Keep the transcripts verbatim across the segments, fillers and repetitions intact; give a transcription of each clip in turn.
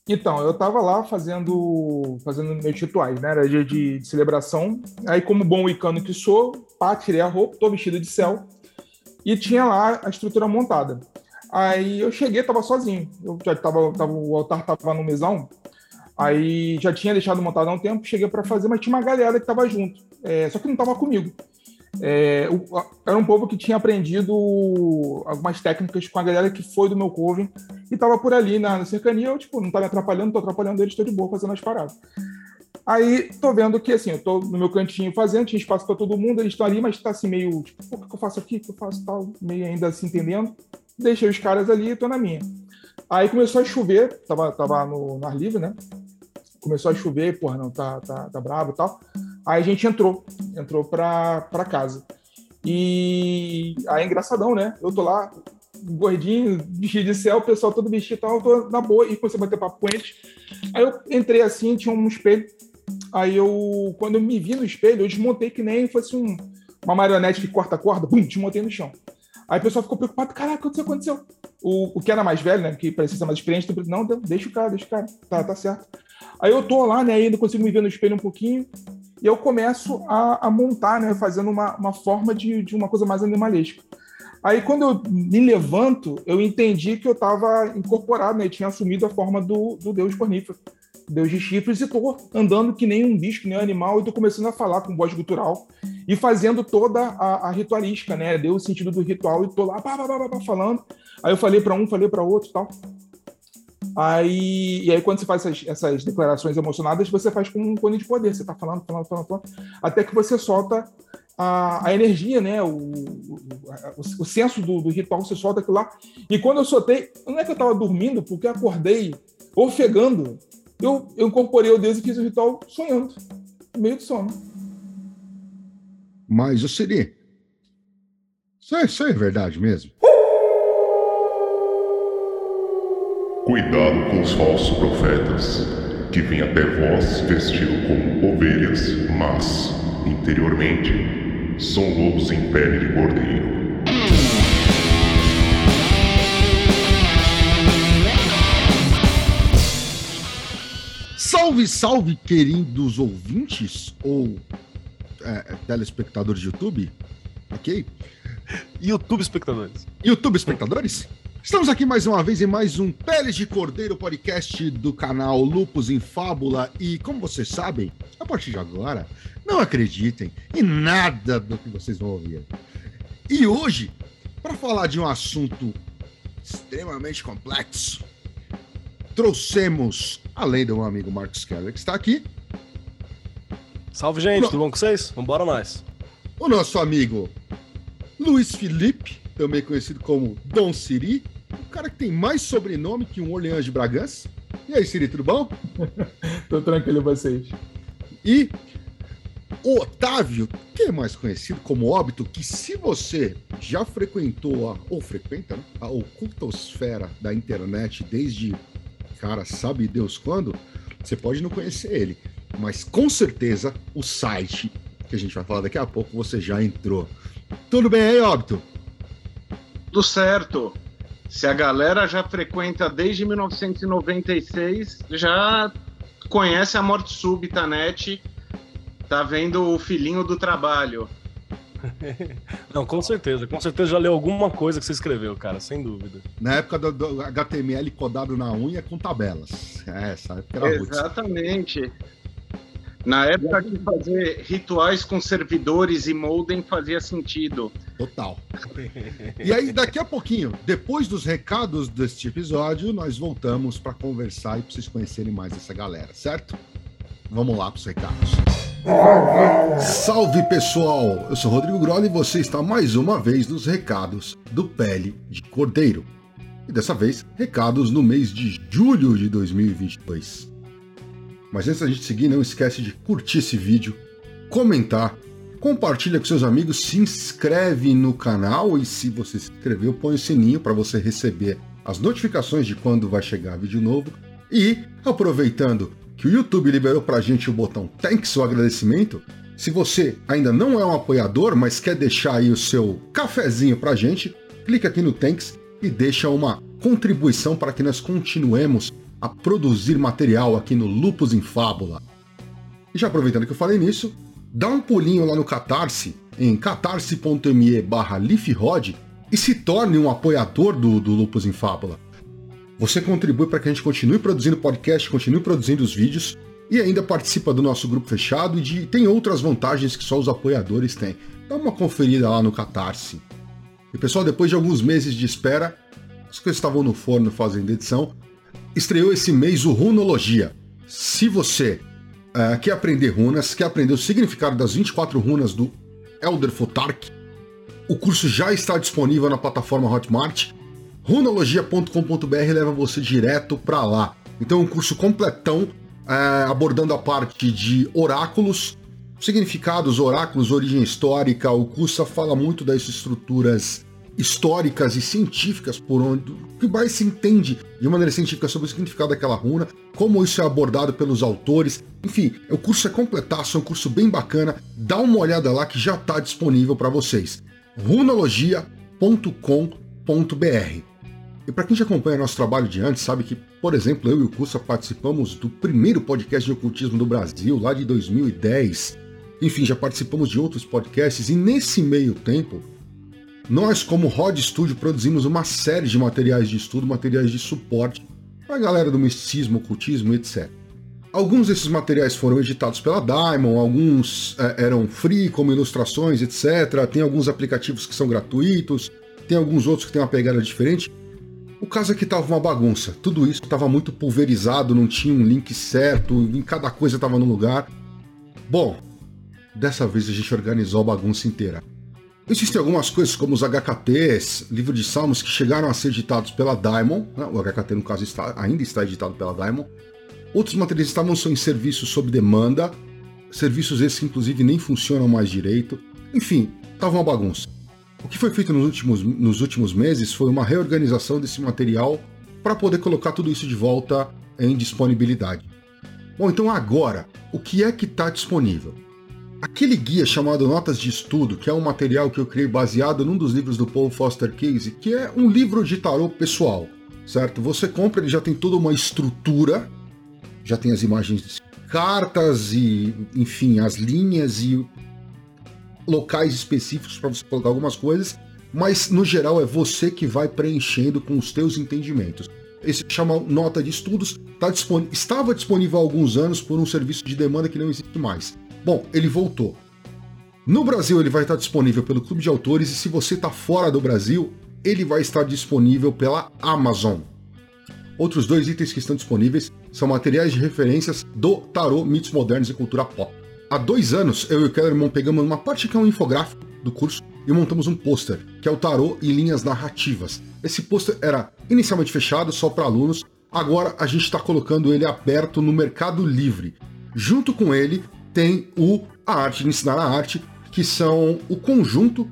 Então, eu tava lá fazendo, fazendo meus rituais, né? Era dia de, de celebração. Aí, como bom wicano que sou, pá, tirei a roupa, tô vestido de céu. E tinha lá a estrutura montada. Aí eu cheguei, tava sozinho. Eu já tava, tava, o altar tava no mesão. Aí já tinha deixado montado há um tempo, cheguei para fazer, mas tinha uma galera que tava junto. É, só que não tava comigo. É, o, era um povo que tinha aprendido algumas técnicas com a galera que foi do meu coven e tava por ali na, na cercania. Eu, tipo, não tá me atrapalhando, não tô atrapalhando eles, tô de boa fazendo as paradas. Aí tô vendo que, assim, eu tô no meu cantinho fazendo, tinha espaço para todo mundo, eles estão ali, mas tá assim meio, tipo, o que eu faço aqui, o que eu faço tal, meio ainda se entendendo. Deixei os caras ali e tô na minha. Aí começou a chover, tava, tava no, no ar livre, né? Começou a chover, porra, não, tá, tá, tá bravo e tal. Aí a gente entrou, entrou pra, pra casa. E aí é engraçadão, né? Eu tô lá, gordinho, vestido de céu, o pessoal todo vestido e tal, eu tô na boa, e comecei a bater papo com eles. Aí eu entrei assim, tinha um espelho. Aí eu, quando eu me vi no espelho, eu desmontei que nem fosse um, uma marionete que corta a corda, bum, desmontei no chão. Aí o pessoal ficou preocupado, caraca, o que aconteceu? O, o que era mais velho, né, que parecia ser mais experiente, não, deixa o cara, deixa o cara, tá, tá certo. Aí eu tô lá, né, ainda consigo me ver no espelho um pouquinho, e eu começo a, a montar, né, fazendo uma, uma forma de, de uma coisa mais animalesca. Aí quando eu me levanto, eu entendi que eu estava incorporado, né, e tinha assumido a forma do, do deus cornífero, deus de chifres, e tô andando que nem um bicho, que nem um animal, e tô começando a falar com voz gutural e fazendo toda a, a ritualística, né, deu o sentido do ritual, e tô lá pá, pá, pá, pá, falando. Aí eu falei para um, falei para outro e tal. Aí, e aí, quando você faz essas, essas declarações emocionadas, você faz com um cone de poder. Você tá falando, falando, falando, falando, até que você solta a, a energia, né? O, o, o, o senso do, do ritual, você solta aquilo lá. E quando eu soltei, não é que eu tava dormindo, porque eu acordei ofegando. Eu, eu incorporei o Deus e fiz o ritual sonhando, meio de sono. Mas, ô Siri, isso é, isso é verdade mesmo? Cuidado com os falsos profetas, que vêm até vós vestido como ovelhas, mas, interiormente, são lobos em pele de cordeiro. Salve, salve, queridos ouvintes ou é, telespectadores de YouTube, ok? YouTube espectadores. YouTube espectadores? Estamos aqui mais uma vez em mais um Peles de Cordeiro podcast do canal Lupus em Fábula e, como vocês sabem, a partir de agora, não acreditem em nada do que vocês vão ouvir. E hoje, para falar de um assunto extremamente complexo, trouxemos, além do meu amigo Marcos Keller, que está aqui... Salve, gente, tudo bom com vocês? Vambora nós. O nosso amigo Luiz Felipe, também conhecido como Dom Siri, o cara que tem mais sobrenome que um Orleans de Bragança. E aí, Siri, tudo bom? Tô tranquilo vocês. E o Otávio, que é mais conhecido como Óbito, que se você já frequentou, a, ou frequenta, né, a ocultosfera da internet desde, cara, sabe Deus quando, você pode não conhecer ele, mas com certeza o site, que a gente vai falar daqui a pouco, você já entrou. Tudo bem aí, Óbito? Tudo certo. Se a galera já frequenta desde mil novecentos e noventa e seis, já conhece a Morte Súbita Net, tá vendo o filhinho do trabalho. Não, com certeza. Com certeza já leu alguma coisa que você escreveu, cara, sem dúvida. Na época do, do H T M L codado na unha com tabelas. É, essa época era exatamente. Roots. Na época que fazer rituais com servidores e modem fazia sentido. Total. E aí, daqui a pouquinho, depois dos recados deste episódio, nós voltamos para conversar e para vocês conhecerem mais essa galera, certo? Vamos lá para os recados. Salve, pessoal! Eu sou Rodrigo Groli e você está mais uma vez nos recados do Pele de Cordeiro. E dessa vez, recados no mês de julho de dois mil e vinte e dois. Mas antes da gente seguir, não esquece de curtir esse vídeo, comentar, compartilha com seus amigos, se inscreve no canal e se você se inscreveu, põe o sininho para você receber as notificações de quando vai chegar vídeo novo. E, aproveitando que o YouTube liberou pra gente o botão Thanks, o agradecimento, se você ainda não é um apoiador, mas quer deixar aí o seu cafezinho pra gente, clica aqui no Thanks e deixa uma contribuição para que nós continuemos a produzir material aqui no Lupus em Fábula. E já aproveitando que eu falei nisso, dá um pulinho lá no Catarse, em catarse.me barra leafrod e se torne um apoiador do, do Lupus em Fábula. Você contribui para que a gente continue produzindo podcast, continue produzindo os vídeos e ainda participa do nosso grupo fechado e de, tem outras vantagens que só os apoiadores têm. Dá uma conferida lá no Catarse. E pessoal, depois de alguns meses de espera, as coisas estavam no forno fazendo edição, estreou esse mês o Runologia. Se você uh, quer aprender runas, quer aprender o significado das vinte e quatro runas do Elder Futhark, o curso já está disponível na plataforma Hotmart. runologia ponto com ponto b r leva você direto para lá. Então é um curso completão, uh, abordando a parte de oráculos, significados, oráculos, origem histórica. O curso fala muito das estruturas históricas e científicas por onde que mais se entende de maneira científica sobre o significado daquela runa, como isso é abordado pelos autores. Enfim, o curso é completaço, é um curso bem bacana. Dá uma olhada lá que já está disponível para vocês. runologia ponto com ponto b r. E para quem já acompanha nosso trabalho de antes, sabe que, por exemplo, eu e o Cursa participamos do primeiro podcast de ocultismo do Brasil, lá de dois mil e dez. Enfim, já participamos de outros podcasts e nesse meio tempo, nós, como Rod Studio, produzimos uma série de materiais de estudo, materiais de suporte para a galera do misticismo, ocultismo, etcétera. Alguns desses materiais foram editados pela Diamond, alguns é, eram free, como ilustrações, etcétera. Tem alguns aplicativos que são gratuitos, tem alguns outros que têm uma pegada diferente. O caso é que estava uma bagunça, tudo isso estava muito pulverizado, não tinha um link certo, em cada coisa estava no lugar. Bom, dessa vez a gente organizou a bagunça inteira. Existem algumas coisas como os H K Ts, livro de salmos, que chegaram a ser editados pela Diamond, né? O H K T no caso está, ainda está editado pela Diamond. Outros materiais estavam em serviços sob demanda, serviços esses que inclusive nem funcionam mais direito. Enfim, estava uma bagunça. O que foi feito nos últimos, nos últimos meses foi uma reorganização desse material para poder colocar tudo isso de volta em disponibilidade. Bom, então agora, o que é que está disponível? Aquele guia chamado Notas de Estudo, que é um material que eu criei baseado num dos livros do Paul Foster Case, que é um livro de tarô pessoal, certo? Você compra, ele já tem toda uma estrutura, já tem as imagens de cartas e, enfim, as linhas e locais específicos para você colocar algumas coisas, mas no geral é você que vai preenchendo com os teus entendimentos. Esse chama Nota de Estudos, tá dispon... estava disponível há alguns anos por um serviço de demanda que não existe mais. Bom, ele voltou. No Brasil ele vai estar disponível pelo Clube de Autores e se você está fora do Brasil, ele vai estar disponível pela Amazon. Outros dois itens que estão disponíveis são materiais de referências do tarô, mitos modernos e cultura pop. Há dois anos, eu e o Kellerman pegamos uma parte que é um infográfico do curso e montamos um pôster, que é o tarô e linhas narrativas. Esse pôster era inicialmente fechado só para alunos, agora a gente está colocando ele aberto no Mercado Livre. Junto com ele tem o A Arte de Ensinar a Arte, que são o conjunto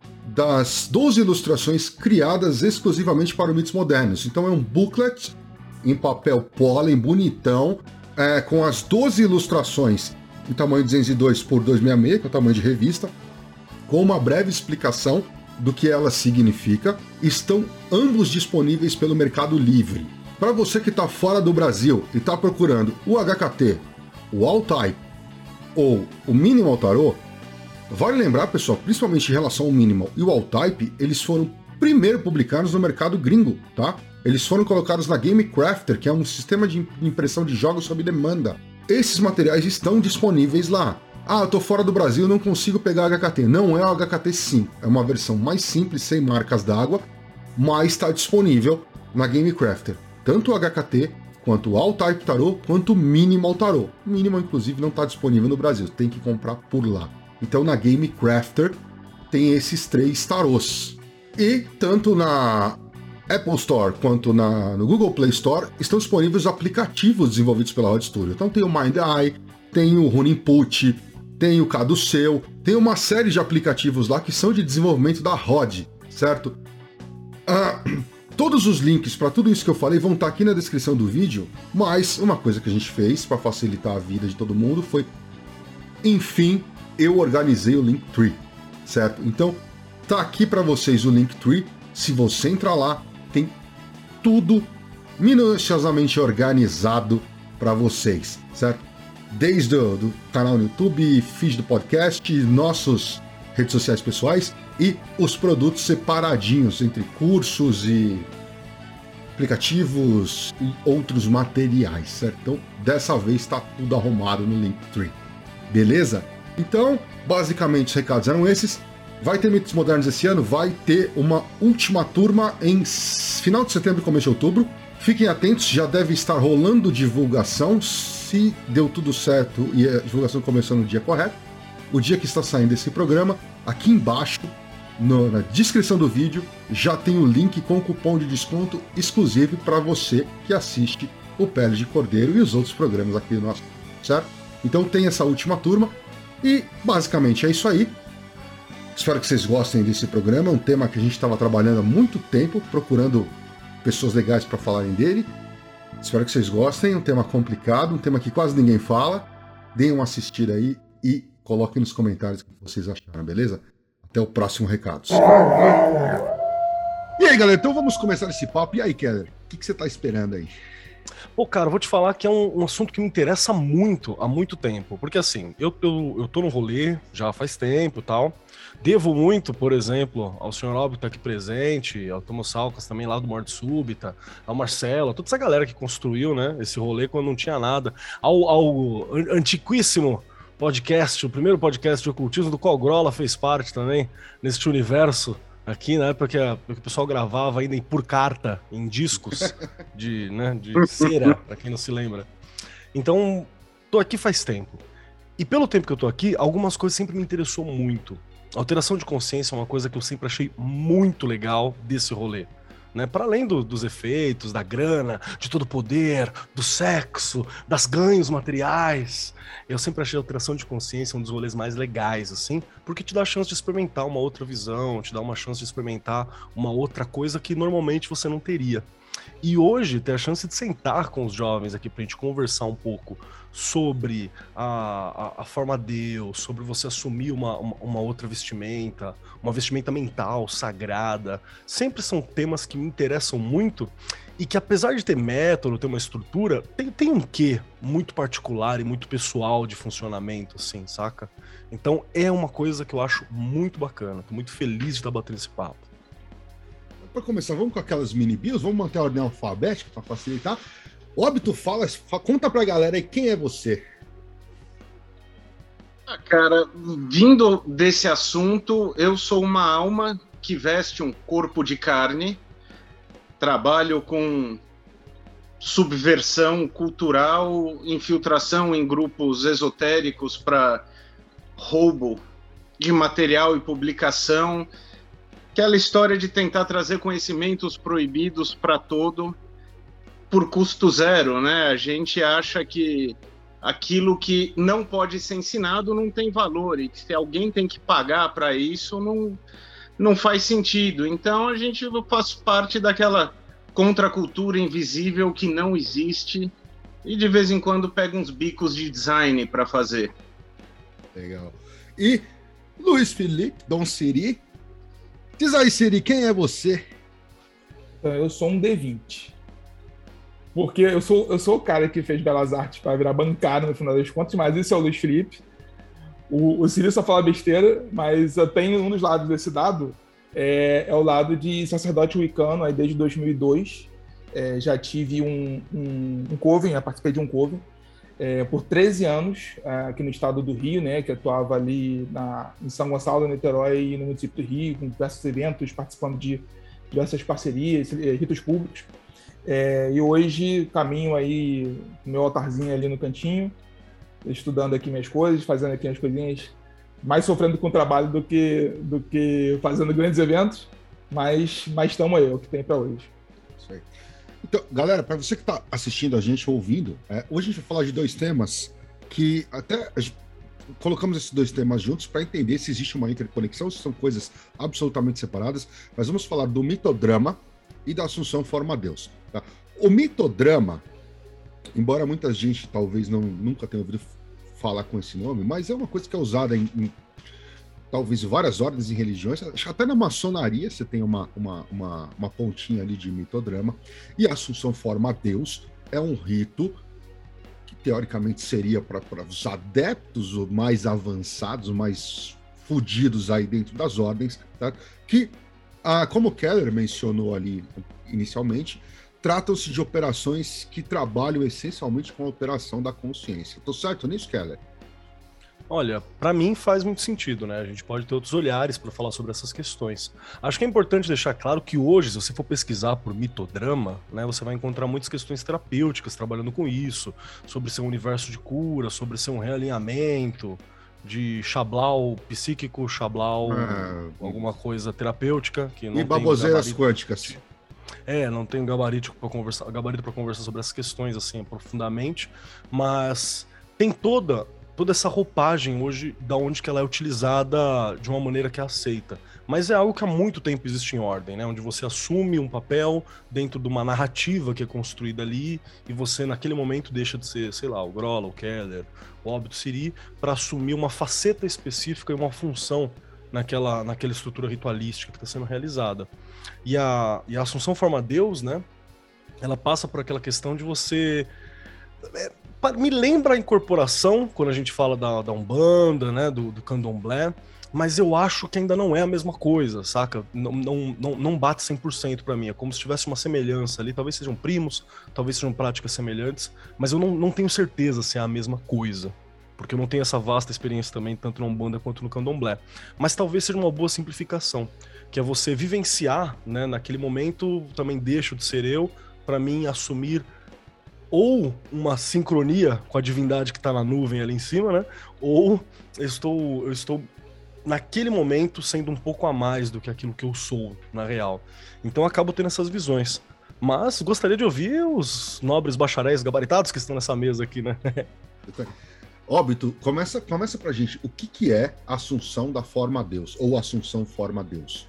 das doze ilustrações criadas exclusivamente para mitos modernos. Então é um booklet em papel pólen, bonitão, é, com as doze ilustrações em tamanho duzentos e dois por duzentos e sessenta e seis, que é o tamanho de revista, com uma breve explicação do que ela significa. Estão ambos disponíveis pelo Mercado Livre. Para você que está fora do Brasil e está procurando o H K T, o All-Type ou o Minimal Tarot, vale lembrar, pessoal, principalmente em relação ao Minimal e o All-Type, eles foram primeiro publicados no mercado gringo, tá? Eles foram colocados na Game Crafter, que é um sistema de impressão de jogos sob demanda. Esses materiais estão disponíveis lá. Ah, eu tô fora do Brasil, não consigo pegar H K T. Não é o H K T cinco, é uma versão mais simples, sem marcas d'água, mas está disponível na Game Crafter. Tanto o H K T, quanto o All-Type Tarot, quanto o Minimal Tarot. O Minimal, inclusive, não está disponível no Brasil, tem que comprar por lá. Então, na Game Crafter, tem esses três tarôs. E, tanto na Apple Store quanto na, no Google Play Store, estão disponíveis aplicativos desenvolvidos pela Rod Studio. Então, tem o Mind Eye, tem o Rune Input, tem o Caduceu, tem uma série de aplicativos lá que são de desenvolvimento da Rod, certo? Ah, todos os links para tudo isso que eu falei vão estar aqui na descrição do vídeo, mas uma coisa que a gente fez para facilitar a vida de todo mundo foi, enfim, eu organizei o Linktree, certo? Então, tá aqui para vocês o Linktree. Se você entrar lá, tem tudo minuciosamente organizado para vocês, certo? Desde o do canal no YouTube, feed do podcast, nossos redes sociais pessoais e os produtos separadinhos entre cursos e aplicativos e outros materiais, certo? Então, dessa vez está tudo arrumado no Linktree, beleza? Então, basicamente, os recados eram esses. Vai ter Mitos Modernos esse ano, vai ter uma última turma em final de setembro e começo de outubro. Fiquem atentos, já deve estar rolando divulgação, se deu tudo certo e a divulgação começou no dia correto. O dia que está saindo esse programa, aqui embaixo, no, na descrição do vídeo, já tem o link com cupom de desconto exclusivo para você que assiste o Pele de Cordeiro e os outros programas aqui do nosso, certo? Então tem essa última turma e basicamente é isso aí. Espero que vocês gostem desse programa, é um tema que a gente estava trabalhando há muito tempo, procurando pessoas legais para falarem dele. Espero que vocês gostem, é um tema complicado, um tema que quase ninguém fala. Deem uma assistida aí e coloquem nos comentários o que vocês acharam, beleza? Até o próximo Recados. E aí, galera, então vamos começar esse papo. E aí, Keller, o que, que você está esperando aí? Pô, cara, eu vou te falar que é um, um assunto que me interessa muito, há muito tempo. Porque assim, eu, eu, eu tô no rolê já faz tempo e tal. Devo muito, por exemplo, ao senhor Albi que tá aqui presente, ao Tomo Salcas também lá do Morte Súbita, ao Marcelo, a toda essa galera que construiu, né, esse rolê quando não tinha nada. Ao, ao antiquíssimo podcast, o primeiro podcast de ocultismo, do qual Grola fez parte também, nesse universo. Aqui, na época que, a, que o pessoal gravava ainda em, por carta, em discos de, né, de cera, pra quem não se lembra. Então, tô aqui faz tempo. E pelo tempo que eu tô aqui, algumas coisas sempre me interessou muito. Alteração de consciência é uma coisa que eu sempre achei muito legal desse rolê. Né? Para além do, dos efeitos, da grana, de todo o poder, do sexo, das ganhos materiais, eu sempre achei a alteração de consciência um dos rolês mais legais, assim, porque te dá a chance de experimentar uma outra visão, te dá uma chance de experimentar uma outra coisa que normalmente você não teria. E hoje ter a chance de sentar com os jovens aqui pra gente conversar um pouco sobre a, a, a forma Deus, sobre você assumir uma, uma, uma outra vestimenta, uma vestimenta mental, sagrada, sempre são temas que me interessam muito e que, apesar de ter método, ter uma estrutura, tem, tem um quê muito particular e muito pessoal de funcionamento, assim, saca? Então é uma coisa que eu acho muito bacana, tô muito feliz de estar batendo esse papo. Para começar, vamos com aquelas mini bios, vamos manter a ordem alfabética para facilitar. Óbito, fala, conta pra galera aí quem é você. Ah, cara, vindo desse assunto, eu sou uma alma que veste um corpo de carne, trabalho com subversão cultural, infiltração em grupos esotéricos para roubo de material e publicação, aquela história de tentar trazer conhecimentos proibidos para todo por custo zero, né? A gente acha que aquilo que não pode ser ensinado não tem valor e que se alguém tem que pagar para isso, não, não faz sentido. Então a gente faz parte daquela contracultura invisível que não existe e de vez em quando pega uns bicos de design para fazer. Legal. E Luiz Felipe, Dom Siri, diz aí, Siri, quem é você? Eu sou um D vinte. Porque eu sou, eu sou o cara que fez Belas Artes para virar bancário no final das contas, mas esse é o Luiz Felipe. O, o Siri só fala besteira, mas eu tenho um dos lados desse dado, é, é o lado de sacerdote wicano, aí desde dois mil e dois. É, já tive um, um, um coven, eu participei de um coven, é, por treze anos, é, aqui no estado do Rio, né, que atuava ali na, em São Gonçalo, Niterói e no município do Rio, com diversos eventos, participando de diversas parcerias, ritos públicos. É, e hoje caminho aí com meu altarzinho ali no cantinho, estudando aqui minhas coisas, fazendo aqui as coisinhas, mais sofrendo com o trabalho do que, do que fazendo grandes eventos, mas estamos aí, é o que tem para hoje. Isso aí. Então, galera, para você que está assistindo a gente, ouvindo, é, hoje a gente vai falar de dois temas que até gente, colocamos esses dois temas juntos para entender se existe uma interconexão, se são coisas absolutamente separadas, mas vamos falar do mitodrama e da Assunção Forma Deus. Tá? O mitodrama, embora muita gente talvez não, nunca tenha ouvido falar com esse nome, mas é uma coisa que é usada em, em talvez várias ordens e religiões, acho que até na maçonaria você tem uma, uma, uma, uma pontinha ali de mitodrama, e a Assunção Forma Deus é um rito que teoricamente seria para os adeptos mais avançados, mais fudidos aí dentro das ordens, tá? Que, ah, como o Keller mencionou ali inicialmente, tratam-se de operações que trabalham essencialmente com a operação da consciência. Tô certo nisso, Keller? Olha, para mim faz muito sentido, né? A gente pode ter outros olhares para falar sobre essas questões. Acho que é importante deixar claro que hoje, se você for pesquisar por mitodrama, né, você vai encontrar muitas questões terapêuticas trabalhando com isso, sobre ser um universo de cura, sobre ser um realinhamento de Chablau psíquico, Chablau ah, alguma coisa terapêutica que não e baboseiras quânticas. É, não tenho gabarito para conversar, gabarito para conversar sobre essas questões assim profundamente, mas tem toda toda essa roupagem hoje, da onde que ela é utilizada de uma maneira que é aceita. Mas é algo que há muito tempo existe em ordem, né? Onde você assume um papel dentro de uma narrativa que é construída ali, e você, naquele momento, deixa de ser, sei lá, o Grola, o Keller, o Óbito Siri, para assumir uma faceta específica e uma função naquela, naquela estrutura ritualística que está sendo realizada. E a, e a Assunção Forma Deus, né? Ela passa por aquela questão de você... É, me lembra a incorporação, quando a gente fala da, da Umbanda, né, do, do Candomblé, mas eu acho que ainda não é a mesma coisa, saca? Não, não, não, não bate cem por cento pra mim, é como se tivesse uma semelhança ali, talvez sejam primos, talvez sejam práticas semelhantes, mas eu não, não tenho certeza se é a mesma coisa, porque eu não tenho essa vasta experiência também, tanto na Umbanda quanto no Candomblé. Mas talvez seja uma boa simplificação, que é você vivenciar, né, naquele momento, também deixo de ser eu, pra mim assumir ou uma sincronia com a divindade que está na nuvem ali em cima, né? Ou eu estou, eu estou naquele momento sendo um pouco a mais do que aquilo que eu sou, na real. Então eu acabo tendo essas visões. Mas gostaria de ouvir os nobres bacharéis gabaritados que estão nessa mesa aqui, né? Óbito, começa, começa pra gente. O que, que é Assunção da Forma Deus? Ou Assunção Forma Deus?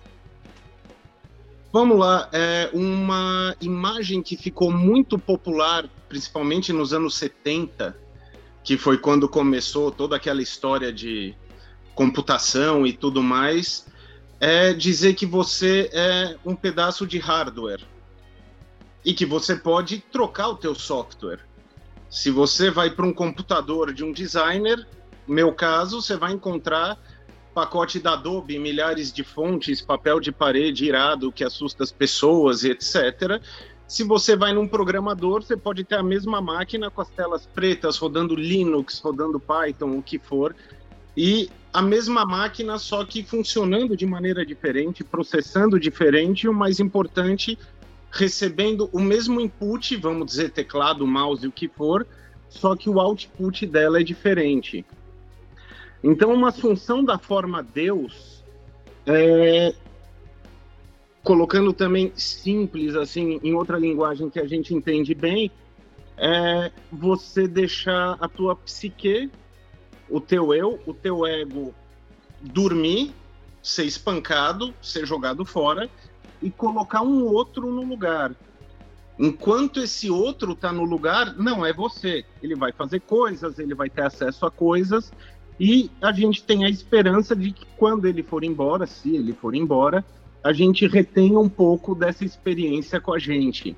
Vamos lá, é uma imagem que ficou muito popular, principalmente nos anos setenta, que foi quando começou toda aquela história de computação e tudo mais, é dizer que você é um pedaço de hardware e que você pode trocar o teu software. Se você vai para um computador de um designer, no meu caso, você vai encontrar pacote da Adobe, milhares de fontes, papel de parede irado que assusta as pessoas e etcétera. Se você vai num programador, você pode ter a mesma máquina com as telas pretas, rodando Linux, rodando Python, o que for, e a mesma máquina, só que funcionando de maneira diferente, processando diferente, e o mais importante, recebendo o mesmo input, vamos dizer teclado, mouse, o que for, só que o output dela é diferente. Então, uma função da forma Deus, é, colocando também simples, assim, em outra linguagem que a gente entende bem, é você deixar a tua psique, o teu eu, o teu ego dormir, ser espancado, ser jogado fora e colocar um outro no lugar. Enquanto esse outro está no lugar, não é você. Ele vai fazer coisas, ele vai ter acesso a coisas, e a gente tem a esperança de que quando ele for embora, se ele for embora, a gente retenha um pouco dessa experiência com a gente.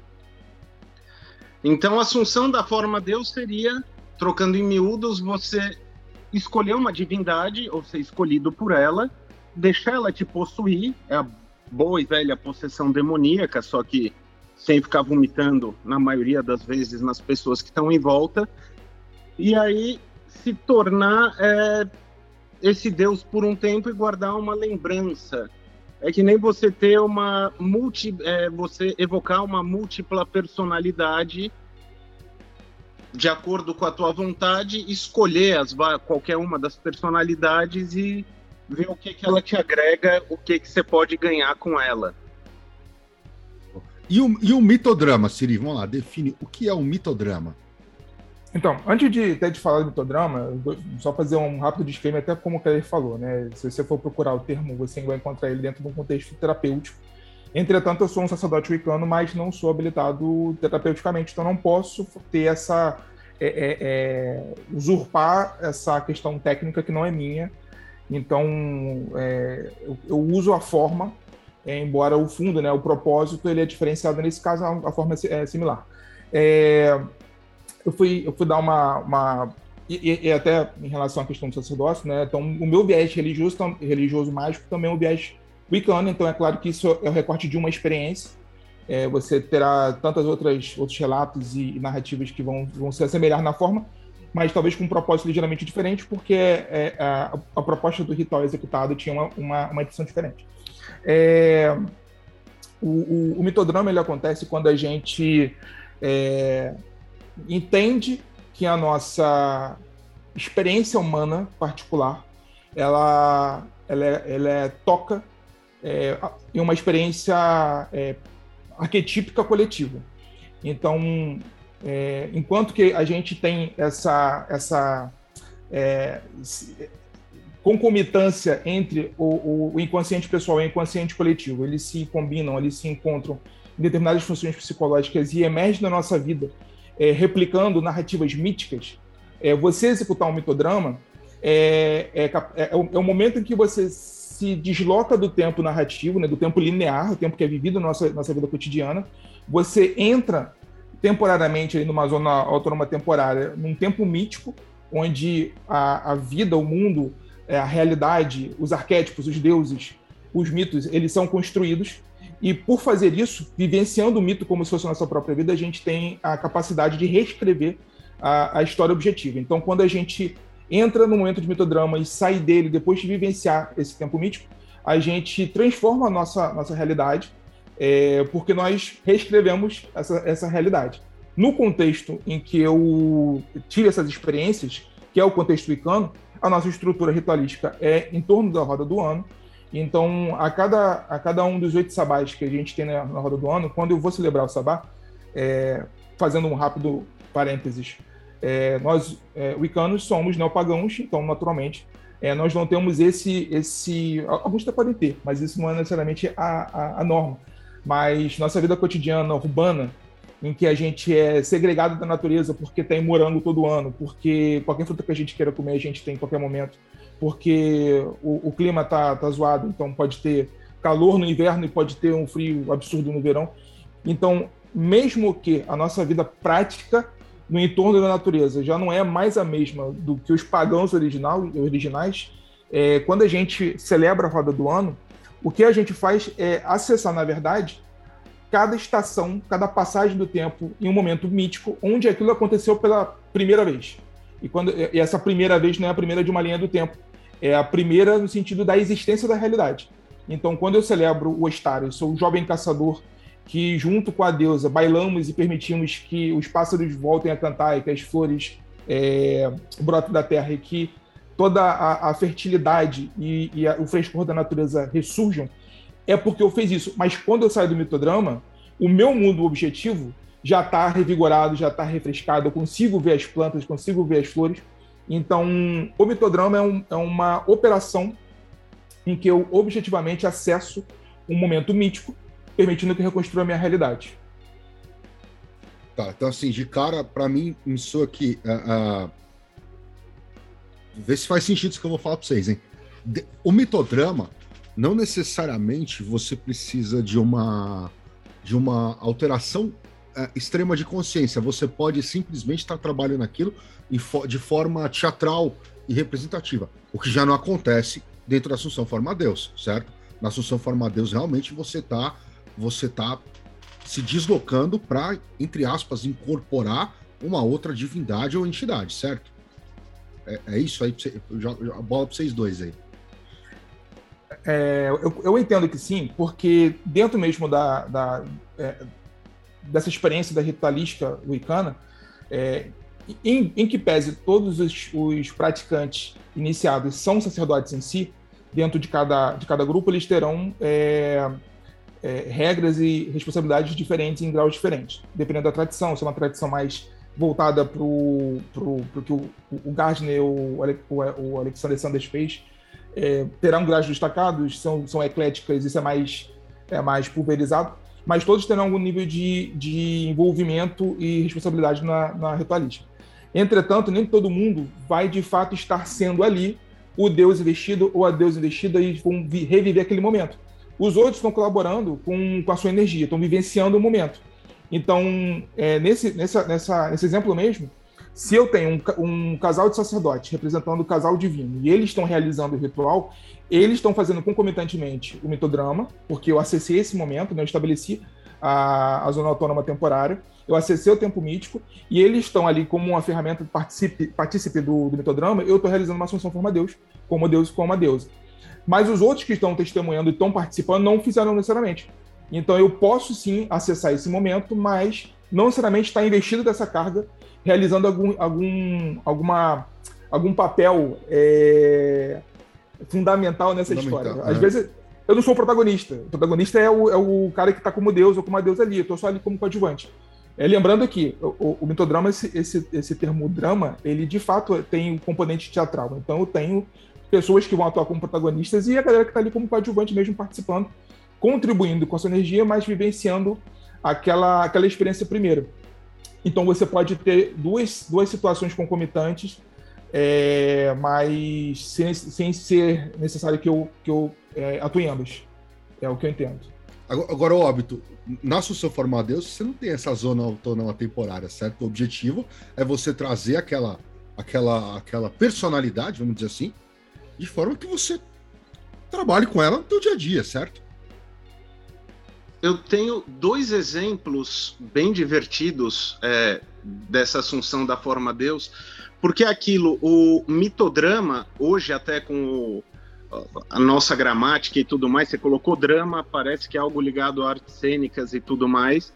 Então, a assunção da forma Deus seria, trocando em miúdos, você escolher uma divindade, ou ser escolhido por ela, deixar ela te possuir, é a boa e velha possessão demoníaca, só que sem ficar vomitando, na maioria das vezes, nas pessoas que estão em volta, e aí se tornar é, esse Deus por um tempo e guardar uma lembrança. É que nem você ter uma multi, é, você evocar uma múltipla personalidade de acordo com a tua vontade, escolher as, qualquer uma das personalidades e ver o que, que ela te agrega, o que, que você pode ganhar com ela. E o, e o mitodrama, Siri, vamos lá, define o que é um mitodrama. Então, antes de até de falar do mitodrama, só fazer um rápido disclaimer, até como o Keller falou, né? Se você for procurar o termo, você vai encontrar ele dentro de um contexto terapêutico. Entretanto, eu sou um sacerdote wicano, mas não sou habilitado terapeuticamente, então não posso ter essa... É, é, é, usurpar essa questão técnica que não é minha Então, é, eu, eu uso a forma, é, embora o fundo, né, o propósito, ele é diferenciado. Nesse caso, a, a forma é similar. É, eu, fui, eu fui dar uma... uma e, e até em relação à questão do sacerdócio, né, então o meu viés religioso, religioso mágico também é um viés wicano, então é claro que isso é o recorte de uma experiência. É, você terá tantas outras outros relatos e, e narrativas que vão, vão se assemelhar na forma, mas talvez com um propósito ligeiramente diferente, porque é, a, a proposta do ritual executado tinha uma, uma, uma edição diferente. É, o, o, o mitodrama ele acontece quando a gente é, entende que a nossa experiência humana particular, ela, ela, é, ela é, toca é, em uma experiência é, arquetípica coletiva. Então, é, enquanto que a gente tem essa, essa é, concomitância entre o, o inconsciente pessoal e o inconsciente coletivo, eles se combinam, eles se encontram em determinadas funções psicológicas e emergem na nossa vida, é, replicando narrativas míticas. É, você executar um mitodrama é, é, é, é o momento em que você se desloca do tempo narrativo, né, do tempo linear, o tempo que é vivido na nossa, nossa vida cotidiana. Você entra temporariamente ali numa zona autônoma temporária, num tempo mítico, onde a, a vida, o mundo, a realidade, os arquétipos, os deuses, os mitos, eles são construídos. E por fazer isso, vivenciando o mito como se fosse a nossa própria vida, a gente tem a capacidade de reescrever a, a história objetiva. Então, quando a gente entra no momento de mitodrama e sai dele depois de vivenciar esse tempo mítico, a gente transforma a nossa, nossa realidade, é, porque nós reescrevemos essa, essa realidade. No contexto em que eu tive essas experiências, que é o contexto wicano, a nossa estrutura ritualística é em torno da roda do ano. Então, a cada, a cada um dos oito sabás que a gente tem na, na roda do ano, quando eu vou celebrar o sabá, é, fazendo um rápido parênteses, é, nós, é, wicanos, somos neopagãos, então, naturalmente, é, nós não temos esse, esse... Alguns até podem ter, mas isso não é necessariamente a, a, a norma. Mas nossa vida cotidiana, urbana, em que a gente é segregado da natureza porque tem morango todo ano, porque qualquer fruta que a gente queira comer a gente tem em qualquer momento, porque o, o clima tá, tá zoado, então pode ter calor no inverno e pode ter um frio absurdo no verão. Então, mesmo que a nossa vida prática no entorno da natureza já não é mais a mesma do que os pagãos original, originais, é, quando a gente celebra a roda do ano, o que a gente faz é acessar, na verdade, cada estação, cada passagem do tempo em um momento mítico onde aquilo aconteceu pela primeira vez. E, quando, e essa primeira vez não é a primeira de uma linha do tempo, é a primeira no sentido da existência da realidade. Então, quando eu celebro o Ostara, eu sou o jovem caçador que, junto com a deusa, bailamos e permitimos que os pássaros voltem a cantar e que as flores é, brotem da terra e que toda a, a fertilidade e, e a, o frescor da natureza ressurjam, é porque eu fiz isso. Mas quando eu saio do mitodrama, o meu mundo objetivo já está revigorado, já está refrescado, eu consigo ver as plantas, consigo ver as flores. Então, o mitodrama é, um, é uma operação em que eu objetivamente acesso um momento mítico, permitindo que eu reconstrua a minha realidade. Tá, então assim, de cara, para mim, me soa que... Uh, uh, vê se faz sentido isso que eu vou falar para vocês, hein? De, o mitodrama, não necessariamente você precisa de uma, de uma alteração uh, extrema de consciência. Você pode simplesmente estar trabalhando aquilo de forma teatral e representativa, o que já não acontece dentro da Assunção Forma Deus, certo? Na Assunção Forma Deus, realmente você está você tá se deslocando para, entre aspas, incorporar uma outra divindade ou entidade, certo? É, é isso aí, já, já, a bola para vocês dois aí. É, eu, eu entendo que sim, porque dentro mesmo da, da, é, dessa experiência da ritualística wicana, é, Em, em que pese todos os, os praticantes iniciados são sacerdotes em si, dentro de cada, de cada grupo eles terão é, é, regras e responsabilidades diferentes em graus diferentes, dependendo da tradição. Se é uma tradição mais voltada para o que o, o Gardner ou o, o Alexander Sanders fez, é, terão graus destacados, são, são ecléticas, isso é mais, é mais pulverizado, mas todos terão algum nível de, de envolvimento e responsabilidade na, na ritualística. Entretanto, nem todo mundo vai, de fato, estar sendo ali o deus investido ou a deusa investida e vão reviver aquele momento. Os outros estão colaborando com, com a sua energia, estão vivenciando o momento. Então, é, nesse, nessa, nessa, nesse exemplo mesmo, se eu tenho um, um casal de sacerdotes representando o casal divino e eles estão realizando o ritual, eles estão fazendo concomitantemente o mitodrama, porque eu acessei esse momento, né, eu estabeleci a, a zona autônoma temporária, eu acessei o tempo mítico, e eles estão ali como uma ferramenta partícipe, partícipe do, do mitodrama, eu estou realizando uma assunção forma Deus, como Deus e como a deusa. Mas os outros que estão testemunhando e estão participando não fizeram necessariamente. Então eu posso sim acessar esse momento, mas não necessariamente estar investido dessa carga, realizando algum, algum, alguma, algum papel é, fundamental nessa fundamental, história. Às é. vezes eu não sou o protagonista. O protagonista é o, é o cara que está como Deus ou como a deusa ali. Eu estou só ali como coadjuvante. É, lembrando que o, o mitodrama, esse, esse, esse termo drama, ele de fato tem um componente teatral. Então eu tenho pessoas que vão atuar como protagonistas e a galera que está ali como coadjuvante mesmo participando, contribuindo com a sua energia, mas vivenciando aquela, aquela experiência primeiro. Então você pode ter duas, duas situações concomitantes, é, mas sem, sem ser necessário que eu, que eu é, atue em ambas. É o que eu entendo. Agora, agora Óbito, na Assunção Forma Deus, você não tem essa zona autônoma temporária, certo? O objetivo é você trazer aquela, aquela, aquela personalidade, vamos dizer assim, de forma que você trabalhe com ela no seu dia a dia, certo? Eu tenho dois exemplos bem divertidos é, dessa assunção da forma Deus, porque aquilo, o mitodrama, hoje até com o, a nossa gramática e tudo mais, você colocou drama, parece que é algo ligado a artes cênicas e tudo mais,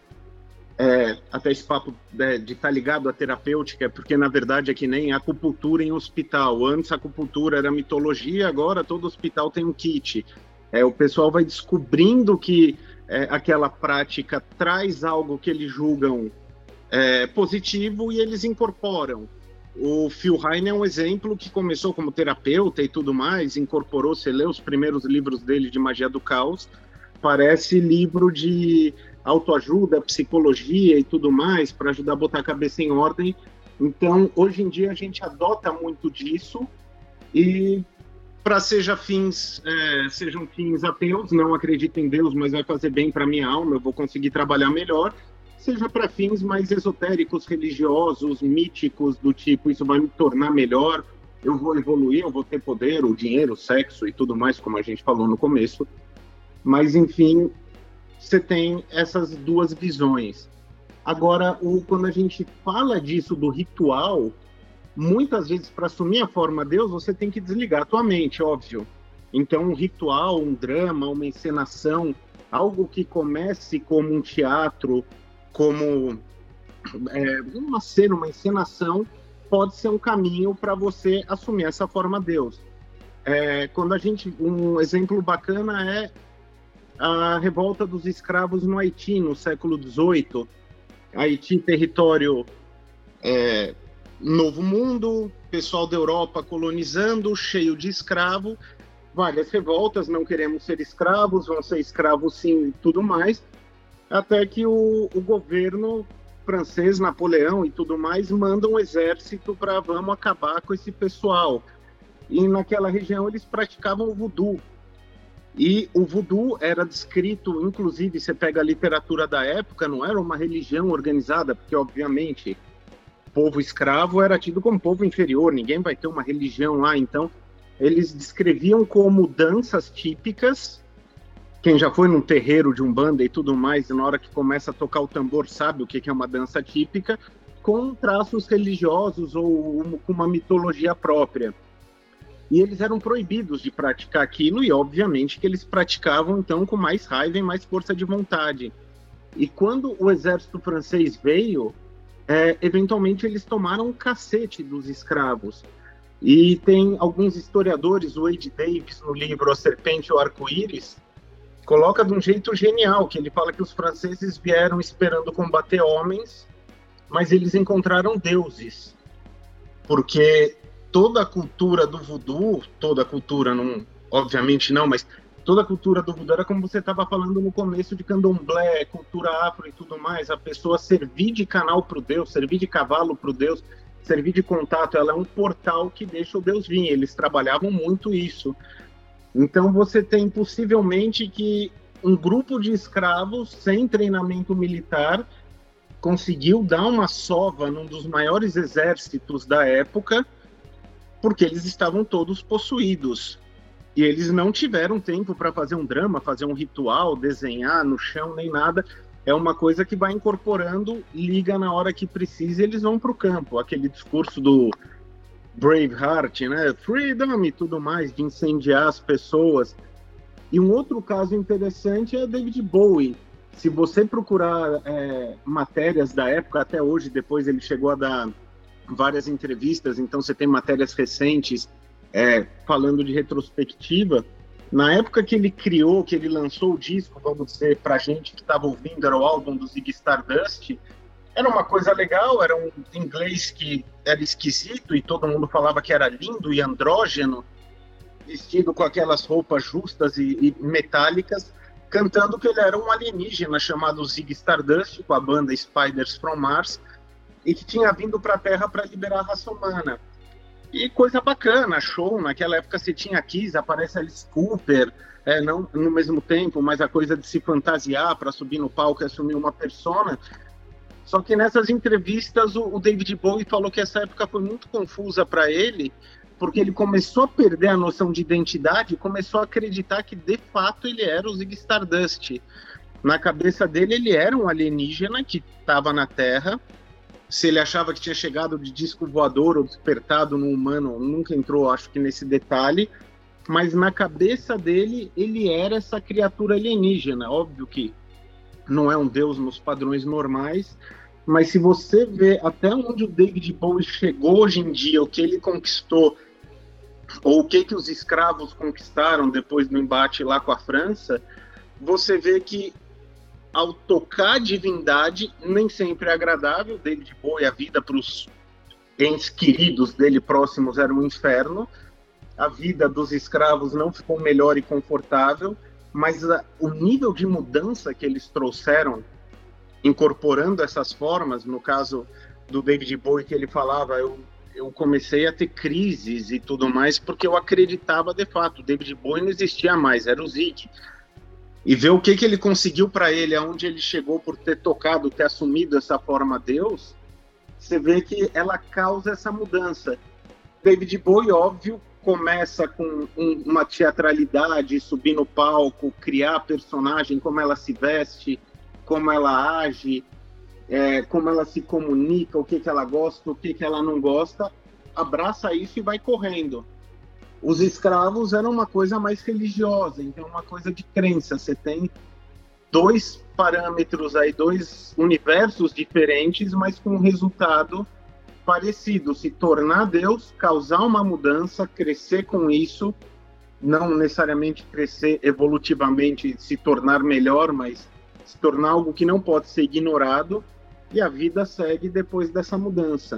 é, até esse papo de, de estar ligado à terapêutica, porque na verdade é que nem acupuntura em hospital. Antes a acupuntura era mitologia, agora todo hospital tem um kit. É, o pessoal vai descobrindo que é, aquela prática traz algo que eles julgam é, positivo e eles incorporam. O Phil Heine é um exemplo que começou como terapeuta e tudo mais, incorporou, você lê os primeiros livros dele de Magia do Caos, parece livro de autoajuda, psicologia e tudo mais, para ajudar a botar a cabeça em ordem. Então, hoje em dia, a gente adota muito disso e para seja fins, é, sejam fins ateus, não acredito em Deus, mas vai fazer bem para minha alma, eu vou conseguir trabalhar melhor, seja para fins mais esotéricos, religiosos, míticos, do tipo, isso vai me tornar melhor, eu vou evoluir, eu vou ter poder, o dinheiro, o sexo e tudo mais, como a gente falou no começo. Mas, enfim, você tem essas duas visões. Agora, o, quando a gente fala disso, do ritual, muitas vezes, para assumir a forma Deus, você tem que desligar a tua mente, óbvio. Então, um ritual, um drama, uma encenação, algo que comece como um teatro, como é, uma cena, uma encenação, pode ser um caminho para você assumir essa forma Deus. É, quando a gente, um exemplo bacana é a revolta dos escravos no Haiti, no século dezoito. Haiti, território é, Novo Mundo, pessoal da Europa colonizando, cheio de escravo, várias revoltas, não queremos ser escravos, vão ser escravos sim, e tudo mais, até que o, o governo francês, Napoleão e tudo mais, manda um exército para vamos acabar com esse pessoal. E naquela região eles praticavam o voodoo. E o voodoo era descrito, inclusive, você pega a literatura da época, não era uma religião organizada, porque, obviamente, o povo escravo era tido como povo inferior, ninguém vai ter uma religião lá, então eles descreviam como danças típicas. Quem já foi num terreiro de Umbanda e tudo mais, e na hora que começa a tocar o tambor sabe o que é uma dança típica, com traços religiosos ou com uma mitologia própria. E eles eram proibidos de praticar aquilo, e obviamente que eles praticavam então com mais raiva e mais força de vontade. E quando o exército francês veio, é, eventualmente eles tomaram um cacete dos escravos. E tem alguns historiadores, o Wade Davis, no livro A Serpente e o Arco-Íris, coloca de um jeito genial, que ele fala que os franceses vieram esperando combater homens, mas eles encontraram deuses. Porque toda a cultura do voodoo, toda a cultura, não, obviamente não, mas toda a cultura do voodoo era como você estava falando no começo de candomblé, cultura afro e tudo mais, a pessoa servir de canal para o Deus, servir de cavalo para o Deus, servir de contato, ela é um portal que deixa o Deus vir. Eles trabalhavam muito isso. Então você tem possivelmente que um grupo de escravos sem treinamento militar conseguiu dar uma sova num dos maiores exércitos da época, porque eles estavam todos possuídos. E eles não tiveram tempo para fazer um drama, fazer um ritual, desenhar no chão, nem nada. É uma coisa que vai incorporando, liga na hora que precisa e eles vão para o campo. Aquele discurso do Braveheart, né? Freedom e tudo mais, de incendiar as pessoas. E um outro caso interessante é David Bowie. Se você procurar é, matérias da época, até hoje, depois ele chegou a dar várias entrevistas, então você tem matérias recentes é, falando de retrospectiva. Na época que ele criou, que ele lançou o disco, vamos dizer, pra gente que estava ouvindo, era o álbum do Ziggy Stardust, era uma coisa legal, era um inglês que era esquisito e todo mundo falava que era lindo e andrógeno, vestido com aquelas roupas justas e, e metálicas, cantando que ele era um alienígena chamado Ziggy Stardust, com a banda Spiders from Mars, e que tinha vindo para a Terra para liberar a raça humana. E coisa bacana, show, naquela época você tinha Kiss, aparece Alice Cooper, é, não no mesmo tempo, mas a coisa de se fantasiar para subir no palco e assumir uma persona. Só que nessas entrevistas o, o David Bowie falou que essa época foi muito confusa para ele, porque ele começou a perder a noção de identidade e começou a acreditar que de fato ele era o Ziggy Stardust. Na cabeça dele ele era um alienígena que estava na Terra. Se ele achava que tinha chegado de disco voador ou despertado no humano, nunca entrou, acho que nesse detalhe, mas na cabeça dele, ele era essa criatura alienígena. Óbvio que não é um deus nos padrões normais, mas se você vê até onde o David Bowie chegou hoje em dia, o que ele conquistou, ou o que, que os escravos conquistaram depois do embate lá com a França, você vê que ao tocar a divindade, nem sempre é agradável. David Bowie, a vida para os entes queridos dele próximos era um inferno. A vida dos escravos não ficou melhor e confortável, mas a, o nível de mudança que eles trouxeram, incorporando essas formas, no caso do David Bowie, que ele falava, eu, eu comecei a ter crises e tudo mais, porque eu acreditava de fato, o David Bowie não existia mais, era o Ziggy. E ver o que, que ele conseguiu para ele, aonde ele chegou por ter tocado, ter assumido essa forma Deus, você vê que ela causa essa mudança. David Bowie, óbvio, começa com um, uma teatralidade, subir no palco, criar a personagem, como ela se veste, como ela age, é, como ela se comunica, o que, que ela gosta, o que, que ela não gosta, abraça isso e vai correndo. Os escravos eram uma coisa mais religiosa, então uma coisa de crença. Você tem dois parâmetros aí, dois universos diferentes, mas com um resultado parecido. Se tornar Deus, causar uma mudança, crescer com isso, não necessariamente crescer evolutivamente, se tornar melhor, mas se tornar algo que não pode ser ignorado, e a vida segue depois dessa mudança.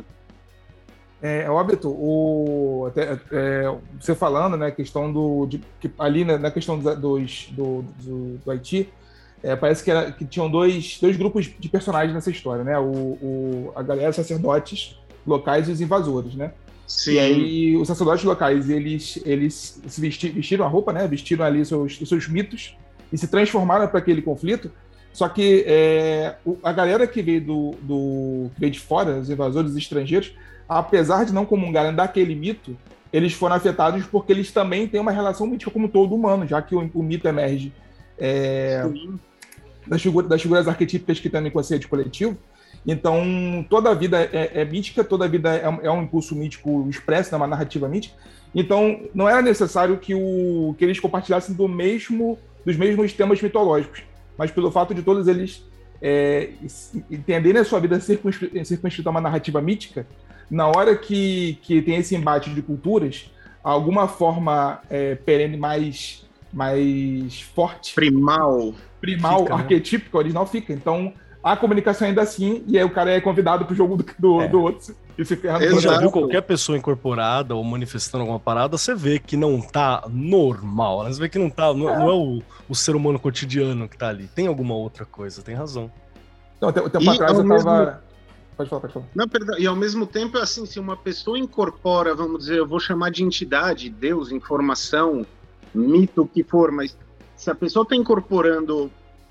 É, Óbito, o, até, é, você falando, né, questão do, de, que, ali né, na questão dos, do, do, do Haiti, é, parece que, era, que tinham dois, dois grupos de personagens nessa história, né, o, o, a galera sacerdotes locais e os invasores, né. Sim. E aí os sacerdotes locais, eles, eles se vestiram, vestiram a roupa, né, vestiram ali seus, seus mitos e se transformaram para aquele conflito. Só que é, a galera que veio, do, do, que veio de fora, os invasores os estrangeiros, apesar de não comungarem daquele mito, eles foram afetados porque eles também têm uma relação mítica como todo humano, já que o, o mito emerge é, das, figuras, das figuras arquetípicas que tem no inconsciente coletivo. Então, toda a vida é, é mítica, toda a vida é, é um impulso mítico expresso numa narrativa mítica. Então, não era necessário que, o, que eles compartilhassem do mesmo, dos mesmos temas mitológicos, mas pelo fato de todos eles é, entenderem a sua vida circunscrita a uma narrativa mítica, na hora que, que tem esse embate de culturas, alguma forma é, perene mais, mais forte, primal, primal fica, arquetípica, né? Original fica. Então, a comunicação ainda assim, e aí o cara é convidado pro jogo do, do, é. do outro e se ferra. Você já viu qualquer pessoa incorporada ou manifestando alguma parada, você vê que não tá normal, né? Você vê que não tá, não é, não é o, o ser humano cotidiano que tá ali. Tem alguma outra coisa, tem razão. Então, tempo atrás eu tava... Pode falar, pode falar. Não, perdão. E ao mesmo tempo, assim, se uma pessoa incorpora, vamos dizer, eu vou chamar de entidade, Deus, informação, mito, o que for, mas se a pessoa está incorporando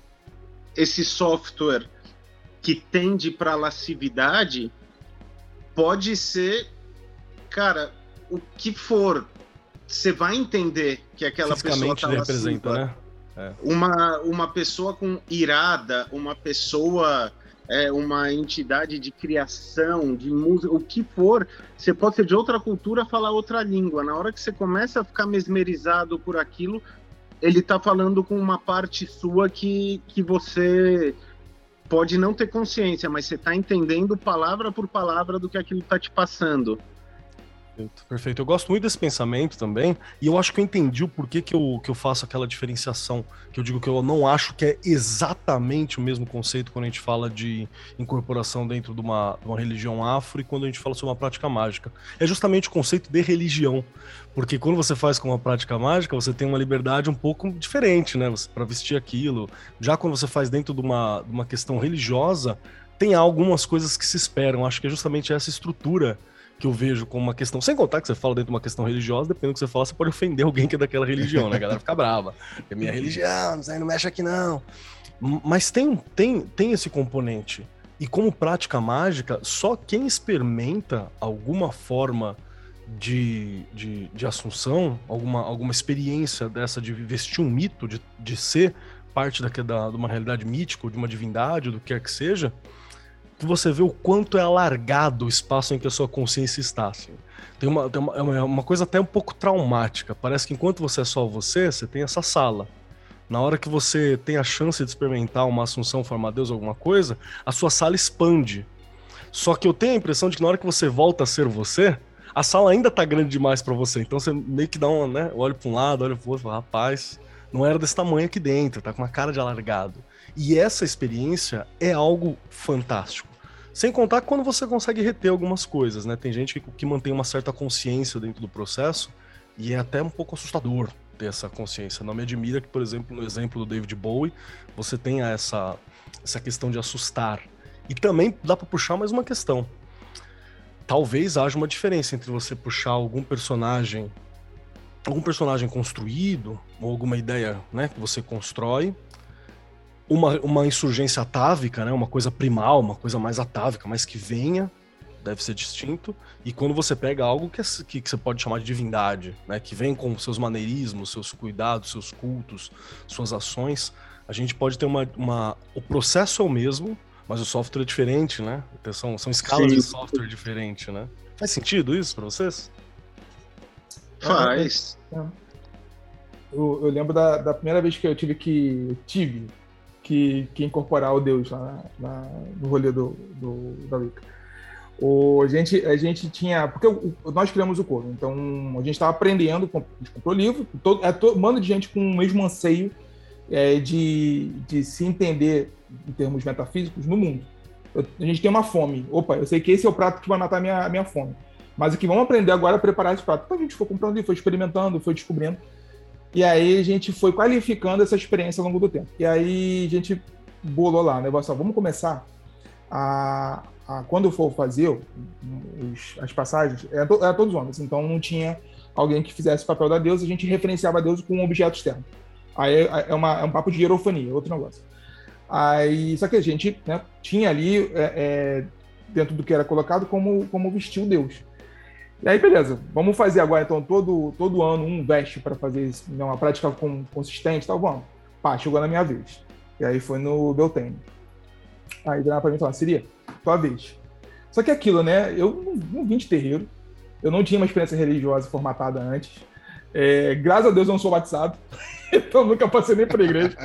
esse software que tende para a lascividade, pode ser, cara, o que for, você vai entender que aquela pessoa está representa, né? É. Uma, uma pessoa com irada, uma pessoa... É uma entidade de criação, de música, o que for, você pode ser de outra cultura, falar outra língua. Na hora que você começa a ficar mesmerizado por aquilo, ele tá falando com uma parte sua que, que você pode não ter consciência, mas você tá entendendo palavra por palavra do que aquilo tá te passando. Perfeito, perfeito. Eu gosto muito desse pensamento também, e eu acho que eu entendi o porquê que eu, que eu faço aquela diferenciação, que eu digo que eu não acho que é exatamente o mesmo conceito quando a gente fala de incorporação dentro de uma, de uma religião afro e quando a gente fala sobre uma prática mágica. É justamente o conceito de religião, porque quando você faz com uma prática mágica, você tem uma liberdade um pouco diferente, né, para vestir aquilo. Já quando você faz dentro de uma, de uma questão religiosa, tem algumas coisas que se esperam. Acho que é justamente essa estrutura que eu vejo como uma questão, sem contar que você fala dentro de uma questão religiosa, dependendo do que você fala, você pode ofender alguém que é daquela religião, né? A galera fica brava. É minha religião, não mexe aqui não. Mas tem, tem, tem esse componente. E como prática mágica, só quem experimenta alguma forma de, de, de assunção, alguma, alguma experiência dessa de vestir um mito, de, de ser parte da, da, de uma realidade mítica, de uma divindade, do que quer que seja, que você vê o quanto é alargado o espaço em que a sua consciência está. Assim. Tem, uma, tem uma, é uma coisa até um pouco traumática. Parece que enquanto você é só você, você tem essa sala. Na hora que você tem a chance de experimentar uma assunção, formar Deus, alguma coisa, a sua sala expande. Só que eu tenho a impressão de que na hora que você volta a ser você, a sala ainda tá grande demais para você. Então você meio que dá uma, né? Olha para um lado, olha para o outro, fala, rapaz, não era desse tamanho aqui dentro, tá com uma cara de alargado. E essa experiência é algo fantástico. Sem contar quando você consegue reter algumas coisas, né? Tem gente que, que mantém uma certa consciência dentro do processo e é até um pouco assustador ter essa consciência. Não me admira que, por exemplo, no exemplo do David Bowie, você tenha essa, essa questão de assustar. E também dá para puxar mais uma questão. Talvez haja uma diferença entre você puxar algum personagem, algum personagem construído, ou alguma ideia, né, que você constrói, Uma, uma insurgência atávica, né? Uma coisa primal, uma coisa mais atávica, mas que venha, deve ser distinto. E quando você pega algo que, é, que, que você pode chamar de divindade, né? Que vem com seus maneirismos, seus cuidados, seus cultos, suas ações, a gente pode ter uma... uma o processo é o mesmo, mas o software é diferente, né? Então, são, são escalas Sim. de software diferentes, né? Faz sentido isso para vocês? Faz. É. Eu, eu lembro da, da primeira vez que eu tive que... tive Que, que incorporar o Deus lá na, na, no rolê do, do, da Wicca. O, a, gente, a gente tinha... Porque o, nós criamos o coro, então a gente estava aprendendo, a gente comprou o livro, todo, é todo, um bando de gente com o mesmo anseio é, de, de se entender em termos metafísicos no mundo. Eu, a gente tem uma fome. Opa, eu sei que esse é o prato que vai matar a minha, a minha fome. Mas aqui, vamos aprender agora a preparar esse prato. Então a gente foi comprando, foi experimentando, foi descobrindo. E aí a gente foi qualificando essa experiência ao longo do tempo. E aí a gente bolou lá, o negócio, ó, vamos começar a, a... Quando eu for fazer os, as passagens, era, to, era todos homens, então não tinha alguém que fizesse o papel da deusa, a gente referenciava a deusa com um objeto externo. Aí é, é, uma, é um papo de hierofania, outro negócio. Aí, só que a gente, né, tinha ali, é, é, dentro do que era colocado, como, como vestir o deus. E aí, beleza, vamos fazer agora, então, todo, todo ano um veste para fazer isso, né, uma prática com, consistente e tal, vamos. Pá, chegou na minha vez. E aí foi no Beltane. Aí viraram pra mim e falaram, Siria, tua vez. Só que aquilo, né, eu não, não vim de terreiro, eu não tinha uma experiência religiosa formatada antes, é, graças a Deus eu não sou batizado, então nunca passei nem pra igreja.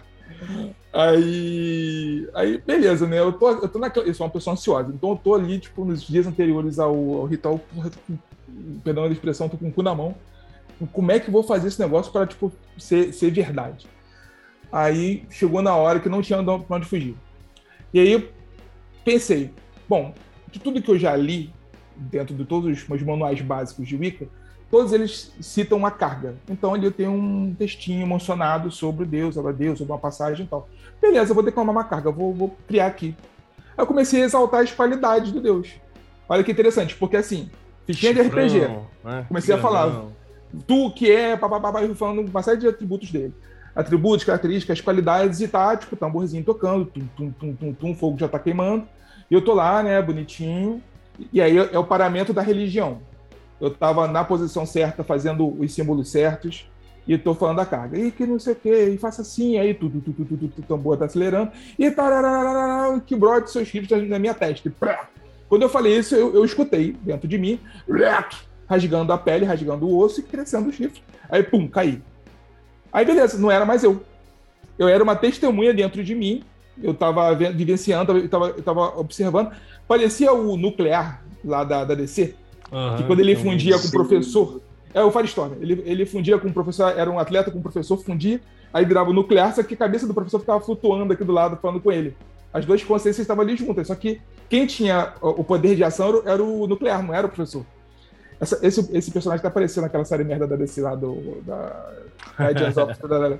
Aí, aí, beleza, né? Eu tô, eu tô naquela, eu sou uma pessoa ansiosa, então eu tô ali, tipo, nos dias anteriores ao, ao ritual, porra, tô com, perdão a expressão, tô com o cu na mão. Como é que eu vou fazer esse negócio para, tipo, ser, ser verdade? Aí chegou na hora que não tinha pra onde fugir. E aí eu pensei, bom, de tudo que eu já li, dentro de todos os meus manuais básicos de Wicca, todos eles citam uma carga. Então, ali eu tenho um textinho emocionado sobre Deus, sobre Deus, sobre uma passagem e tal. Beleza, eu vou declamar uma carga, vou, vou criar aqui. Aí eu comecei a exaltar as qualidades do Deus. Olha que interessante, porque assim, fichinha de R P G. Né? Comecei a falar, tu que é, papapá, falando uma série de atributos dele. Atributos, características, qualidades, e tá, tipo, tamborzinho tocando, tum, tum, tum, tum, tum, fogo já tá queimando. E eu tô lá, né, bonitinho. E aí é o paramento da religião. Eu tava na posição certa, fazendo os símbolos certos, e tô falando da carga. E que não sei o quê, e faça assim, aí tu, tu, tu, tu, tu, tu, tu, o tambor tá acelerando, e tararara, que brote seus filhos na minha testa. E, quando eu falei isso, eu, eu escutei dentro de mim, rasgando a pele, rasgando o osso e crescendo o chifre. Aí, pum, caí. Aí, beleza, não era mais eu. Eu era uma testemunha dentro de mim. Eu estava vivenciando, eu estava eu tava observando. Parecia o nuclear lá da, da D C, uhum, que quando ele fundia sim. com o professor... É o Firestorm. Ele, ele fundia com o professor, era um atleta com o professor, fundia, aí virava o nuclear, só que a cabeça do professor ficava flutuando aqui do lado, falando com ele. As duas consciências estavam ali juntas, só que quem tinha o poder de ação era, era o nuclear, não era o professor. Essa, esse, esse personagem tá aparecendo naquela série merda da D C lá, do, da Guardians of...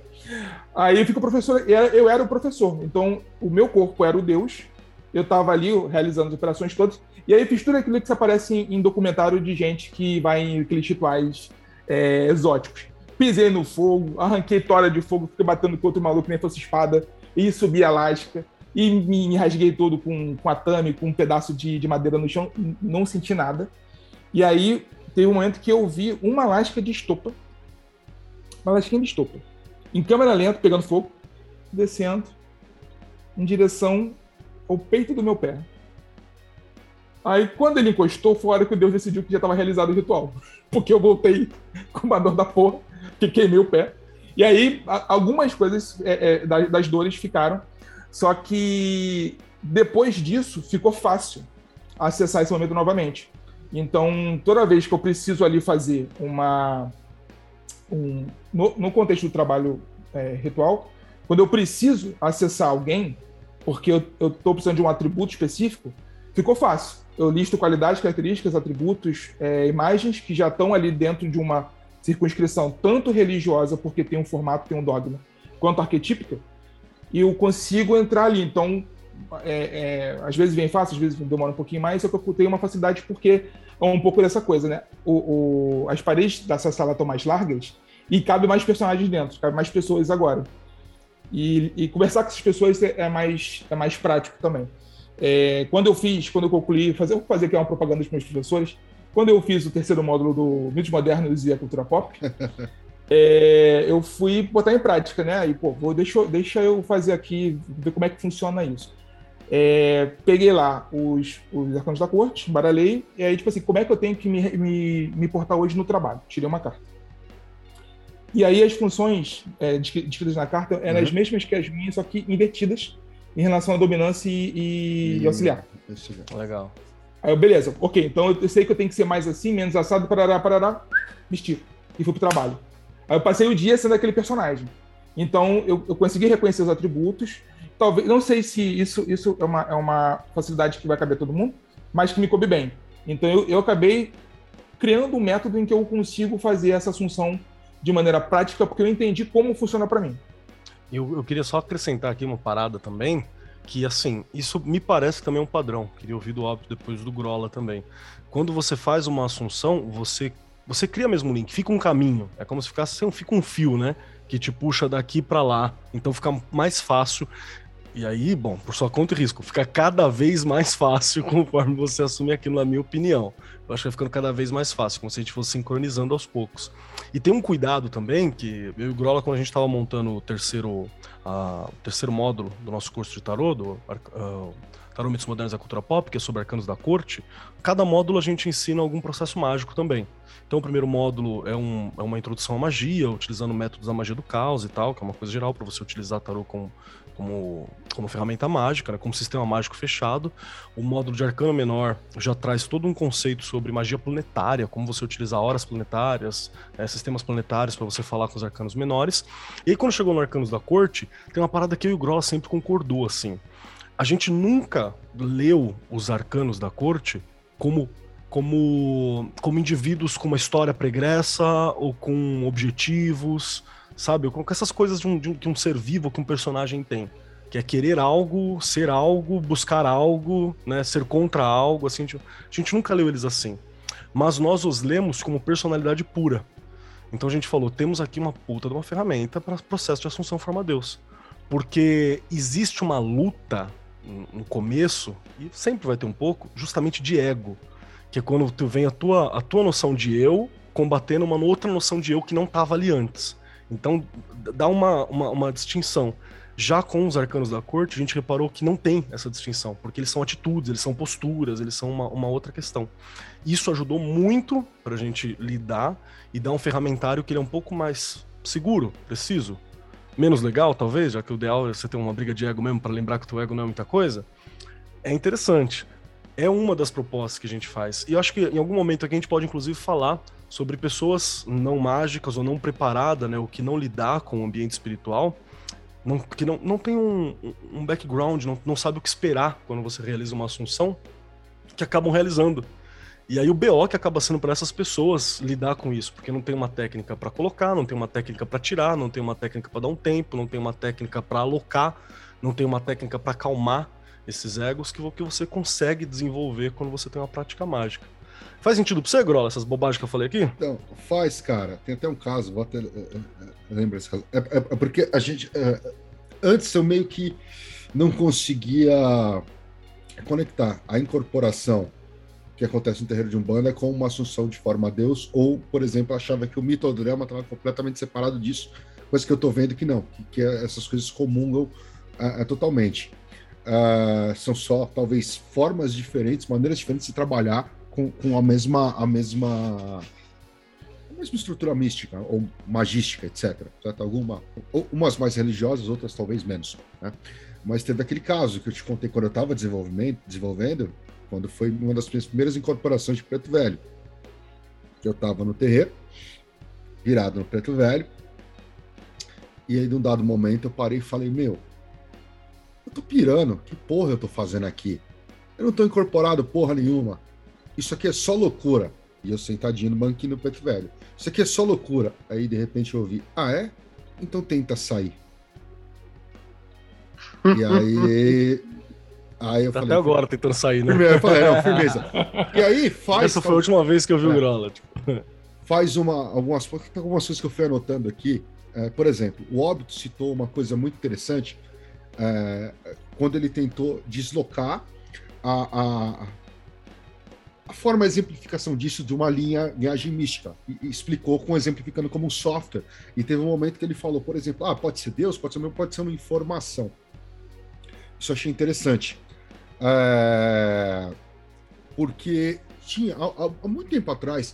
Aí fica o professor, eu era o professor, então o meu corpo era o Deus, eu tava ali realizando as operações todas, e aí fiz tudo aquilo que aparece em, em documentário de gente que vai em aqueles rituais é, exóticos. Pisei no fogo, arranquei tora de fogo, fiquei batendo com outro maluco, nem fosse espada, e subi a lasca, e me, me rasguei todo com, com atame, com um pedaço de, de madeira no chão, não senti nada. E aí, teve um momento que eu vi uma lasca de estopa, uma lasquinha de estopa, em câmera lenta, pegando fogo, descendo em direção ao peito do meu pé. Aí, quando ele encostou, foi a hora que o Deus decidiu que já estava realizado o ritual. Porque eu voltei com uma dor da porra, que queimei o pé. E aí, a, algumas coisas é, é, das, das dores ficaram, só que depois disso, ficou fácil acessar esse momento novamente. Então, toda vez que eu preciso ali fazer uma... Um, no, no contexto do trabalho é, ritual, quando eu preciso acessar alguém, porque eu estou precisando de um atributo específico, ficou fácil. Eu listo qualidades, características, atributos, é, imagens que já estão ali dentro de uma circunscrição tanto religiosa, porque tem um formato, tem um dogma, quanto arquetípica, e eu consigo entrar ali. Então, é, é, às vezes vem fácil, às vezes demora um pouquinho mais, só que eu tenho uma facilidade porque é um pouco dessa coisa, né? O, o, as paredes dessa sala estão mais largas e cabe mais personagens dentro, cabe mais pessoas agora. E, e conversar com essas pessoas é, é, mais, é mais prático também. É, quando eu fiz, quando eu concluí, fazer, eu vou fazer aqui uma propaganda dos meus professores, quando eu fiz o terceiro módulo do Mitos Modernos e a Cultura Pop, é, eu fui botar em prática, né? E, pô, vou, deixa, deixa eu fazer aqui, ver como é que funciona isso. É, peguei lá os, os arcanos da corte, baralhei, e aí, tipo assim, como é que eu tenho que me, me, me portar hoje no trabalho? Tirei uma carta. E aí as funções é, descritas na carta eram uhum. as mesmas que as minhas, só que invertidas em relação à dominância e, e, e auxiliar. Legal. Aí eu, beleza, ok, então eu sei que eu tenho que ser mais assim, menos assado, parará, parará, vestir. E fui pro trabalho. Aí eu passei o dia sendo aquele personagem. Então eu, eu consegui reconhecer os atributos. Talvez, não sei se isso, isso é, uma, é uma facilidade que vai caber a todo mundo, mas que me coube bem. Então eu, eu acabei criando um método em que eu consigo fazer essa assunção de maneira prática, porque eu entendi como funciona para mim. Eu, eu queria só acrescentar aqui uma parada também, que assim, isso me parece também um padrão. Queria ouvir do óbvio depois do Grola também. Quando você faz uma assunção, você, você cria mesmo um link, fica um caminho. É como se ficasse, fica um fio, né? Que te puxa daqui para lá. Então fica mais fácil. E aí, bom, por sua conta e risco, fica cada vez mais fácil conforme você assume aquilo, na minha opinião. Eu acho que vai ficando cada vez mais fácil, como se a gente fosse sincronizando aos poucos. E tem um cuidado também, que eu e o Grola, quando a gente estava montando o terceiro, uh, o terceiro módulo do nosso curso de tarô, do uh, Tarô Mitos Modernos da Cultura Pop, que é sobre arcanos da corte, cada módulo a gente ensina algum processo mágico também. Então o primeiro módulo é, um, é uma introdução à magia, utilizando métodos da magia do caos e tal, que é uma coisa geral para você utilizar tarô com Como, como ferramenta mágica, né, como sistema mágico fechado. O módulo de arcano menor já traz todo um conceito sobre magia planetária, como você utilizar horas planetárias, né, sistemas planetários para você falar com os arcanos menores. E aí quando chegou no Arcanos da Corte, tem uma parada que eu e o Grola sempre concordou, assim. A gente nunca leu os arcanos da Corte como, como, como indivíduos com uma história pregressa ou com objetivos, sabe? Com essas coisas de um, de um, que um ser vivo, que um personagem tem. que é querer algo, ser algo, buscar algo, né, ser contra algo, assim, a gente, a gente nunca leu eles assim, mas nós os lemos como personalidade pura. Então a gente falou, temos aqui uma puta de uma ferramenta para processo de assunção forma Deus, porque existe uma luta no começo, e sempre vai ter um pouco, justamente de ego, que é quando tu vem a tua, a tua noção de eu combatendo uma outra noção de eu que não estava ali antes. Então dá uma, uma, uma distinção. Já com os arcanos da corte, a gente reparou que não tem essa distinção, porque eles são atitudes, eles são posturas, eles são uma, uma outra questão. Isso ajudou muito pra gente lidar e dar um ferramentário que ele é um pouco mais seguro, preciso, menos legal, talvez, já que o ideal é você ter uma briga de ego mesmo pra lembrar que o teu ego não é muita coisa. É interessante. É uma das propostas que a gente faz. E eu acho que em algum momento aqui a gente pode, inclusive, falar sobre pessoas não mágicas ou não preparadas, né, ou que não lidar com o ambiente espiritual, Não, que não, não tem um, um background, não, não sabe o que esperar quando você realiza uma assunção, que acabam realizando. E aí o B O que acaba sendo para essas pessoas lidar com isso, porque não tem uma técnica para colocar, não tem uma técnica para tirar, não tem uma técnica para dar um tempo, não tem uma técnica para alocar, não tem uma técnica para acalmar esses egos que, que você consegue desenvolver quando você tem uma prática mágica. Faz sentido pra você, Grola, essas bobagens que eu falei aqui? Então, faz, cara. Tem até um caso, vou até lembrar esse caso. É, é, é porque a gente... É, antes eu meio que não conseguia conectar a incorporação que acontece no terreiro de Umbanda com uma assunção de forma a Deus, ou, por exemplo, achava que o mitodrama estava completamente separado disso, coisa que eu tô vendo que não, que, que essas coisas comungam uh, uh, totalmente. Uh, são só, talvez, formas diferentes, maneiras diferentes de trabalhar com, com a mesma... A mesma a mesma estrutura mística ou magística, etcétera. Certo? Alguma, umas mais religiosas, outras talvez menos. Né? Mas teve aquele caso que eu te contei quando eu estava desenvolvendo, quando foi uma das minhas primeiras incorporações de Preto Velho. Eu estava no terreiro, virado no Preto Velho, e aí, num dado momento, eu parei e falei, meu, eu tô pirando, que porra eu tô fazendo aqui? Eu não tô incorporado porra nenhuma. Isso aqui é só loucura. E eu sentadinho no banquinho no Preto Velho. Isso aqui é só loucura. Aí, de repente, eu ouvi, ah, é? Então tenta sair. E aí... aí eu tá falei, até agora tentando sair, né? Eu falei, não, firmeza. E aí, faz... Essa foi a última vez que eu vi é. o Grola. Tipo. Faz uma, algumas, algumas coisas que eu fui anotando aqui. É, por exemplo, o Óbito citou uma coisa muito interessante é, quando ele tentou deslocar a... a a forma de exemplificação disso de uma linha, linhagem mística, e, e explicou com exemplificando como um software, e teve um momento que ele falou, por exemplo, ah, pode ser Deus, pode ser, pode ser uma informação. Isso eu achei interessante. É... Porque tinha, há, há muito tempo atrás,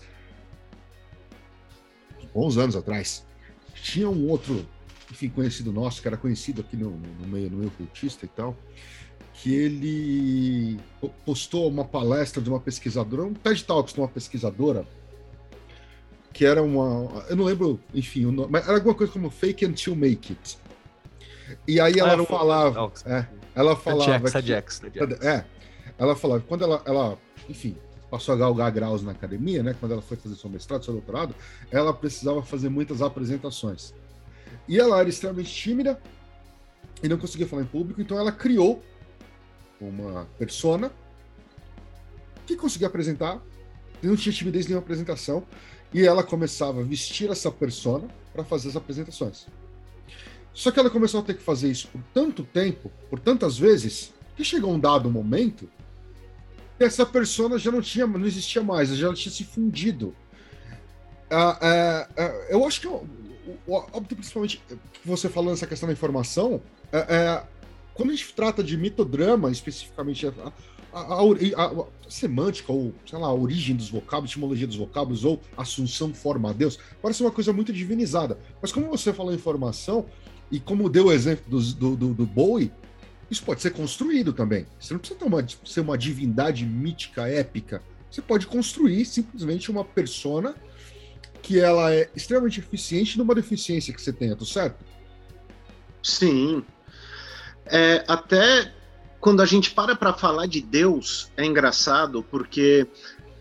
bons anos atrás, tinha um outro, enfim, conhecido nosso, que era conhecido aqui no, no meio, no meio cultista e tal, que ele postou uma palestra de uma pesquisadora, um TED Talks de uma pesquisadora, que era uma... Eu não lembro, enfim, mas era alguma coisa como Fake Until Make It. E aí ela ah, falava... É, ela falava... A Jax, que, é, ela falava que quando ela, ela, enfim, passou a galgar graus na academia, né, quando ela foi fazer seu mestrado, seu doutorado, ela precisava fazer muitas apresentações. E ela era extremamente tímida e não conseguia falar em público, então ela criou uma persona que conseguia apresentar, não tinha timidez nenhuma apresentação, e ela começava a vestir essa persona para fazer as apresentações. Só que ela começou a ter que fazer isso por tanto tempo, por tantas vezes, que chegou um dado momento que essa persona já não tinha, não existia mais, já tinha se fundido. Ah, ah, ah, eu acho que o óbvio, principalmente que você falou nessa questão da informação, é, é quando a gente trata de mitodrama, especificamente a, a, a, a, a semântica, ou, sei lá, a origem dos vocábulos, etimologia dos vocábulos, ou assunção forma a Deus, parece uma coisa muito divinizada. Mas como você falou em informação, e como deu o exemplo do, do, do, do Bowie, isso pode ser construído também. Você não precisa ter uma, ser uma divindade mítica, épica. Você pode construir simplesmente uma persona que ela é extremamente eficiente numa deficiência que você tenha, tá certo? Sim. É, até quando a gente para para falar de Deus, é engraçado, porque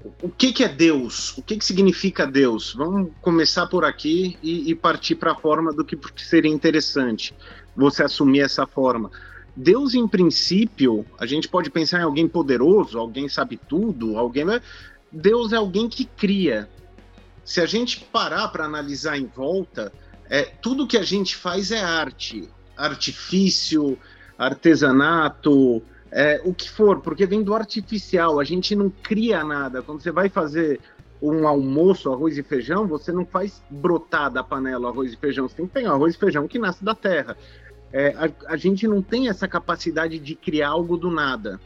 o que, que é Deus? O que, que significa Deus? Vamos começar por aqui e, e partir para a forma do que seria interessante você assumir essa forma. Deus, em princípio, a gente pode pensar em alguém poderoso, alguém sabe tudo, alguém... Deus é alguém que cria. Se a gente parar para analisar em volta, é, tudo que a gente faz é arte. Artifício, artesanato, é, o que for, porque vem do artificial, a gente não cria nada. Quando você vai fazer um almoço, arroz e feijão, você não faz brotar da panela arroz e feijão, você tem que pegar arroz e feijão que nasce da terra. É, a, a gente não tem essa capacidade de criar algo do nada.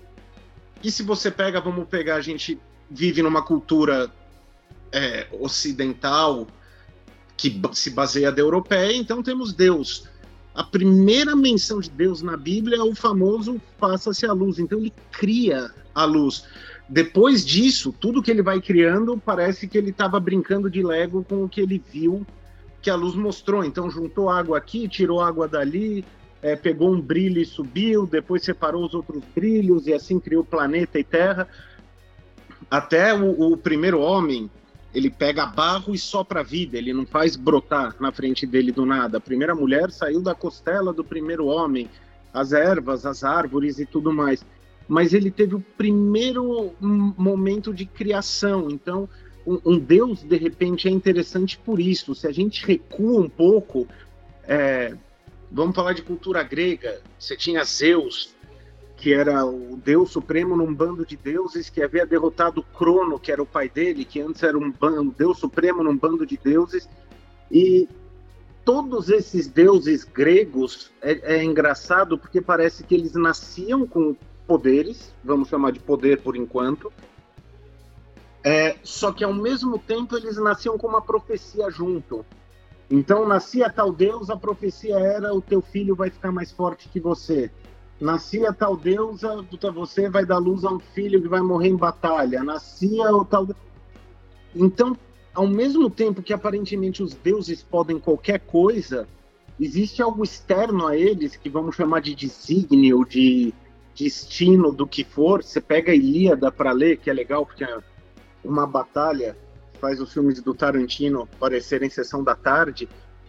E se você pega, vamos pegar, a gente vive numa cultura é, ocidental que se baseia da europeia, então temos Deus. A primeira menção de Deus na Bíblia é o famoso faça-se a luz, então ele cria a luz. Depois disso, tudo que ele vai criando, parece que ele estava brincando de Lego com o que ele viu que a luz mostrou, então juntou água aqui, tirou água dali, é, pegou um brilho e subiu, depois separou os outros brilhos e assim criou planeta e terra. Até o, o primeiro homem, ele pega barro e sopra a vida, ele não faz brotar na frente dele do nada. A primeira mulher saiu da costela do primeiro homem, as ervas, as árvores e tudo mais. Mas ele teve o primeiro momento de criação, então um, um Deus, de repente, é interessante por isso. Se a gente recua um pouco, é, vamos falar de cultura grega, você tinha Zeus, que era o deus supremo num bando de deuses, que havia derrotado Crono, que era o pai dele, que antes era um, um deus supremo num bando de deuses, e todos esses deuses gregos, é, é engraçado porque parece que eles nasciam com poderes, vamos chamar de poder por enquanto, é, só que ao mesmo tempo eles nasciam com uma profecia junto. Então nascia tal deus, a profecia era: o teu filho vai ficar mais forte que você. Nascia tal deusa, você vai dar luz a um filho que vai morrer em batalha. Nascia o tal... Então, ao mesmo tempo que aparentemente os deuses podem qualquer coisa, existe algo externo a eles, que vamos chamar de desígnio, de destino, do que for. Você pega a Ilíada para ler, que é legal, porque é uma batalha, faz os filmes do Tarantino parecerem sessão da tarde,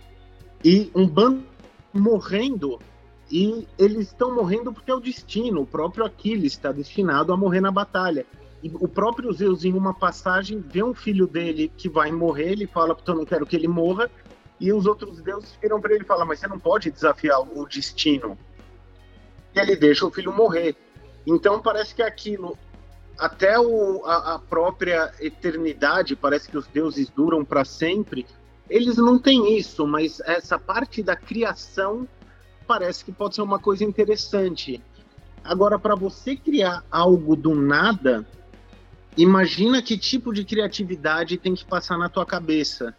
e um bando morrendo... E eles estão morrendo porque é o destino. O próprio Aquiles está destinado a morrer na batalha. E o próprio Zeus, em uma passagem, vê um filho dele que vai morrer, ele fala: eu não quero que ele morra. E os outros deuses viram para ele e falam: mas você não pode desafiar o destino. E ele deixa o filho morrer. Então parece que aquilo, até o, a, a própria eternidade, parece que os deuses duram para sempre. Eles não têm isso, mas essa parte da criação parece que pode ser uma coisa interessante. Agora, para você criar algo do nada, imagina que tipo de criatividade tem que passar na tua cabeça.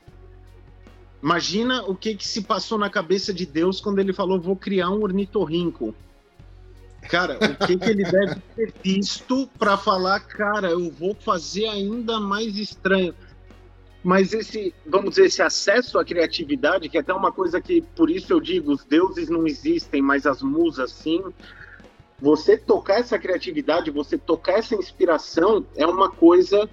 Imagina o que, que se passou na cabeça de Deus quando ele falou: vou criar um ornitorrinco. Cara, o que, que ele deve ter visto para falar: cara, eu vou fazer ainda mais estranho. Mas esse, vamos dizer, esse acesso à criatividade, que é até uma coisa que, por isso eu digo, os deuses não existem, mas as musas sim. Você tocar essa criatividade, você tocar essa inspiração, é uma coisa...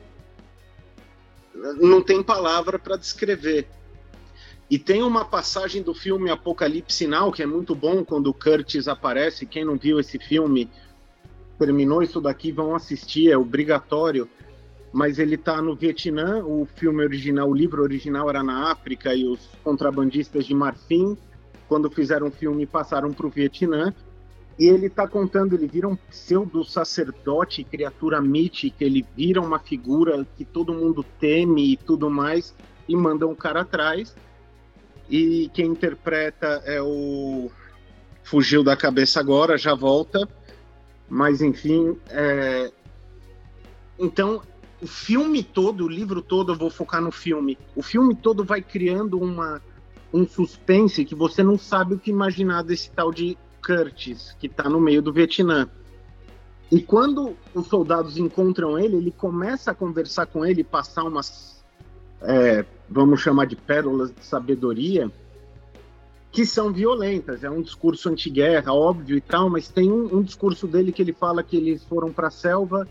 não tem palavra para descrever. E tem uma passagem do filme Apocalipse Now, que é muito bom, quando o Curtis aparece. Quem não viu esse filme, terminou isso daqui, vão assistir, é obrigatório. Mas ele está no Vietnã, o filme original, o livro original era na África, e os contrabandistas de marfim, quando fizeram o filme, passaram para o Vietnã, e ele está contando, ele vira um pseudo-sacerdote, criatura mítica, ele vira uma figura que todo mundo teme e tudo mais, e manda um cara atrás, e quem interpreta é o... fugiu da cabeça agora, já volta, mas enfim, é... então... O filme todo, o livro todo, eu vou focar no filme. O filme todo vai criando uma, um suspense que você não sabe o que imaginar desse tal de Curtis, que está no meio do Vietnã. E quando os soldados encontram ele, ele começa a conversar com ele, passar umas, é, vamos chamar de pérolas de sabedoria, que são violentas. É um discurso anti-guerra, óbvio e tal, mas tem um, um discurso dele que ele fala que eles foram para a selva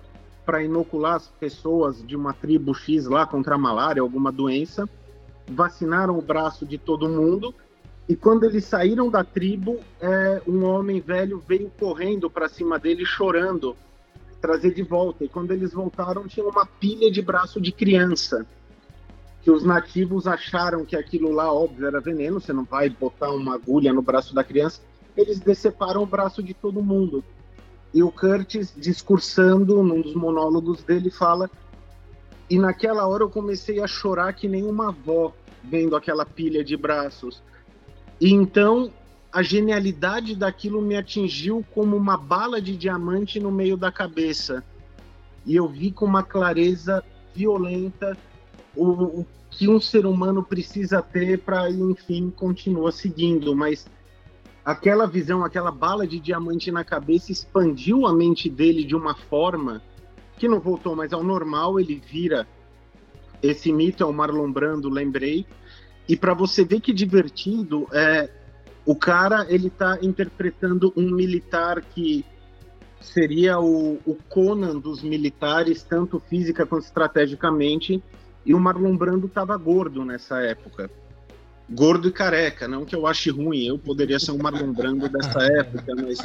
para inocular as pessoas de uma tribo X lá contra a malária, alguma doença, vacinaram o braço de todo mundo, e quando eles saíram da tribo, é, um homem velho veio correndo para cima dele, chorando, trazer de volta. E quando eles voltaram, tinha uma pilha de braço de criança, que os nativos acharam que aquilo lá, óbvio, era veneno, você não vai botar uma agulha no braço da criança. Eles deceparam o braço de todo mundo. E o Curtis, discursando num dos monólogos dele, fala: e naquela hora eu comecei a chorar que nem uma avó, vendo aquela pilha de braços. E então a genialidade daquilo me atingiu como uma bala de diamante no meio da cabeça. E eu vi com uma clareza violenta o, o que um ser humano precisa ter para, enfim, continuar seguindo. Mas aquela visão, aquela bala de diamante na cabeça expandiu a mente dele de uma forma que não voltou mais ao normal. Ele vira... Esse mito é o Marlon Brando, lembrei. E para você ver que divertido, é, o cara ele tá interpretando um militar que seria o, o Conan dos militares, tanto física quanto estrategicamente, e o Marlon Brando estava gordo nessa época. Gordo e careca, não que eu ache ruim, eu poderia ser o Marlon Brando dessa época, mas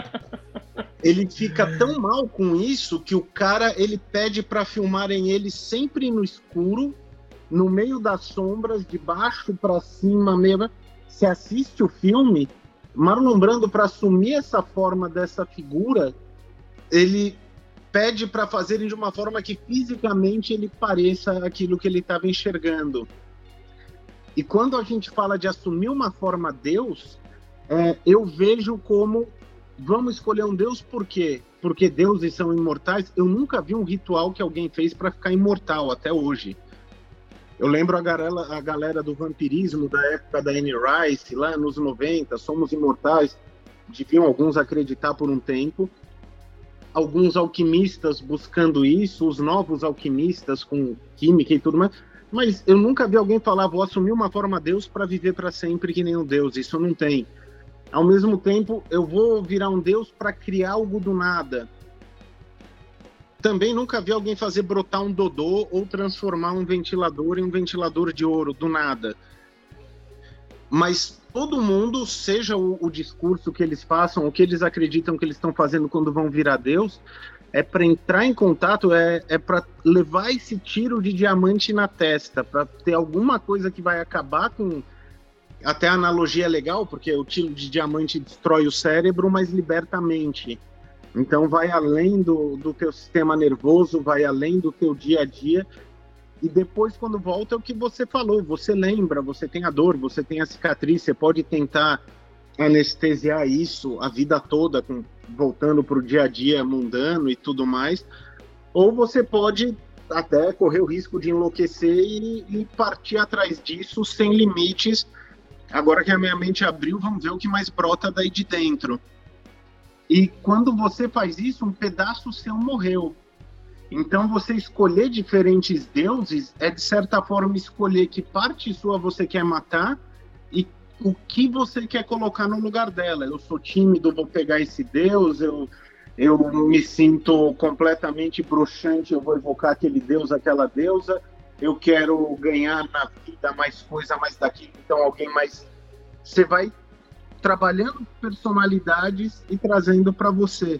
ele fica tão mal com isso que o cara ele pede para filmarem ele sempre no escuro, no meio das sombras, de baixo para cima mesmo. Se assiste o filme, Marlon Brando, para assumir essa forma dessa figura, ele pede para fazerem de uma forma que fisicamente ele pareça aquilo que ele estava enxergando. E quando a gente fala de assumir uma forma Deus, é, eu vejo como vamos escolher um Deus por quê? Porque deuses são imortais. Eu nunca vi um ritual que alguém fez para ficar imortal até hoje. Eu lembro a galera, a galera do vampirismo da época da Anne Rice, lá nos noventa, somos imortais. Deviam alguns acreditar por um tempo. Alguns alquimistas buscando isso, os novos alquimistas com química e tudo mais. Mas eu nunca vi alguém falar, vou assumir uma forma Deus para viver para sempre que nem um Deus. Isso não tem. Ao mesmo tempo, eu vou virar um Deus para criar algo do nada. Também nunca vi alguém fazer brotar um dodô ou transformar um ventilador em um ventilador de ouro, do nada. Mas todo mundo, seja o, o discurso que eles façam, o que eles acreditam que eles estão fazendo quando vão virar Deus, é para entrar em contato, é, é para levar esse tiro de diamante na testa, para ter alguma coisa que vai acabar com... Até a analogia é legal, porque o tiro de diamante destrói o cérebro, mas liberta a mente. Então vai além do, do teu sistema nervoso, vai além do teu dia a dia. E depois, quando volta, é o que você falou. Você lembra, você tem a dor, você tem a cicatriz, você pode tentar anestesiar isso a vida toda, com, voltando para o dia a dia mundano e tudo mais. Ou você pode até correr o risco de enlouquecer e, e partir atrás disso sem limites. Agora que a minha mente abriu, vamos ver o que mais brota daí de dentro. E quando você faz isso, um pedaço seu morreu. Então você escolher diferentes deuses é, de certa forma, escolher que parte sua você quer matar e o que você quer colocar no lugar dela. Eu sou tímido, vou pegar esse deus, eu, eu me sinto completamente broxante, eu vou evocar aquele deus, aquela deusa. Eu quero ganhar na vida mais coisa, mais daquilo, então alguém mais... Você vai trabalhando personalidades e trazendo para você.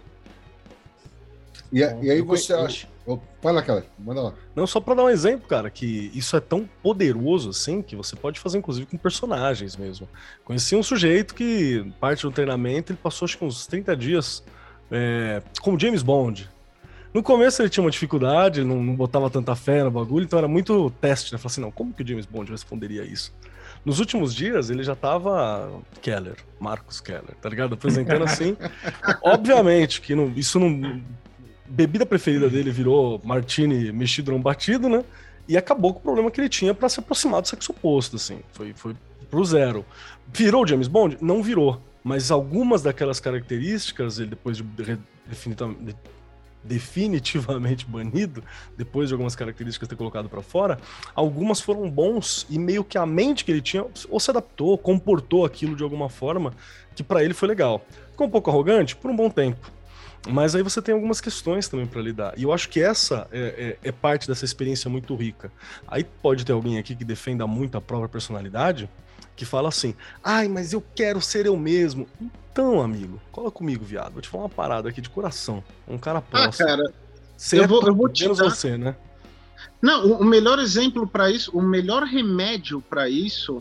E, e aí você acha... Oh, vai lá, cara, manda lá. Não, só para dar um exemplo, cara, que isso é tão poderoso assim, que você pode fazer inclusive com personagens mesmo. Conheci um sujeito que, parte do treinamento, ele passou acho que uns trinta dias é, como James Bond. No começo ele tinha uma dificuldade, ele não, não botava tanta fé no bagulho, então era muito teste, né? Falei assim, não, como que o James Bond responderia isso? Nos últimos dias, ele já tava Keller, Marcus Keller, tá ligado? Apresentando assim. Obviamente que não, isso não... Bebida preferida dele virou martini mexido num batido, né? E acabou com o problema que ele tinha pra se aproximar do sexo oposto, assim. Foi, foi pro zero. Virou o James Bond? Não virou. Mas algumas daquelas características, ele depois de definitivamente... definitivamente banido, depois de algumas características ter colocado pra fora, algumas foram bons e meio que a mente que ele tinha ou se adaptou, comportou aquilo de alguma forma que pra ele foi legal. Ficou um pouco arrogante por um bom tempo. Mas aí você tem algumas questões também para lidar. E eu acho que essa é, é, é parte dessa experiência muito rica. Aí pode ter alguém aqui que defenda muito a própria personalidade, que fala assim, ai, mas eu quero ser eu mesmo. Então, amigo, cola comigo, viado. Vou te falar uma parada aqui de coração. Um cara próximo. Ah, cara, certo? eu vou, eu vou te menos dar... você, né? Não, o, o melhor exemplo para isso, o melhor remédio para isso,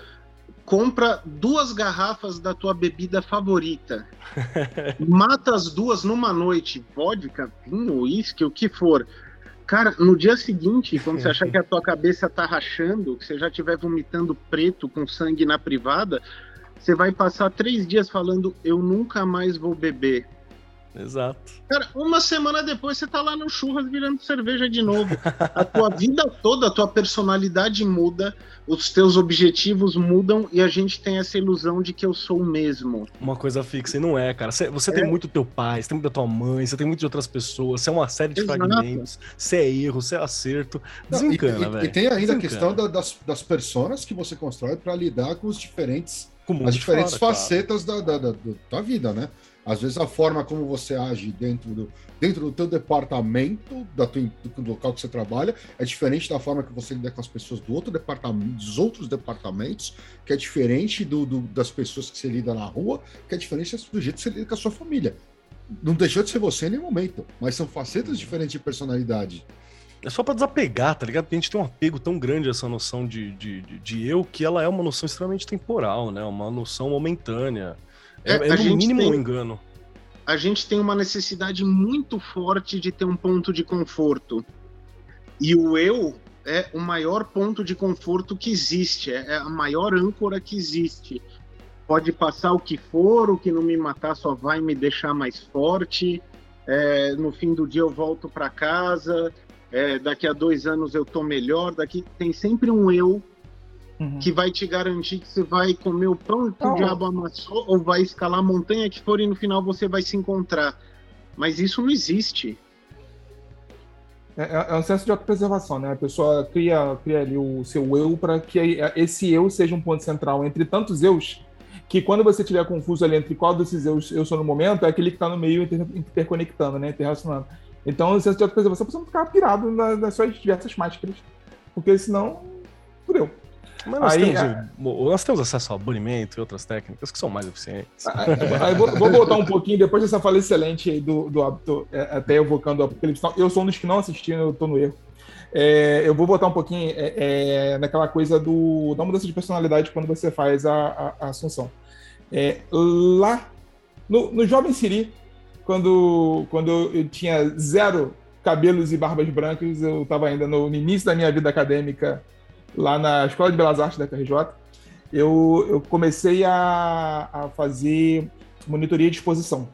compra duas garrafas da tua bebida favorita. Mata as duas numa noite. Vodka, vinho, uísque, o que for. Cara, no dia seguinte, quando você achar que a tua cabeça tá rachando, que você já estiver vomitando preto com sangue na privada, você vai passar três dias falando, eu nunca mais vou beber. Exato. Cara, uma semana depois você tá lá no churras virando cerveja de novo. A tua vida toda, a tua personalidade muda, os teus objetivos mudam e a gente tem essa ilusão de que eu sou o mesmo. Uma coisa fixa, e não é, cara. Você, você É. tem muito teu pai, você tem muito da tua mãe, você tem muito de outras pessoas, você é uma série de Exato. fragmentos, você é erro, você é acerto. Não, Desencana, e, e, velho. e tem ainda Desencana. a questão da- das, das personas que você constrói para lidar com os diferentes, Com o mundo as de diferentes fora, facetas da, da, da, do- da vida, né? Às vezes a forma como você age dentro do, dentro do teu departamento, da tua, do local que você trabalha, é diferente da forma que você lida com as pessoas do outro departamento, dos outros departamentos, que é diferente do, do- das pessoas que você lida na rua, que é diferente do jeito que você lida com a sua família. Não deixou de ser você em nenhum momento, mas são facetas diferentes de personalidade. É só pra desapegar, tá ligado? Porque a gente tem um apego tão grande a essa noção de, de, de, de eu, que ela é uma noção extremamente temporal, né? Uma noção momentânea. É, É, é a no gente mínimo tem- um engano. A gente tem uma necessidade muito forte de ter um ponto de conforto. E o eu é o maior ponto de conforto que existe, é a maior âncora que existe. Pode passar o que for, o que não me matar só vai me deixar mais forte. É, no fim do dia eu volto para casa, é, daqui a dois anos eu tô melhor. Daqui tem sempre um eu Uhum. que vai te garantir que você vai comer o pão que o Não. diabo amassou ou vai escalar a montanha que for e no final você vai se encontrar. Mas isso não existe. É, é um senso de autopreservação, né? A pessoa cria, cria ali o seu eu para que esse eu seja um ponto central entre tantos eus, que quando você estiver confuso ali entre qual desses eus eu sou no momento, é aquele que está no meio inter, interconectando, né? Interrelacionando. Então, o senso de autopreservação, você não ficar pirado nas, nas suas diversas máscaras, porque senão, fudeu. Mas nós, Aí, temos, a- o- nós temos acesso ao banimento e outras técnicas que são mais eficientes. Aí, aí vou, vou voltar um pouquinho, depois dessa fala excelente aí do, do hábito, é, até evocando o Apocalipse. Eu sou um dos que não assistiram, eu tô no erro. É, eu vou voltar um pouquinho é, é, naquela coisa do, da mudança de personalidade quando você faz a, a, a assunção. É, lá, no, no Jovem Siri, quando, quando eu tinha zero cabelos e barbas brancas, eu estava ainda no, no início da minha vida acadêmica, lá na Escola de Belas Artes da F R J, eu, eu comecei a, a fazer monitoria de exposição.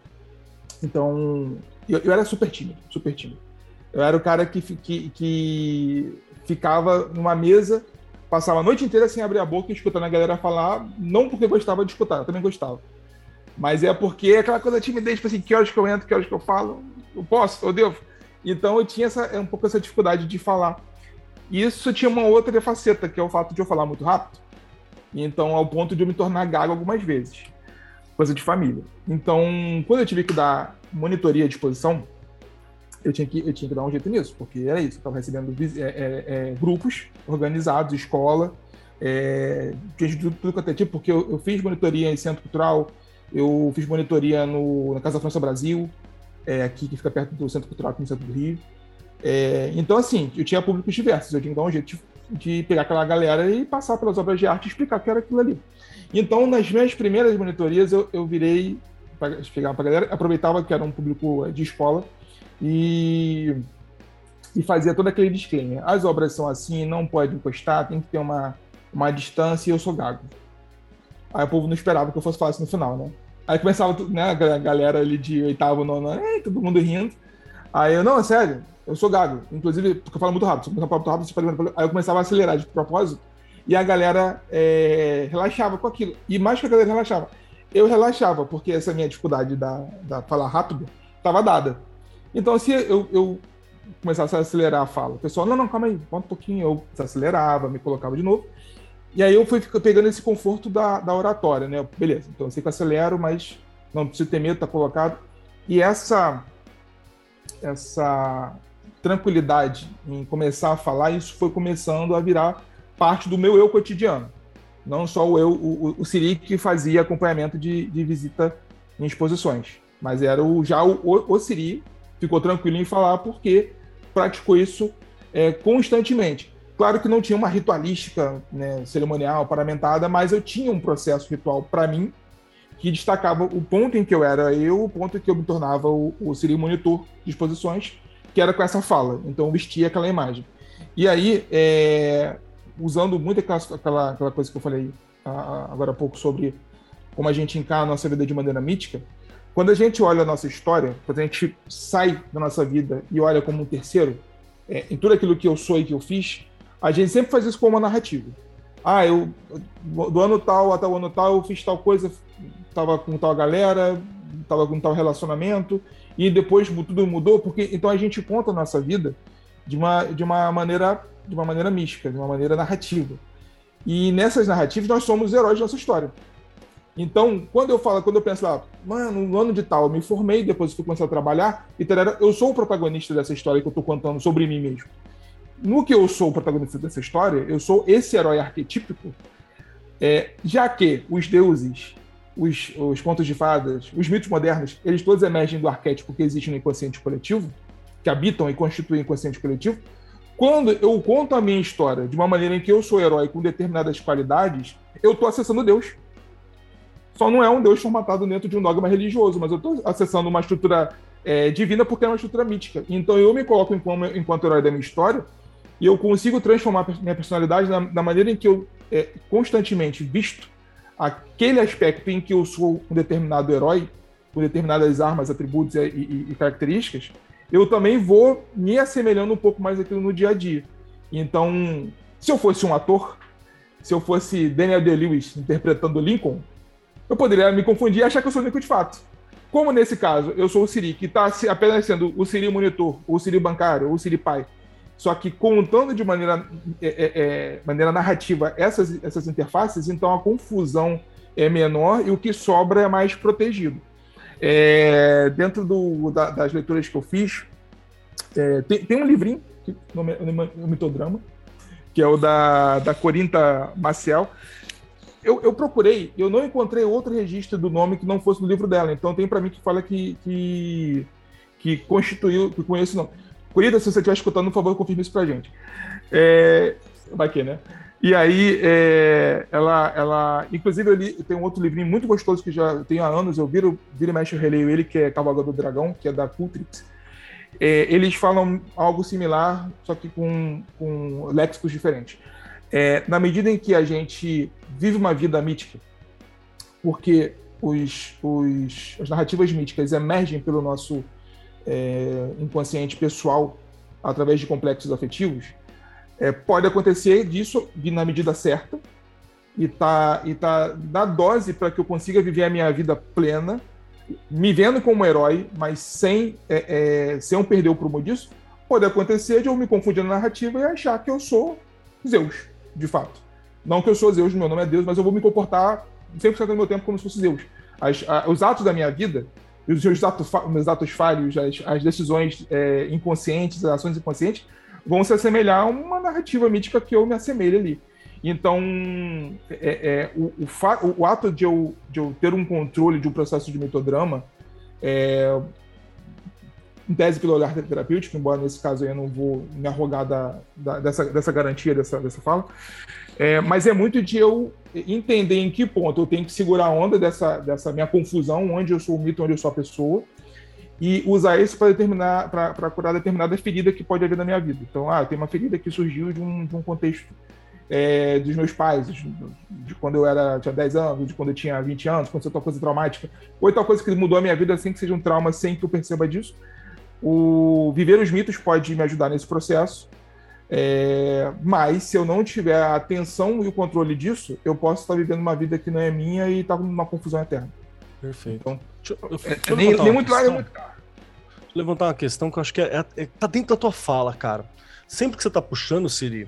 Então, eu, eu era super tímido, super tímido. Eu era o cara que, que, que ficava numa mesa, passava a noite inteira sem abrir a boca e escutando a galera falar, não porque gostava de escutar, eu também gostava. Mas é porque aquela coisa da timidez, tipo assim, que horas que eu entro, que horas que eu falo, eu posso, eu devo. Então eu tinha essa, um pouco essa dificuldade de falar. E isso tinha uma outra faceta, que é o fato de eu falar muito rápido. Então, ao ponto de eu me tornar gago algumas vezes. Coisa de família. Então, quando eu tive que dar monitoria de exposição, eu tinha que, eu tinha que dar um jeito nisso, porque era isso. Eu estava recebendo é, é, é, grupos organizados, escola, é, de tudo, tudo quanto é tipo, porque eu, eu fiz monitoria em Centro Cultural, eu fiz monitoria no, na Casa França Brasil, é, aqui que fica perto do Centro Cultural, aqui no centro do Rio. É, então, assim, eu tinha públicos diversos, eu tinha que dar um jeito de, de pegar aquela galera e passar pelas obras de arte e explicar o que era aquilo ali. Então, nas minhas primeiras monitorias, eu, eu virei para explicar para a galera, aproveitava que era um público de escola e, e fazia todo aquele disclaimer. As obras são assim, não pode encostar, tem que ter uma, uma distância e eu sou gago. Aí o povo não esperava que eu fosse falar isso no final, né? Aí começava, né, a galera ali de oitavo, nono, é, todo mundo rindo. Aí eu, não, é sério, eu sou gago. Inclusive, porque eu falo muito rápido. Se eu começar a falar muito rápido, você fala... Aí eu começava a acelerar de propósito e a galera é, relaxava com aquilo. E mais que a galera relaxava, eu relaxava, porque essa minha dificuldade da, da falar rápido estava dada. Então, se eu, eu começasse a acelerar a fala, o pessoal, não, não, calma aí, volta um pouquinho. Eu desacelerava, me colocava de novo. E aí eu fui pegando esse conforto da, da oratória, né? Beleza, então eu sei que eu acelero, mas não preciso ter medo, tá colocado. E essa, essa tranquilidade em começar a falar, isso foi começando a virar parte do meu eu cotidiano. Não só o eu, o, o Siri que fazia acompanhamento de, de visita em exposições, mas era o, já o, o, o Siri ficou tranquilo em falar porque praticou isso é, constantemente. Claro que não tinha uma ritualística, né, cerimonial, paramentada, mas eu tinha um processo ritual para mim que destacava o ponto em que eu era eu, o ponto em que eu me tornava o, o Siri monitor de exposições, que era com essa fala. Então eu vestia aquela imagem. E aí, é, usando muito aquela, aquela, aquela coisa que eu falei a, agora há pouco sobre como a gente encara a nossa vida de maneira mítica, quando a gente olha a nossa história, quando a gente sai da nossa vida e olha como um terceiro, é, em tudo aquilo que eu sou e que eu fiz, a gente sempre faz isso como uma narrativa. Ah, eu do ano tal até o ano tal eu fiz tal coisa, estava com tal galera, estava com tal relacionamento, e depois tudo mudou, porque então a gente conta a nossa vida de uma, de uma maneira de uma maneira mística, de uma maneira narrativa. E nessas narrativas nós somos os heróis da nossa história. Então, quando eu falo, quando eu penso lá, mano, no ano de tal, eu me formei, depois eu fui começar a trabalhar, e tarara, eu sou o protagonista dessa história que eu estou contando sobre mim mesmo. No que eu sou o protagonista dessa história, eu sou esse herói arquetípico, é, já que os deuses, os, os contos de fadas, os mitos modernos, eles todos emergem do arquétipo que existe no inconsciente coletivo, que habitam e constituem o inconsciente coletivo. Quando eu conto a minha história de uma maneira em que eu sou herói com determinadas qualidades, eu estou acessando Deus. Só não é um Deus formatado dentro de um dogma religioso, mas eu estou acessando uma estrutura é, divina porque é uma estrutura mítica. Então eu me coloco enquanto, enquanto herói da minha história e eu consigo transformar minha personalidade na, na maneira em que eu é, constantemente visto aquele aspecto em que eu sou um determinado herói, com determinadas armas, atributos e, e, e características, eu também vou me assemelhando um pouco mais àquilo no dia a dia. Então, se eu fosse um ator, se eu fosse Daniel Day-Lewis interpretando Lincoln, eu poderia me confundir e achar que eu sou Lincoln de fato. Como nesse caso, eu sou o Siri, que está apenas sendo o Siri monitor, ou o Siri bancário, ou o Siri pai, só que contando de maneira, é, é, maneira narrativa essas, essas interfaces, então a confusão é menor e o que sobra é mais protegido. É, dentro do, da, das leituras que eu fiz, é, tem, tem um livrinho, o Mitodrama, que é o da, da Corinta Maciel. Eu, eu procurei, eu não encontrei outro registro do nome que não fosse do livro dela, então tem para mim que fala que, que, que constituiu, que conheço o nome. Corinta, se você estiver escutando, por favor, confirme isso pra gente. É, vai que, né? E aí, é, ela, ela... Inclusive, eu li, tem um outro livrinho muito gostoso que já tenho há anos, eu viro, viro e mexe, eu releio ele, que é Cavalgador do Dragão, que é da Cultrix. É, eles falam algo similar, só que com, com léxicos diferentes. É, na medida em que a gente vive uma vida mítica, porque os, os, as narrativas míticas emergem pelo nosso é, inconsciente pessoal através de complexos afetivos, é, pode acontecer disso vir na medida certa e tá, e tá na dose para que eu consiga viver a minha vida plena, me vendo como um herói, mas sem, é, é, sem eu perder o prumo disso. Pode acontecer de eu me confundir na narrativa e achar que eu sou Zeus, de fato. Não que eu sou Zeus, meu nome é Deus, mas eu vou me comportar cem por cento do meu tempo como se fosse Zeus. As, a, os atos da minha vida, os meus atos, meus atos falhos, as, as decisões é, inconscientes, as ações inconscientes, vão se assemelhar a uma narrativa mítica que eu me assemelho ali. Então, é, é, o, o, fa, o ato de eu, de eu ter um controle de um processo de mitodrama, é, em tese pelo olhar terapêutico, embora nesse caso eu não vou me arrogar da, da, dessa, dessa garantia, dessa, dessa fala, é, mas é muito de eu entender em que ponto eu tenho que segurar a onda dessa, dessa minha confusão, onde eu sou o mito, onde eu sou a pessoa, e usar isso para determinar, para curar determinada ferida que pode haver na minha vida. Então, ah, tem uma ferida que surgiu de um, de um contexto é, dos meus pais, de, de quando eu era, tinha dez anos, de quando eu tinha vinte anos, quando aconteceu tal coisa traumática, ou tal coisa que mudou a minha vida sem que seja um trauma, sem que eu perceba disso. O viver os mitos pode me ajudar nesse processo, é, mas se eu não tiver a atenção e o controle disso, eu posso estar vivendo uma vida que não é minha e estar numa confusão eterna. Perfeito. Então, deixa eu, deixa eu nem, nem muito lá, nem muito cá. Deixa eu levantar uma questão que eu acho que é, é, tá dentro da tua fala, cara. Sempre que você tá puxando, Siri,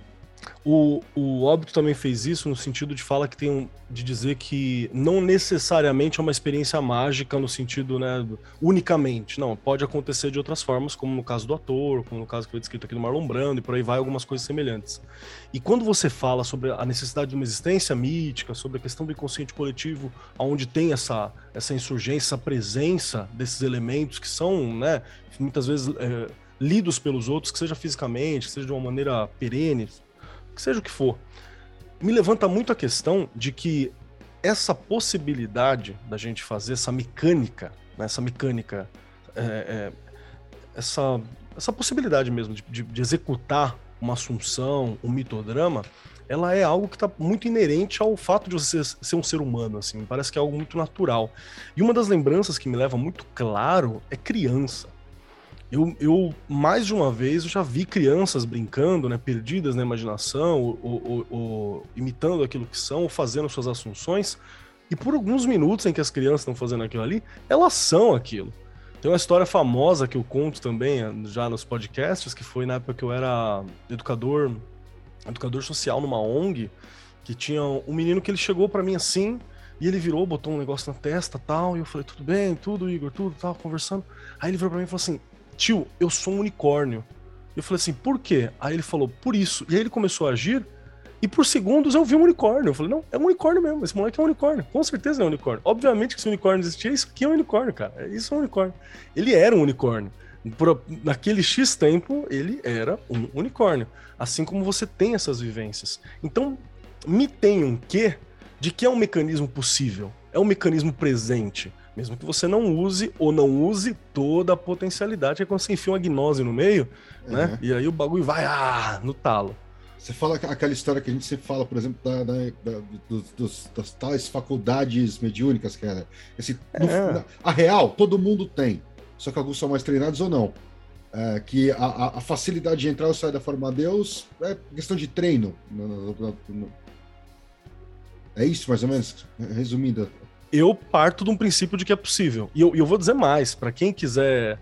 O, o Óbito também fez isso no sentido de fala que tem um, de dizer que não necessariamente é uma experiência mágica no sentido, né, unicamente. Não, pode acontecer de outras formas, como no caso do ator, como no caso que foi descrito aqui do Marlon Brando, e por aí vai algumas coisas semelhantes. E quando você fala sobre a necessidade de uma existência mítica, sobre a questão do inconsciente coletivo, onde tem essa, essa insurgência, essa presença desses elementos que são, né, muitas vezes é, lidos pelos outros, que seja fisicamente, que seja de uma maneira perene, que seja o que for, me levanta muito a questão de que essa possibilidade da gente fazer essa mecânica, né, essa mecânica, é, é, essa, essa possibilidade mesmo de, de, de executar uma assunção, um mitodrama, ela é algo que está muito inerente ao fato de você ser, ser um ser humano, assim, me parece que é algo muito natural. E uma das lembranças que me leva muito claro é criança. Eu, eu, mais de uma vez, eu já vi crianças brincando, né, perdidas na imaginação, ou, ou, ou imitando aquilo que são, ou fazendo suas assunções, e por alguns minutos em que as crianças estão fazendo aquilo ali, elas são aquilo. Tem uma história famosa que eu conto também, já nos podcasts, que foi na época que eu era educador, educador social numa O N G, que tinha um menino que ele chegou pra mim assim, e ele virou, botou um negócio na testa tal, e eu falei, tudo bem, tudo, Igor, tudo, tal, conversando. Aí ele virou pra mim e falou assim, tio, eu sou um unicórnio. Eu falei assim, por quê? Aí ele falou, por isso. E aí ele começou a agir, e por segundos eu vi um unicórnio. Eu falei, não, é um unicórnio mesmo, esse moleque é um unicórnio. Com certeza é um unicórnio. Obviamente que se o unicórnio existia, isso aqui é um unicórnio, cara. Isso é um unicórnio. Ele era um unicórnio. Por, naquele X tempo, ele era um unicórnio. Assim como você tem essas vivências. Então, me tem um quê de que é um mecanismo possível. É um mecanismo presente. Mesmo que você não use ou não use toda a potencialidade, é quando você enfia uma gnose no meio, uhum, né? E aí o bagulho vai ah, no talo. Você fala aquela história que a gente sempre fala, por exemplo, da, da, da, dos, dos, das tais faculdades mediúnicas, que é, esse, no, é. A real, todo mundo tem, só que alguns são mais treinados ou não. É, que a, a, a facilidade de entrar ou sair da forma de Deus é questão de treino. No, no, no, no... É isso, mais ou menos, resumindo. Eu parto de um princípio de que é possível. E eu, eu vou dizer mais, para quem quiser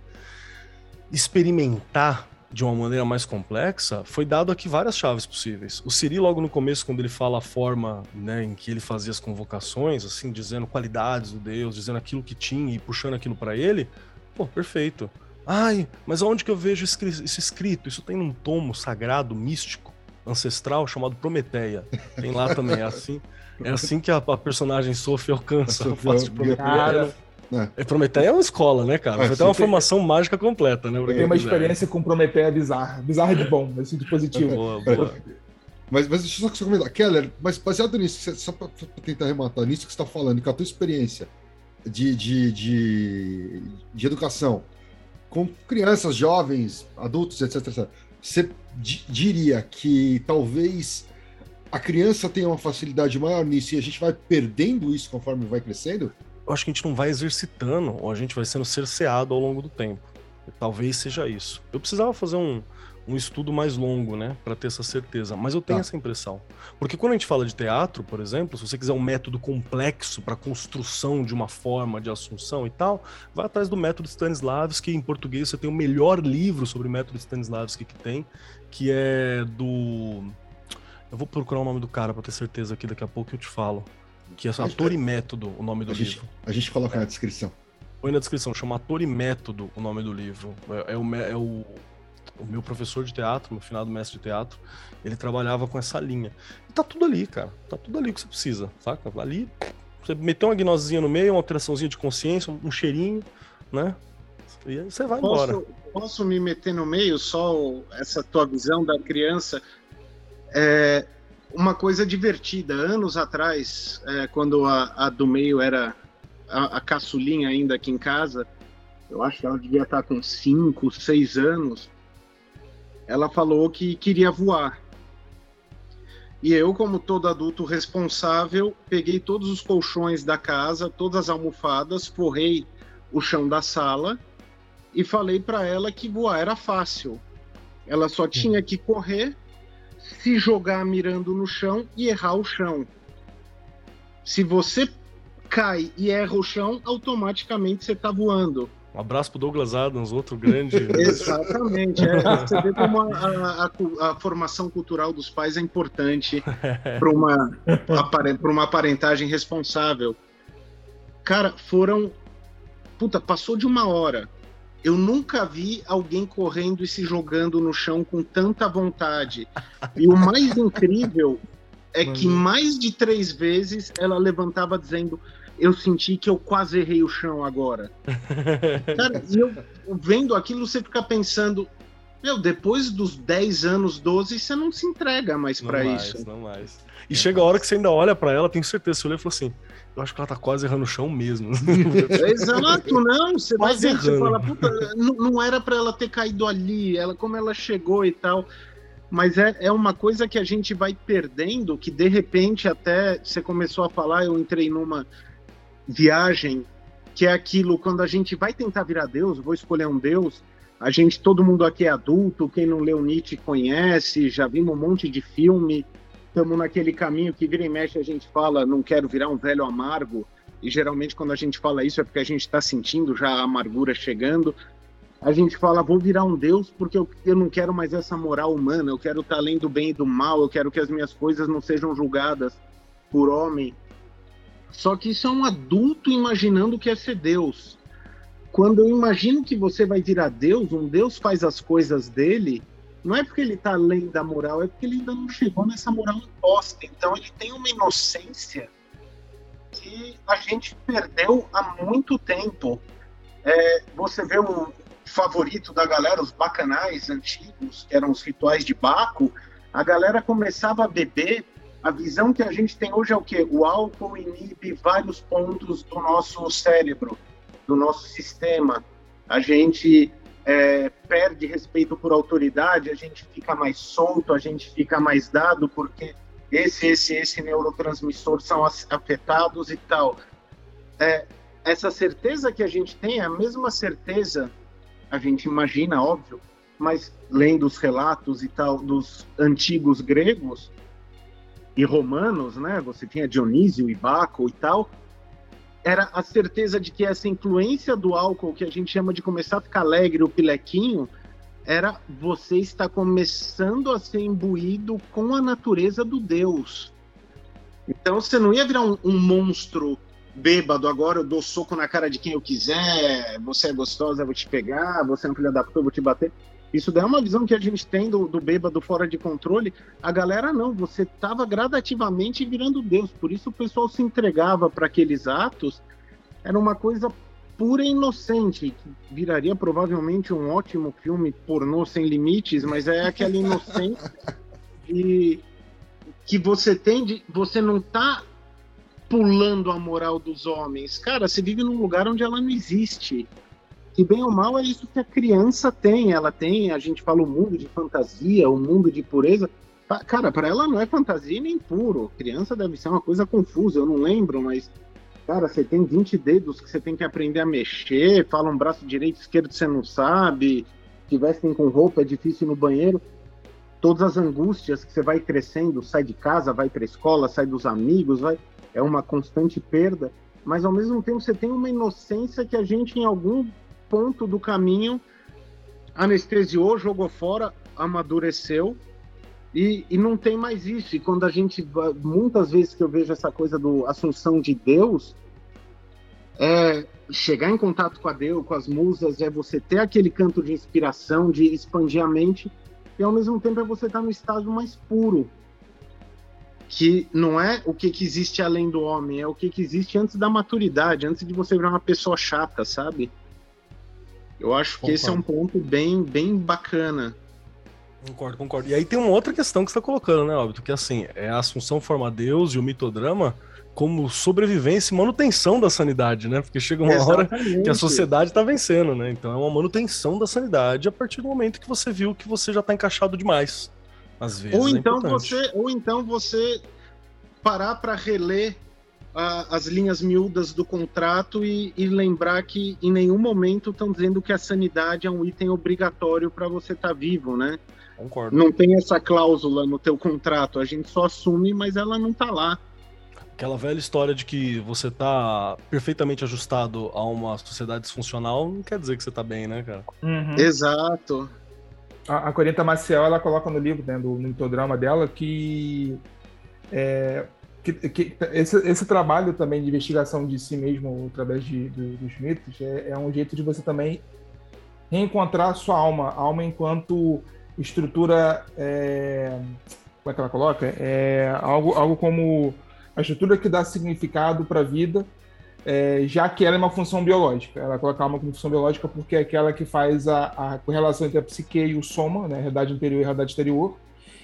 experimentar de uma maneira mais complexa, foi dado aqui várias chaves possíveis. O Siri, logo no começo, quando ele fala a forma, né, em que ele fazia as convocações, assim, dizendo qualidades do Deus, dizendo aquilo que tinha e puxando aquilo para ele, pô, perfeito. Ai, mas aonde que eu vejo isso escrito? Isso tem num tomo sagrado, místico, ancestral, chamado Prometeia. Tem lá também, é assim... É assim que a, a personagem Sophie alcança a face de Prometeia. É. Prometeia é uma escola, né, cara? Vai ter uma formação mágica completa, né? Tem uma experiência com Prometeia bizarra. Bizarra de bom, esse de positivo. Boa, boa. Mas, mas deixa eu só comentar. Keller, mas baseado nisso, só pra, pra tentar arrematar, nisso que você está falando, com a tua experiência de, de, de, de educação, com crianças, jovens, adultos, etc, etcétera, você diria que talvez a criança tem uma facilidade maior nisso e a gente vai perdendo isso conforme vai crescendo? Eu acho que a gente não vai exercitando, ou a gente vai sendo cerceado ao longo do tempo. Talvez seja isso. Eu precisava fazer um, um estudo mais longo, né, para ter essa certeza, mas eu tenho tá. essa impressão. Porque quando a gente fala de teatro, por exemplo, se você quiser um método complexo para construção de uma forma de assunção e tal, vai atrás do método Stanislavski. Em português você tem o melhor livro sobre o método Stanislavski que tem, que é do... Eu vou procurar o nome do cara pra ter certeza aqui, daqui a pouco eu te falo. Que é Ator e Método, o nome do a livro. Gente, a gente coloca é. na descrição. Põe na descrição, chama Ator e Método o nome do livro. É, é, o, é o, o meu professor de teatro, meu finado mestre de teatro, ele trabalhava com essa linha. E tá tudo ali, cara. Tá tudo ali que você precisa, saca? Ali, você meteu uma gnosezinha no meio, uma alteraçãozinha de consciência, um cheirinho, né? E aí você vai posso, embora. Posso me meter no meio, só essa tua visão da criança? É uma coisa divertida. Anos atrás, é, quando a, a do meio era a, a caçulinha ainda aqui em casa, eu acho que ela devia estar com cinco, seis anos, ela falou que queria voar. E eu, como todo adulto responsável, peguei todos os colchões da casa, todas as almofadas, forrei o chão da sala e falei para ela que voar era fácil. Ela só tinha que correr, se jogar mirando no chão e errar o chão. Se você cai e erra o chão, automaticamente você está voando. Um abraço pro Douglas Adams, outro grande... Exatamente. É, você vê como a, a, a, a formação cultural dos pais é importante para uma, para uma parentagem responsável. Cara, foram... Puta, passou de uma hora. Eu nunca vi alguém correndo e se jogando no chão com tanta vontade. E o mais incrível é que mais de três vezes ela levantava dizendo: eu senti que eu quase errei o chão agora. Cara, e eu vendo aquilo, você fica pensando, meu, depois dos dez anos, doze, você não se entrega mais pra não isso. Mais, não mais. E é chega mais. A hora que você ainda olha pra ela, tenho certeza, você olha e fala assim, eu acho que ela tá quase errando o chão mesmo. Exato, não, você vai ver, você fala, puta, não, não era pra ela ter caído ali, ela, como ela chegou e tal. Mas é, é uma coisa que a gente vai perdendo, que de repente até você começou a falar, eu entrei numa viagem, que é aquilo, quando a gente vai tentar virar Deus, vou escolher um Deus, a gente, todo mundo aqui é adulto, quem não leu Nietzsche conhece, já vimos um monte de filme, estamos naquele caminho que vira e mexe, a gente fala, não quero virar um velho amargo, e geralmente quando a gente fala isso é porque a gente está sentindo já a amargura chegando. A gente fala, vou virar um Deus porque eu, eu não quero mais essa moral humana, eu quero estar além do bem e do mal, eu quero que as minhas coisas não sejam julgadas por homem. Só que isso é um adulto imaginando que é ser Deus. Quando eu imagino que você vai virar Deus, um Deus faz as coisas dele, não é porque ele está além da moral, é porque ele ainda não chegou nessa moral imposta. Então ele tem uma inocência que a gente perdeu há muito tempo. É, você vê um favorito da galera, os bacanais antigos, que eram os rituais de Baco, a galera começava a beber, a visão que a gente tem hoje é o quê? O álcool inibe vários pontos do nosso cérebro, do nosso sistema. A gente é, perde respeito por autoridade, a gente fica mais solto, a gente fica mais dado, porque esse, esse, esse neurotransmissor são afetados e tal. É, essa certeza que a gente tem é a mesma certeza, a gente imagina, óbvio, mas lendo os relatos e tal dos antigos gregos e romanos, né, você tinha Dionísio e Baco e tal, era a certeza de que essa influência do álcool, que a gente chama de começar a ficar alegre, o pilequinho, era você estar começando a ser imbuído com a natureza do Deus. Então você não ia virar um, um monstro bêbado, agora eu dou soco na cara de quem eu quiser, você é gostosa, eu vou te pegar, você é um filho da puta, eu vou te bater. Isso daí é uma visão que a gente tem do, do bêbado fora de controle. A galera não, você estava gradativamente virando Deus, por isso o pessoal se entregava para aqueles atos, era uma coisa pura e inocente, que viraria provavelmente um ótimo filme pornô sem limites, mas é aquela inocência e, que você tem de, você não tá pulando a moral dos homens. Cara, você vive num lugar onde ela não existe. Que bem ou mal é isso que a criança tem. Ela tem, a gente fala o mundo de fantasia, o mundo de pureza. Cara, para ela não é fantasia nem puro. Criança deve ser uma coisa confusa, eu não lembro, mas... Cara, você tem vinte dedos que você tem que aprender a mexer, fala um braço direito, esquerdo você não sabe, se vestem com roupa é difícil ir no banheiro. Todas as angústias que você vai crescendo, sai de casa, vai para a escola, sai dos amigos, vai... é uma constante perda, mas ao mesmo tempo você tem uma inocência que a gente em algum ponto do caminho anestesiou, jogou fora, amadureceu e, e não tem mais isso. E quando a gente, muitas vezes que eu vejo essa coisa do Assunção de Deus, é chegar em contato com a Deus, com as musas, é você ter aquele canto de inspiração, de expandir a mente, e ao mesmo tempo é você estar no estágio mais puro, que não é o que, que existe além do homem, é o que, que existe antes da maturidade, antes de você virar uma pessoa chata, sabe? Eu acho que concordo. Esse é um ponto bem, bem bacana. Concordo, concordo. E aí tem uma outra questão que você está colocando, né, Óbito? Que assim, é a Assunção forma Deus e o mitodrama como sobrevivência e manutenção da sanidade, né? Porque chega uma Exatamente. Hora que a sociedade está vencendo, né? Então é uma manutenção da sanidade a partir do momento que você viu que você já está encaixado demais. Às vezes ou, então é você, ou então você parar para reler uh, as linhas miúdas do contrato e, e lembrar que em nenhum momento estão dizendo que a sanidade é um item obrigatório para você estar tá vivo, né? Concordo. Não tem essa cláusula no teu contrato, a gente só assume, mas ela não está lá. Aquela velha história de que você tá perfeitamente ajustado a uma sociedade disfuncional não quer dizer que você tá bem, né, cara? Uhum. Exato. A, a Corinta Maciel, ela coloca no livro, né, do, no mitodrama dela, que, é, que, que esse, esse trabalho também de investigação de si mesmo através de, de, dos mitos é, é um jeito de você também reencontrar a sua alma, a alma enquanto estrutura, é, como é que ela coloca? É algo, algo como a estrutura que dá significado para a vida, é, já que ela é uma função biológica. Ela coloca a alma como função biológica porque é aquela que faz a, a correlação entre a psique e o soma, né, a realidade interior e a realidade exterior.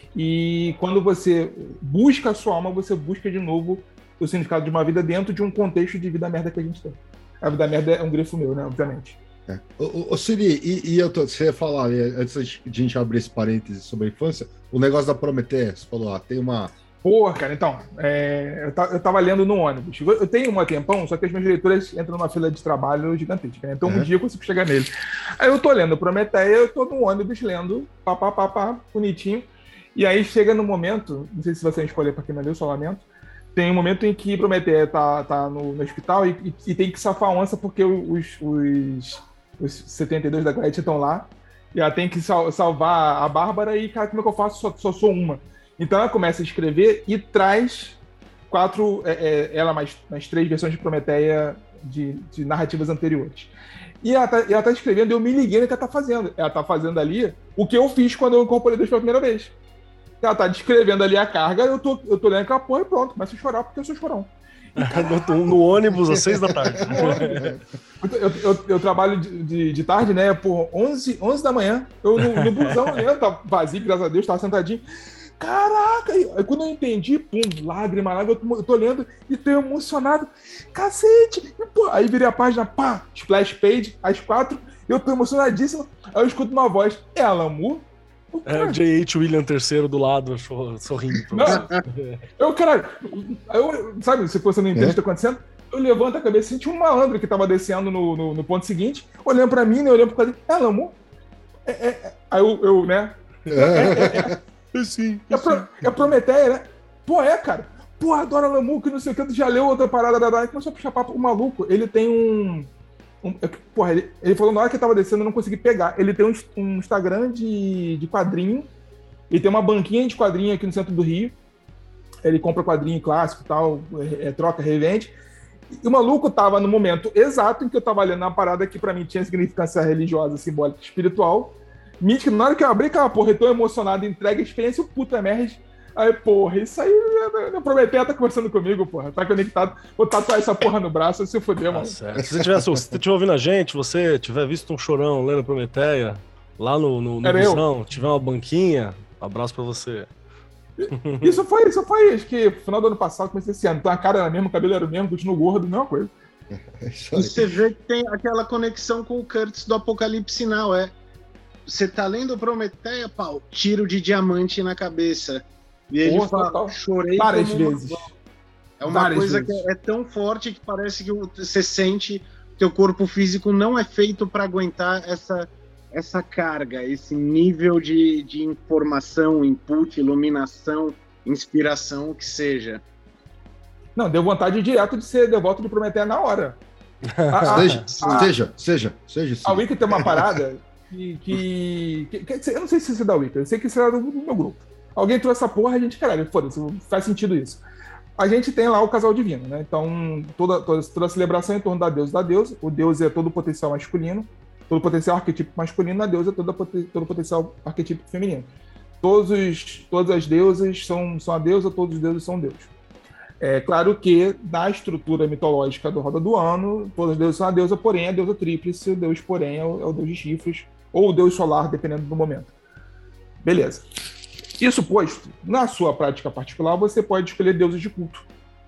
E quando você busca a sua alma, você busca de novo o significado de uma vida dentro de um contexto de vida merda que a gente tem. A vida merda é um grifo meu, né, obviamente. É. Ô, ô Siri, e, e eu tô, você ia falar, antes de a gente abrir esse parênteses sobre a infância, o negócio da Prometeia, você falou, ah, tem uma... Porra, cara, então, é, eu, tá, eu tava lendo no ônibus. Eu tenho um tempão, só que as minhas leituras entram numa fila de trabalho gigantesca, né? Então uhum. um dia eu consigo chegar nele. Aí eu tô lendo Prometeia, eu tô no ônibus lendo, pá, pá, pá, pá, bonitinho. E aí chega no momento, não sei se você escolher pra quem não leu, só lamento, tem um momento em que Prometeia tá, tá no, no hospital e, e, e tem que safar a onça porque os, os, os setenta e dois da Gretchen estão lá. E ela tem que sal, salvar a Bárbara e, cara, como é que eu faço? Só, só sou uma. Então ela começa a escrever e traz quatro, é, é, ela mais, mais três versões de Prometeia de, de narrativas anteriores. E ela tá, ela tá escrevendo e eu me liguei no que ela tá fazendo. Ela tá fazendo ali o que eu fiz quando eu incorporei Deus pela primeira vez. Ela tá descrevendo ali a carga, eu tô, eu tô lendo aquela porra e pronto, começo a chorar porque eu sou chorão. no, no ônibus às seis da tarde. eu, eu, eu, eu trabalho de, de, de tarde, né? Por onze, onze da manhã, eu no, no busão lendo, tá vazio, graças a Deus, tava sentadinho. Caraca! Aí quando eu entendi, pum, lágrima, lágrima, eu tô, eu tô lendo e tô emocionado. Cacete! E, pô, aí virei a página, pá, splash page, às quatro, eu tô emocionadíssimo. Aí eu escuto uma voz, é Alan Moore? É o J H. William terceiro do lado, sorrindo. Não, eu, caralho, eu, sabe, se você não entende o que tá acontecendo, eu levanto a cabeça e senti um malandro que tava descendo no, no, no ponto seguinte, olhando pra mim, né, olhando pro quadrinho, é Alan Moore? É, é, aí eu, eu, né? É, é, é. Sim, é, pro, é Prometeia, né? Pô, é, cara. Pô, adoro Alan Moore, que não sei o que. Tu já leu outra parada da Dai, começou a puxar papo. O maluco, ele tem um. um porra, ele, ele falou na hora que eu tava descendo, eu não consegui pegar. Ele tem um, um Instagram de, de quadrinho. Ele tem uma banquinha de quadrinho aqui no centro do Rio. Ele compra quadrinho clássico e tal, é, é, troca, revende. E o maluco tava no momento exato em que eu tava lendo uma parada que pra mim tinha significância religiosa, simbólica, espiritual. Mítica, na hora que eu abri aquela porra, eu tô emocionado, entrega a experiência, o puta merda. Aí, porra, isso aí, eu Prometeia tá conversando comigo, porra, tá conectado. Vou tatuar essa porra no braço, se fuder, mano. Certo. Se você estiver se você tiver ouvindo a gente, você tiver visto um chorão lendo Prometeia, lá no, no, no busão, tiver uma banquinha, um abraço pra você. Isso foi, isso foi, acho que no final do ano passado, comecei esse ano. Então a cara era a mesma, o cabelo era o mesmo, continuo gordo, mesma coisa. E você vê que tem aquela conexão com o Kurtz do Apocalipse Now, é. Você tá lendo Prometeia, pau, tiro de diamante na cabeça. E ele Porra, fala, total. chorei várias vezes. Uma... É uma várias coisa vezes. que é tão forte que parece que você sente que teu corpo físico não é feito para aguentar essa, essa carga, esse nível de, de informação, input, iluminação, inspiração, o que seja. Não, deu vontade direto de ser devoto de Prometeia na hora. A, seja, a, seja, seja, seja. Sim. A Wicca tem uma parada... Que, que, que, que, eu não sei se isso é da Wicca, eu sei que isso era do, do meu grupo. Alguém trouxe essa porra, a gente, caralho, foda-se, faz sentido isso. A gente tem lá o casal divino, né? Então, toda, toda, toda a celebração em torno da deusa e da deusa. O deus é todo o potencial masculino, todo o potencial arquetípico masculino, a deusa é todo, todo o potencial arquetípico feminino. Todos os, todas as deusas são, são a deusa, todos os deuses são deus. É claro que, na estrutura mitológica do Roda do Ano, todas as deusas são a deusa, porém a deusa tríplice, o deus, porém, é o, é o deus de chifres, ou o deus solar, dependendo do momento. Beleza. Isso posto, na sua prática particular, você pode escolher deuses de culto.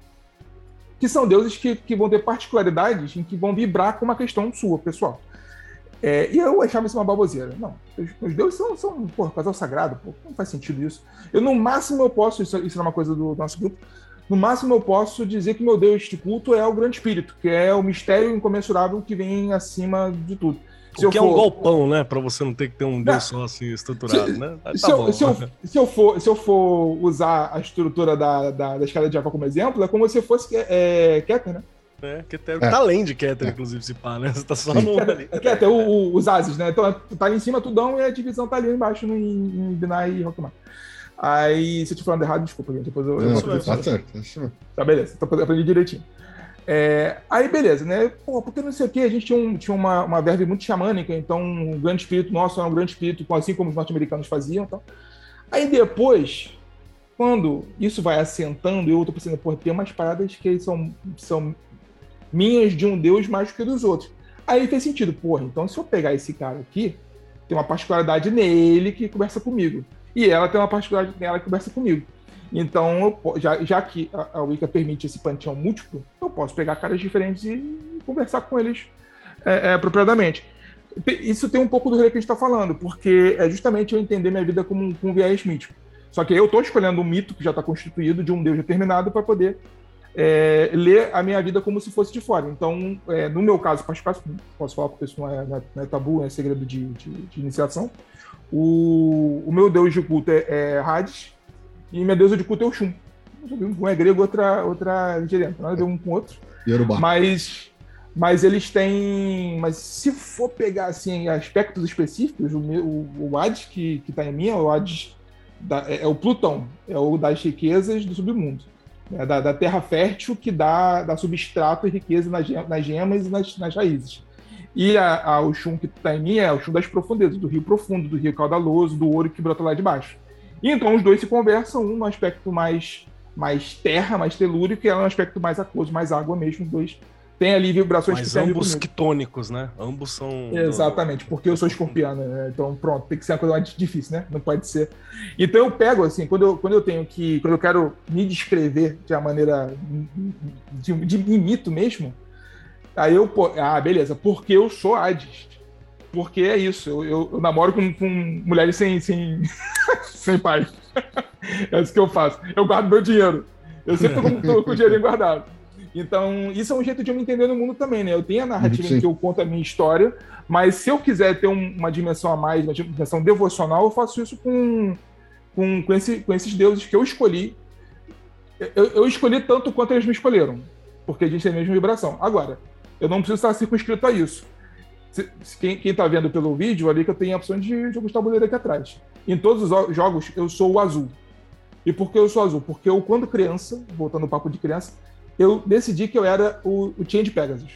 Que são deuses que, que vão ter particularidades em que vão vibrar com uma questão sua, pessoal. É, e eu achava isso uma baboseira. Não, os, os deuses são, são porra, casal sagrado, pô, não faz sentido isso. Eu, no máximo, eu posso, isso, isso é uma coisa do nosso grupo, no máximo eu posso dizer que meu deus de culto é o grande espírito, que é o mistério incomensurável que vem acima de tudo. Se o que eu for... é um galpão, né? Pra você não ter que ter um Deus só assim estruturado, se, né? Tá se, eu, bom. se, eu, se, eu for, se eu for usar a estrutura da, da, da escada de Jaffa como exemplo, é como se fosse é, Keter, né? É, Keter, tá além de Keter, é. inclusive, se pá, né? Você tá só no... Keter, Keter o, o, os ases, né? Então tá ali em cima tudão e a divisão tá ali embaixo no, em Binai e Rockman. Aí, se eu te falando errado, desculpa, gente. Depois eu, não, eu vou tá certo. Tá, beleza. Então eu aprendi direitinho. É, aí, beleza, né? Pô, porque não sei o que, a gente tinha, um, tinha uma, uma verve muito xamânica, então um grande espírito nosso era um grande espírito, assim como os norte-americanos faziam. Então. Aí depois, quando isso vai assentando, eu tô pensando, pô, tem umas paradas que são, são minhas de um deus mais do que dos outros. Aí fez sentido, porra, então se eu pegar esse cara aqui, tem uma particularidade nele que conversa comigo. E ela tem uma particularidade nela que conversa comigo. Então, eu, já, já que a, a Wicca permite esse panteão múltiplo, eu posso pegar caras diferentes e conversar com eles é, é, apropriadamente. Isso tem um pouco do rolê que a gente está falando, porque é justamente eu entender minha vida como um, com um viés mítico. Só que eu estou escolhendo um mito que já está constituído de um deus determinado para poder é, ler a minha vida como se fosse de fora. Então, é, no meu caso particular, posso falar porque isso não é, não é tabu, não é segredo de, de, de iniciação, o, o meu deus de culto é, é Hades, e minha deusa de culto é o Xum. Um é grego, outra, outra nigeriana. Nada a ver um com o outro. Yorubá. Mas, mas eles têm... Mas se for pegar assim, aspectos específicos, o, meu, o, o Hades que está em mim é o Hades... Da, é, é o Plutão. É o das riquezas do submundo. É da, da terra fértil que dá, dá substrato e riqueza nas, nas gemas e nas, nas raízes. E a, a, o Xum que está em mim é o Xum das profundezas, do rio profundo, do rio caudaloso, do ouro que brota lá de baixo. E então os dois se conversam, um no aspecto mais, mais terra, mais telúrico, e ela no aspecto mais aquoso, mais água mesmo. Os dois têm ali vibrações Mas que ambos quitônicos, né? Ambos são... Exatamente, porque eu sou escorpiano, né? Então pronto, tem que ser uma coisa mais difícil, né? Não pode ser. Então eu pego, assim, quando eu, quando eu tenho que... Quando eu quero me descrever de uma maneira de, de mito mesmo, aí eu... Ah, beleza, porque eu sou Hades. Porque é isso, eu, eu, eu namoro com, com mulheres sem, sem, sem pai. É isso que eu faço. Eu guardo meu dinheiro. Eu sempre tô com, tô com o dinheirinho guardado. Então, isso é um jeito de eu me entender no mundo também, né? Eu tenho a narrativa Sim. em que eu conto a minha história, mas se eu quiser ter um, uma dimensão a mais, uma dimensão devocional, eu faço isso com, com, com, esse, com esses deuses que eu escolhi. Eu, eu escolhi tanto quanto eles me escolheram, porque a gente tem a mesma vibração. Agora, eu não preciso estar circunscrito a isso. Se, se, quem, quem tá vendo pelo vídeo, ali que eu tenho a opção de jogos de tabuleiro aqui atrás. Em todos os jogos, eu sou o azul. E por que eu sou azul? Porque eu, quando criança, voltando ao papo de criança, eu decidi que eu era o, o Change Pegasus.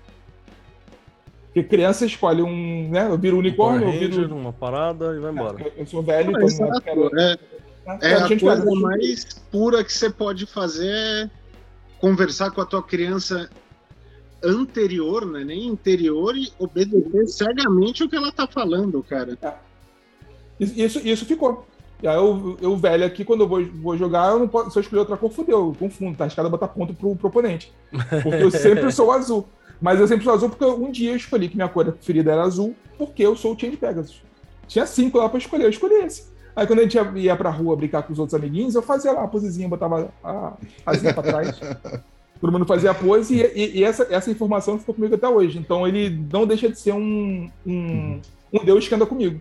Porque criança escolhe um, né? Eu viro um unicórnio, um eu viro... uma parada e vai embora. É, eu sou velho, Não, então... é, quero, é, né? é a coisa Pegasus. mais pura que você pode fazer é conversar com a tua criança anterior, né? Nem interior, e obedecer cegamente o que ela tá falando, cara. É. Isso, isso ficou. E aí eu, eu velho aqui, quando eu vou, vou jogar, eu não posso, se eu escolher outra cor, fodeu, eu confundo, tá? Escada botar ponto pro, pro oponente. Porque eu sempre sou azul. Mas eu sempre sou azul porque um dia eu escolhi que minha cor preferida era azul, porque eu sou o Change Pegasus. Tinha cinco lá pra escolher, eu escolhi esse. Aí quando a gente ia, ia pra rua brincar com os outros amiguinhos, eu fazia lá a posezinha, botava a asinha pra trás. Todo mundo fazia a pose, e, e, e essa, essa informação ficou comigo até hoje. Então ele não deixa de ser um, um, um deus que anda comigo.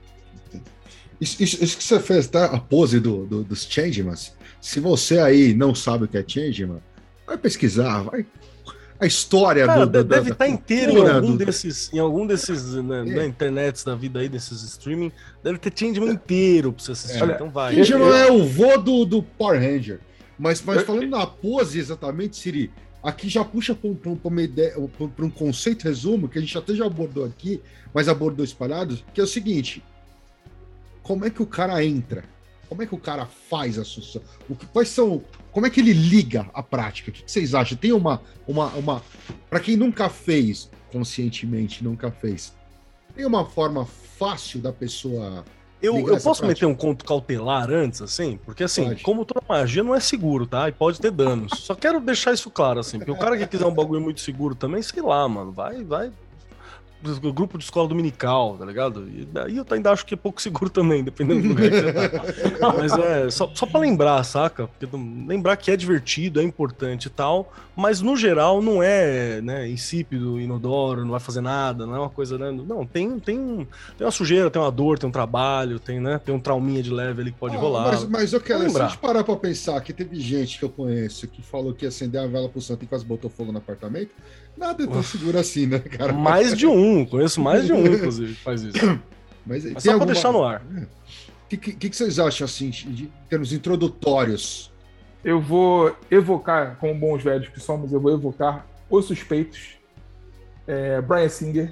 Isso, isso, isso que você fez, tá? A pose do, do, dos Changemans. Se você aí não sabe o que é Changeman, vai pesquisar, vai. A história Cara, do, deve da, estar da inteiro em algum do... desses, em algum desses né, é. na internet da vida aí, desses streaming, deve ter Changeman inteiro pra você assistir. Olha, então vai. Changeman é o vô do, do Power Ranger. Mas, mas falando na pose exatamente, Siri, aqui já puxa para um conceito resumo que a gente até já abordou aqui, mas abordou espalhados, que é o seguinte: como é que o cara entra? Como é que o cara faz a sucessão? O que, quais são? Como é que ele liga a prática? O que, que vocês acham? Tem uma, uma, uma para quem nunca fez, conscientemente nunca fez, tem uma forma fácil da pessoa. Eu, eu posso prática? meter um conto cautelar antes, assim? Porque, assim, pode. Como toda magia não é seguro, tá? E pode ter danos. Só quero deixar isso claro, assim. Porque o cara que quiser um bagulho muito seguro também, sei lá, mano. Vai, vai. grupo de escola dominical, tá ligado? E daí eu ainda acho que é pouco seguro também, dependendo do lugar que você tá. Mas é só, só pra lembrar, saca? Porque lembrar que é divertido, é importante e tal, mas no geral não é, né, insípido, inodoro, não vai fazer nada, não é uma coisa, né? Não, tem, tem, tem uma sujeira, tem uma dor, tem um trabalho, tem, né, tem um trauminha de leve ali que pode ah, rolar. Mas, mas eu quero, se a gente parar pra pensar que teve gente que eu conheço que falou que ia acender a vela pro santo e quase botou fogo no apartamento, nada é tão seguro assim, né, cara? Mais de um, conheço mais de um, inclusive, que faz isso. Mas, Mas só alguma... pra deixar no ar. O que, que, que vocês acham, assim, de termos introdutórios? Eu vou evocar, como bons velhos que somos, eu vou evocar Os Suspeitos, é, Bryan Singer,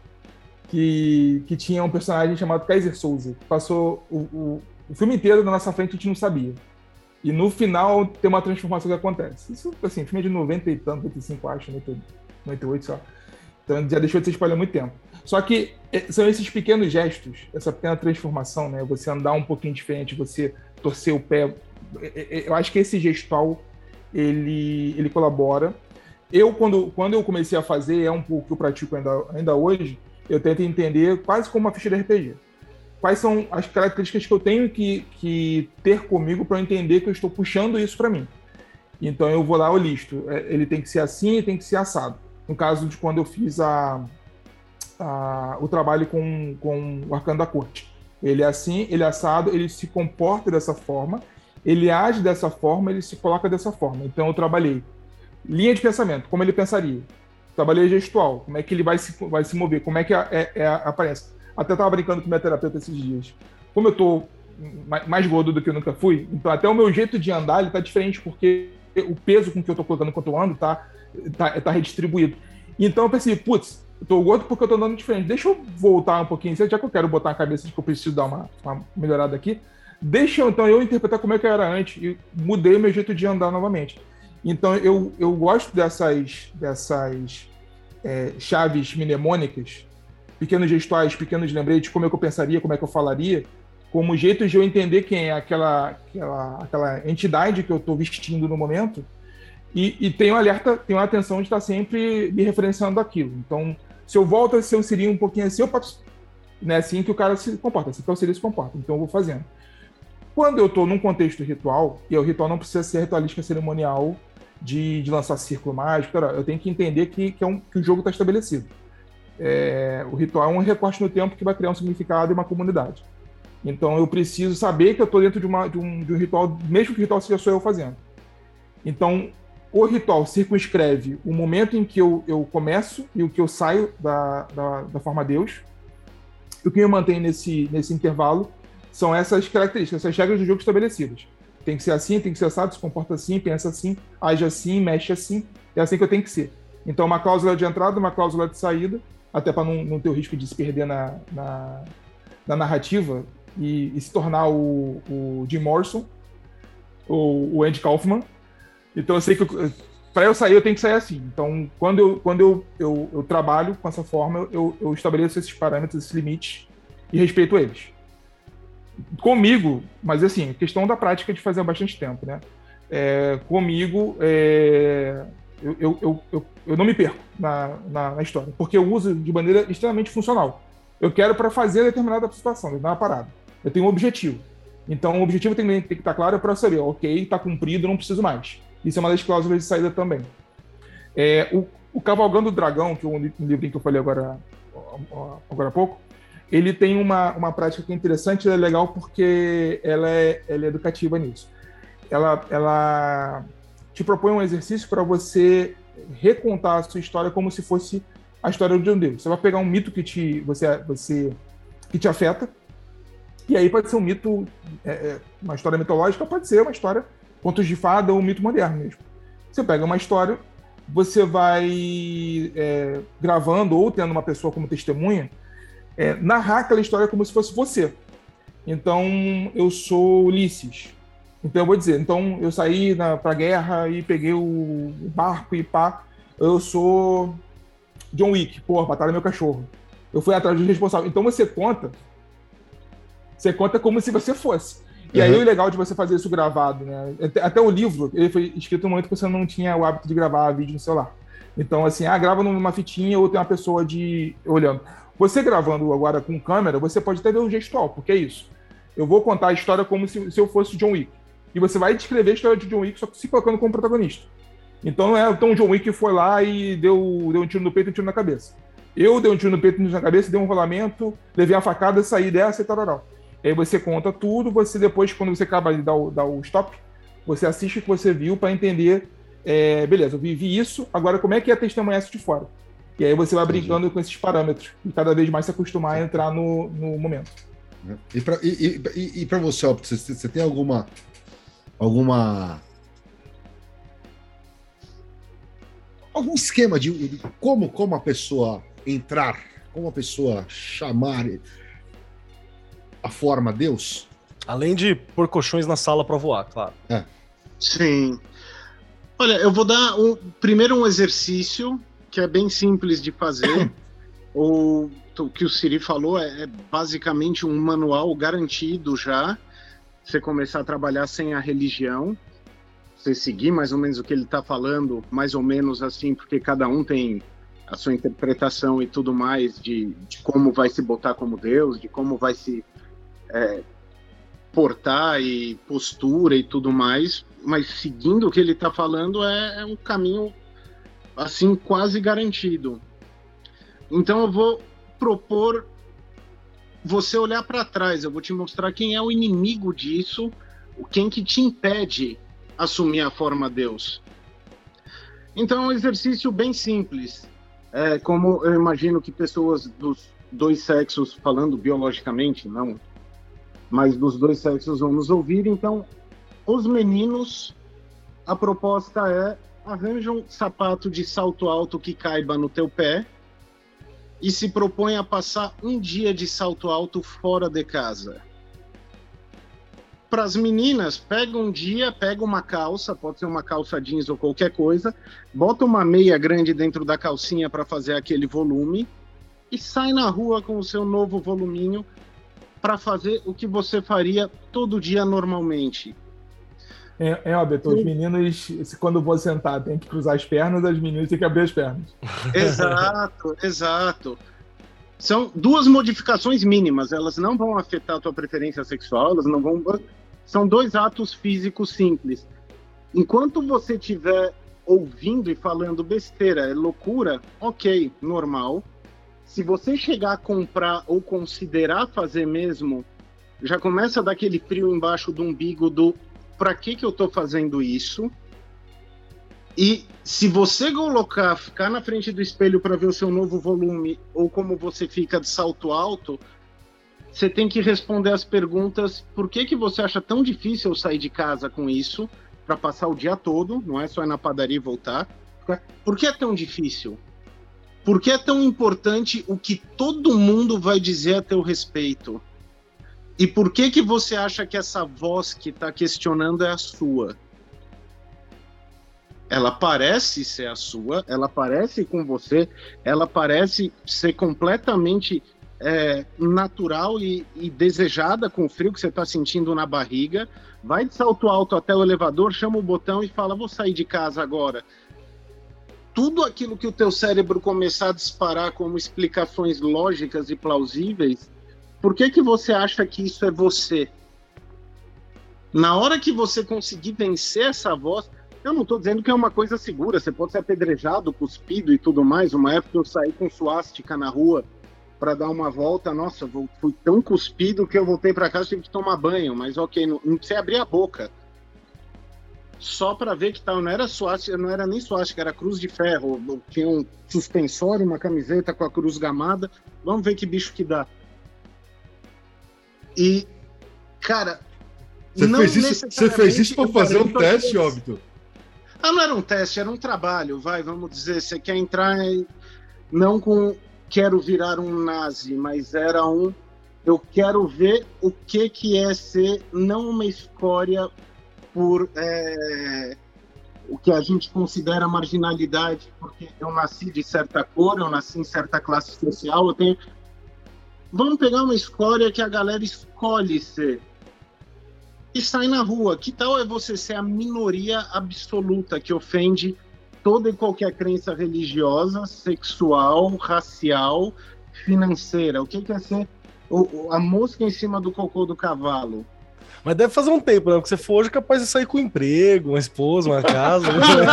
que, que tinha um personagem chamado Kaiser Souza, que passou o, o, o filme inteiro na nossa frente e a gente não sabia. E no final tem uma transformação que acontece. Isso, assim, filme de noventa e tanto, noventa e cinco, acho, noventa e oito só. Então já deixou de ser spoiler há muito tempo. Só que são esses pequenos gestos, essa pequena transformação, né? Você andar um pouquinho diferente, você torcer o pé. Eu acho que esse gestual, ele, ele colabora. Eu, quando, quando eu comecei a fazer, é um pouco que eu pratico ainda, ainda hoje, eu tento entender quase como uma ficha de R P G. Quais são as características que eu tenho que, que ter comigo para eu entender que eu estou puxando isso para mim. Então eu vou lá, eu listo. Ele tem que ser assim e tem que ser assado. No caso de quando eu fiz a, a, o trabalho com, com o Arcano da Corte. Ele é assim, ele é assado, ele se comporta dessa forma, ele age dessa forma, ele se coloca dessa forma. Então eu trabalhei linha de pensamento, como ele pensaria. Trabalhei gestual, como é que ele vai se, vai se mover, como é que é, é, é a aparência. Até estava brincando com minha terapeuta esses dias. Como eu estou mais gordo do que eu nunca fui, então até o meu jeito de andar ele está diferente, porque o peso com que eu estou colocando enquanto eu ando está tá, tá redistribuído. Então eu pensei, putz, eu estou gordo porque eu estou andando diferente. Deixa eu voltar um pouquinho, já que eu quero botar na cabeça de que eu preciso dar uma, uma melhorada aqui, deixa eu, então eu interpretar como é que eu era antes e mudei o meu jeito de andar novamente. Então eu, eu gosto dessas, dessas é, chaves mnemônicas, pequenos gestuais, pequenos lembretes, como é que eu pensaria, como é que eu falaria, como jeito de eu entender quem é aquela, aquela, aquela entidade que eu estou vestindo no momento, e, e tenho alerta, tenho a atenção de estar sempre me referenciando aquilo. Então, se eu volto a ser um Siri um pouquinho assim, eu posso, né, assim que o cara se comporta, assim que o Siri se comporta, então eu vou fazendo. Quando eu estou num contexto ritual, e o ritual não precisa ser ritualística cerimonial de, de lançar círculo mágico, eu tenho que entender que, que, é um, que o jogo está estabelecido. É, o ritual é um recorte no tempo que vai criar um significado e uma comunidade. Então eu preciso saber que eu estou dentro de, uma, de, um, de um ritual, mesmo que o ritual seja só eu fazendo. Então o ritual circunscreve o momento em que eu, eu começo e o que eu saio da, da, da forma Deus. E o que me mantém nesse, nesse intervalo são essas características, essas regras do jogo estabelecidas. Tem que ser assim, tem que ser assado, se comporta assim, pensa assim, age assim, mexe assim. É assim que eu tenho que ser. Então uma cláusula de entrada, uma cláusula de saída, até para não, não ter o risco de se perder na, na, na narrativa e, e se tornar o, o Jim Morrison ou o Andy Kaufman. Então eu sei que para eu sair eu tenho que sair assim. Então quando eu, quando eu, eu, eu trabalho com essa forma, eu, eu estabeleço esses parâmetros, esses limites e respeito eles. Comigo, mas assim, questão da prática de fazer há bastante tempo, né? É, comigo, é, eu, eu, eu, eu, eu não me perco na, na, na história, porque eu uso de maneira extremamente funcional. Eu quero para fazer determinada situação, não é uma parada. Eu tenho um objetivo. Então, o objetivo tem, tem que estar claro para eu saber, ok, está cumprido, não preciso mais. Isso é uma das cláusulas de saída também. É, o, o Cavalgando o Dragão, que é um livrinho que eu falei agora, agora há pouco, ele tem uma, uma prática que é interessante, ela é legal porque ela é, ela é educativa nisso. Ela, ela te propõe um exercício para você recontar a sua história como se fosse a história de um deus. Você vai pegar um mito que te, você, você, que te afeta, e aí pode ser um mito, é, uma história mitológica, pode ser uma história, contos de fada ou um mito moderno mesmo. Você pega uma história, você vai é, gravando ou tendo uma pessoa como testemunha, é, narrar aquela história como se fosse você. Então, eu sou Ulisses. Então, eu vou dizer, então, eu saí para a guerra e peguei o, o barco e pá. Eu sou John Wick, porra, mataram meu cachorro. Eu fui atrás dos responsáveis. Então, você conta, você conta como se você fosse. E uhum. aí, o legal de você fazer isso gravado, né? Até, até o livro, ele foi escrito no momento que você não tinha o hábito de gravar vídeo no celular. Então, assim, ah, grava numa fitinha ou tem uma pessoa de olhando. Você gravando agora com câmera, você pode até ver o gestual, porque é isso. Eu vou contar a história como se, se eu fosse o John Wick. E você vai descrever a história de John Wick, só que se colocando como protagonista. Então não é então o John Wick que foi lá e deu, deu um tiro no peito e um tiro na cabeça. Eu dei um tiro no peito e um tiro na cabeça, dei um rolamento, levei uma facada, saí dessa e tal. E aí você conta tudo, você depois, quando você acaba de dar o, dar o stop, você assiste o que você viu para entender, é, beleza, eu vivi isso, agora como é que é testemunhar isso de fora? E aí você vai brincando com esses parâmetros e cada vez mais se acostumar a entrar no, no momento. E para e, e, e você, você, você tem alguma alguma algum esquema de, de como, como a pessoa entrar, como a pessoa chamar a forma Deus? Além de pôr colchões na sala para voar, claro. É. Sim. Olha, eu vou dar um, primeiro um exercício que é bem simples de fazer. O, o que o Siri falou é, é basicamente um manual garantido já. Você começar a trabalhar sem a religião. Você seguir mais ou menos o que ele está falando, mais ou menos assim, porque cada um tem a sua interpretação e tudo mais de, de como vai se botar como Deus, de como vai se é, portar e postura e tudo mais, mas seguindo o que ele está falando é, é um caminho assim quase garantido. Então eu vou propor você olhar para trás, eu vou te mostrar quem é o inimigo disso, quem que te impede assumir a forma Deus. Então é um exercício bem simples, é, como eu imagino que pessoas dos dois sexos, falando biologicamente, não, mas dos dois sexos vão nos ouvir. Então, os meninos, a proposta é arranja um sapato de salto alto que caiba no teu pé e se propõe a passar um dia de salto alto fora de casa. Para as meninas, pega um dia, pega uma calça, pode ser uma calça jeans ou qualquer coisa, bota uma meia grande dentro da calcinha para fazer aquele volume e sai na rua com o seu novo voluminho para fazer o que você faria todo dia normalmente. É, é óbvio, os meninos, quando vão sentar, tem que cruzar as pernas, as meninas têm que abrir as pernas. Exato, exato. São duas modificações mínimas, elas não vão afetar a tua preferência sexual, elas não vão... São dois atos físicos simples. Enquanto você estiver ouvindo e falando besteira, é loucura, ok, normal. Se você chegar a comprar ou considerar fazer mesmo, já começa a dar aquele frio embaixo do umbigo do pra que que eu tô fazendo isso? E se você colocar, ficar na frente do espelho para ver o seu novo volume ou como você fica de salto alto, você tem que responder as perguntas: por que que você acha tão difícil eu sair de casa com isso, para passar o dia todo, não é só ir na padaria e voltar? Por que é tão difícil? Por que é tão importante o que todo mundo vai dizer a teu respeito? E por que que você acha que essa voz que está questionando é a sua? Ela parece ser a sua, ela parece com você, ela parece ser completamente é, natural e, e desejada com o frio que você está sentindo na barriga. Vai de salto alto até o elevador, chama o botão e fala: vou sair de casa agora. Tudo aquilo que o teu cérebro começar a disparar como explicações lógicas e plausíveis, por que que você acha que isso é você? Na hora que você conseguir vencer essa voz, eu não estou dizendo que é uma coisa segura, você pode ser apedrejado, cuspido e tudo mais. Uma época eu saí com suástica na rua para dar uma volta, nossa, fui tão cuspido que eu voltei para casa e tive que tomar banho, mas ok, não, não precisa abrir a boca. Só para ver que tal, não era suástica, não era nem suástica, era cruz de ferro, tinha um suspensório, uma camiseta com a cruz gamada, vamos ver que bicho que dá. E, cara, você não fez isso, você fez isso para fazer um teste, Óbito? Ah, não era um teste, era um trabalho, vai, vamos dizer, você quer entrar em, não com quero virar um nazi, mas era um eu quero ver o que que é ser não uma escória por é, o que a gente considera marginalidade, porque eu nasci de certa cor, eu nasci em certa classe social, eu tenho... Vamos pegar uma escória que a galera escolhe ser e sai na rua. Que tal é você ser a minoria absoluta que ofende toda e qualquer crença religiosa, sexual, racial, financeira. O que, que é ser o, a mosca em cima do cocô do cavalo? Mas deve fazer um tempo, né? Porque você for hoje, é capaz de sair com um emprego, uma esposa, uma casa.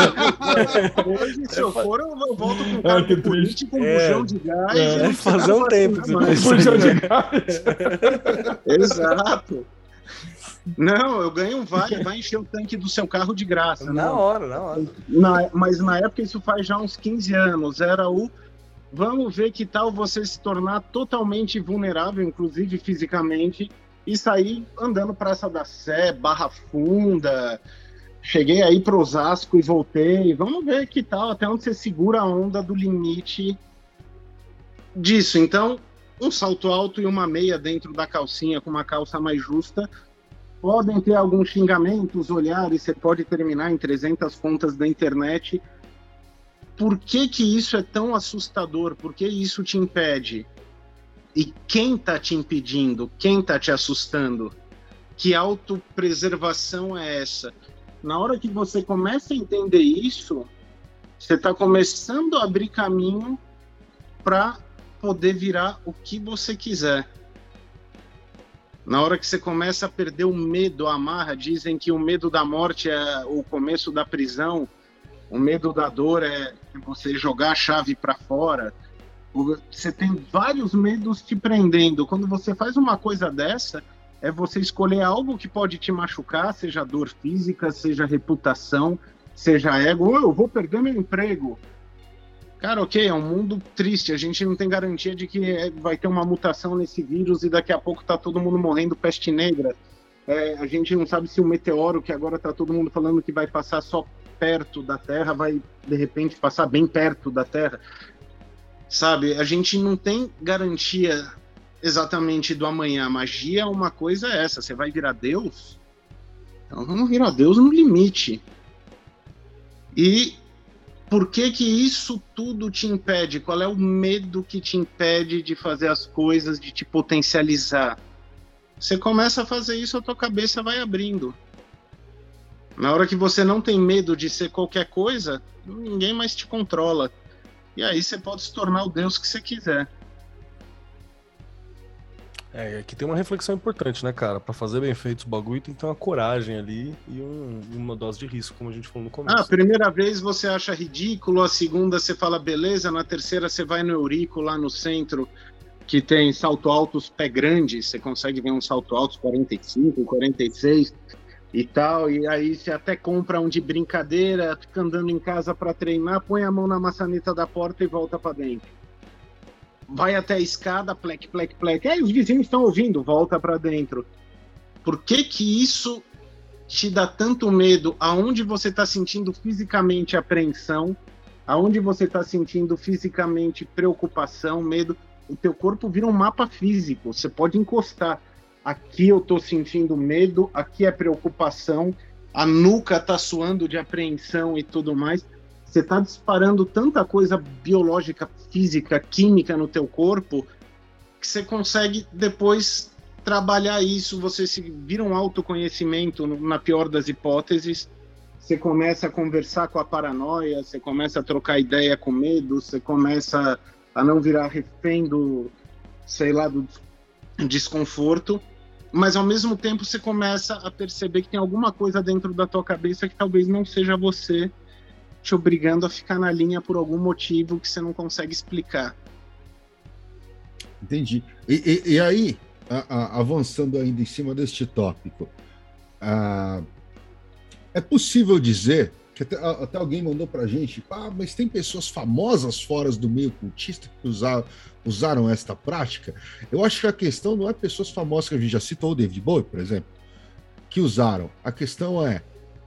Hoje, se eu for, eu volto com um cargo político, um é, bujão de gás. É, deve fazer um tempo que você fez Bujão de gás. Exato. Não, eu ganho um vale, vai encher o tanque do seu carro de graça. Na não. hora, na hora. Na, mas na época, isso faz já uns quinze anos, era o vamos ver que tal você se tornar totalmente vulnerável, inclusive fisicamente, e sair andando Praça da Sé, Barra Funda, cheguei aí para Osasco e voltei, vamos ver que tal, até onde você segura a onda do limite disso. Então, um salto alto e uma meia dentro da calcinha com uma calça mais justa, podem ter alguns xingamentos, olhares, você pode terminar em trezentas contas da internet. Por que que isso é tão assustador? Por que isso te impede? E quem está te impedindo? Quem está te assustando? Que autopreservação é essa? Na hora que você começa a entender isso, você está começando a abrir caminho para poder virar o que você quiser. Na hora que você começa a perder o medo, a amarra, dizem que o medo da morte é o começo da prisão, o medo da dor é você jogar a chave para fora. Você tem vários medos te prendendo. Quando você faz uma coisa dessa, é você escolher algo que pode te machucar, seja dor física, seja reputação, seja ego. Oh, eu vou perder meu emprego. Cara, ok, é um mundo triste. A gente não tem garantia de que vai ter uma mutação nesse vírus e daqui a pouco tá todo mundo morrendo peste negra. É, a gente não sabe se o meteoro, que agora tá todo mundo falando que vai passar só perto da Terra, vai de repente passar bem perto da Terra. Sabe, a gente não tem garantia exatamente do amanhã. A magia, uma coisa é essa, você vai virar Deus? Então vamos virar Deus no limite. E por que que isso tudo te impede? Qual é o medo que te impede de fazer as coisas, de te potencializar? Você começa a fazer isso, a tua cabeça vai abrindo. Na hora que você não tem medo de ser qualquer coisa, ninguém mais te controla. E aí você pode se tornar o Deus que você quiser. É, aqui tem uma reflexão importante, né, cara? Pra fazer bem feito os bagulho tem que ter uma coragem ali e um, uma dose de risco, como a gente falou no começo. Ah, a primeira vez você acha ridículo, a segunda você fala beleza, na terceira você vai no Eurico, lá no centro, que tem salto altos pé grande, você consegue ver um salto altos quarenta e cinco, quarenta e seis e tal, e aí você até compra um de brincadeira, fica andando em casa para treinar, põe a mão na maçaneta da porta e volta para dentro. Vai até a escada, plec, plec, plec. Aí os vizinhos estão ouvindo, volta para dentro. Por que que isso te dá tanto medo? Aonde você está sentindo fisicamente apreensão? Aonde você está sentindo fisicamente preocupação, medo? O teu corpo vira um mapa físico. Você pode encostar. Aqui eu estou sentindo medo, aqui é preocupação, a nuca está suando de apreensão e tudo mais. Você está disparando tanta coisa biológica, física, química no teu corpo que você consegue depois trabalhar isso, você se vira um autoconhecimento, na pior das hipóteses, você começa a conversar com a paranoia, você começa a trocar ideia com medo, você começa a não virar refém do, sei lá, do desconforto, mas ao mesmo tempo você começa a perceber que tem alguma coisa dentro da tua cabeça que talvez não seja você, te obrigando a ficar na linha por algum motivo que você não consegue explicar. Entendi. E, e, e aí, a, a, avançando ainda em cima deste tópico, a, é possível dizer, que até, até alguém mandou pra gente, ah, mas tem pessoas famosas fora do meio cultista que usaram, usaram esta prática? Eu acho que a questão não é pessoas famosas, que a gente já citou, o David Bowie, por exemplo, que usaram. A questão é,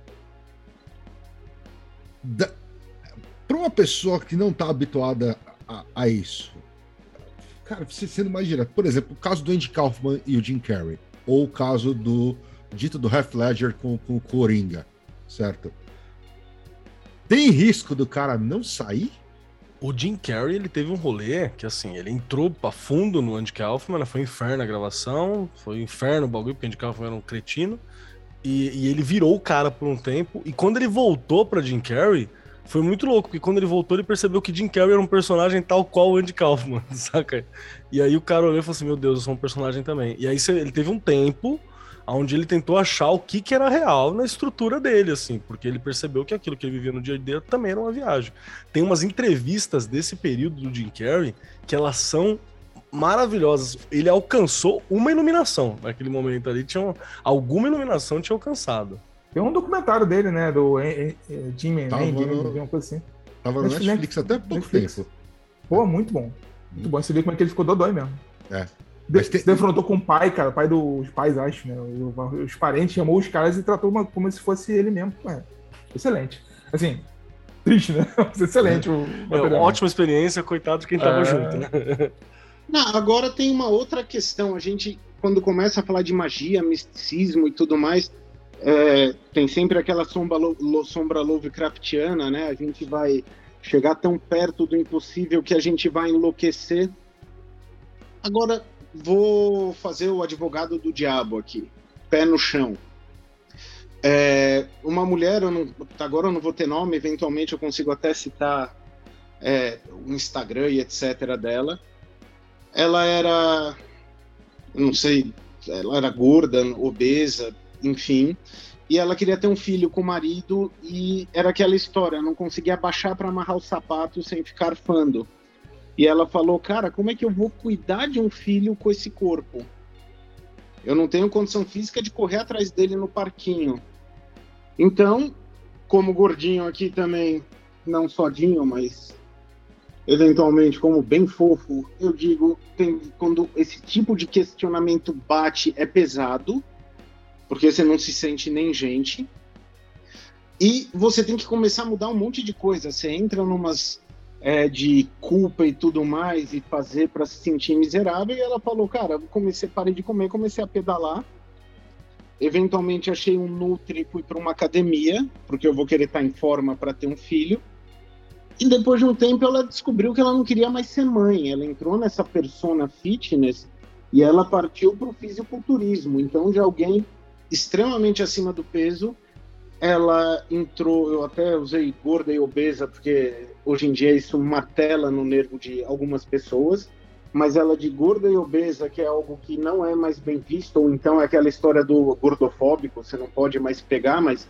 para uma pessoa que não está habituada a, a isso, cara, você sendo mais direto, por exemplo, o caso do Andy Kaufman e o Jim Carrey, ou o caso do dito do Heath Ledger com, com o Coringa, certo? Tem risco do cara não sair? O Jim Carrey, ele teve um rolê que, assim, ele entrou pra fundo no Andy Kaufman, foi um inferno a gravação, foi um inferno o bagulho, porque o Andy Kaufman era um cretino, e, e ele virou o cara por um tempo, e quando ele voltou pra Jim Carrey, Foi muito louco, porque quando ele voltou, ele percebeu que Jim Carrey era um personagem tal qual o Andy Kaufman, saca? E aí o cara olhou e falou assim, meu Deus, eu sou um personagem também. E aí ele teve um tempo onde ele tentou achar o que, que era real na estrutura dele, assim, porque ele percebeu que aquilo que ele vivia no dia a dia também era uma viagem. Tem umas entrevistas desse período do Jim Carrey que elas são maravilhosas. Ele alcançou uma iluminação naquele momento ali, tinha uma, alguma iluminação tinha alcançado. Tem um documentário dele, né? Do Jimmy, Tava no... uma coisa assim. Tava no Netflix, Netflix até pouco Netflix. tempo. Pô, muito bom. Muito bom. Você vê como é que ele ficou dodói mesmo. É. De, tem... Se defrontou com o pai, cara. O pai dos pais, acho, né? Os parentes chamou os caras e tratou uma, como se fosse ele mesmo. É. Excelente. Assim, triste, né? Excelente. O é, ótima experiência, coitado de quem tava é... junto, né? Não, agora tem uma outra questão. A gente, quando começa a falar de magia, misticismo e tudo mais, é, tem sempre aquela sombra, lo, sombra Lovecraftiana, né? A gente vai chegar tão perto do impossível que a gente vai enlouquecer. Agora, vou fazer o advogado do diabo aqui. Pé no chão. É, uma mulher, eu não, agora eu não vou ter nome, eventualmente eu consigo até citar é, o Instagram e etcétera dela. Ela era, não sei, ela era gorda, obesa, enfim, e ela queria ter um filho com o marido e era aquela história, não conseguia abaixar para amarrar o sapato sem ficar arfando. E ela falou, cara, como é que eu vou cuidar de um filho com esse corpo? Eu não tenho condição física de correr atrás dele no parquinho. Então, como gordinho aqui também, não só dinho, mas eventualmente como bem fofo, eu digo, tem, quando esse tipo de questionamento bate, é pesado, porque você não se sente nem gente, e você tem que começar a mudar um monte de coisa. Você entra numas é, de culpa e tudo mais, e fazer para se sentir miserável, e ela falou, cara, eu comecei, parei de comer, comecei a pedalar, eventualmente achei um nutri, fui para uma academia, porque eu vou querer estar em forma para ter um filho. E depois de um tempo ela descobriu que ela não queria mais ser mãe. Ela entrou nessa persona fitness e ela partiu para o fisiculturismo. Então, de alguém extremamente acima do peso, ela entrou, eu até usei gorda e obesa, porque hoje em dia isso martela no nervo de algumas pessoas, mas ela de gorda e obesa, que é algo que não é mais bem visto, ou então é aquela história do gordofóbico, você não pode mais pegar, mas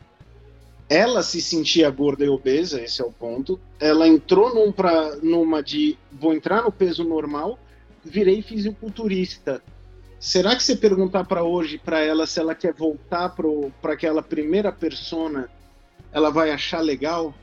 ela se sentia gorda e obesa, esse é o ponto. Ela entrou num pra, numa de, vou entrar no peso normal, virei fisiculturista. Será que você perguntar para hoje, para ela, se ela quer voltar para aquela primeira persona, ela vai achar legal?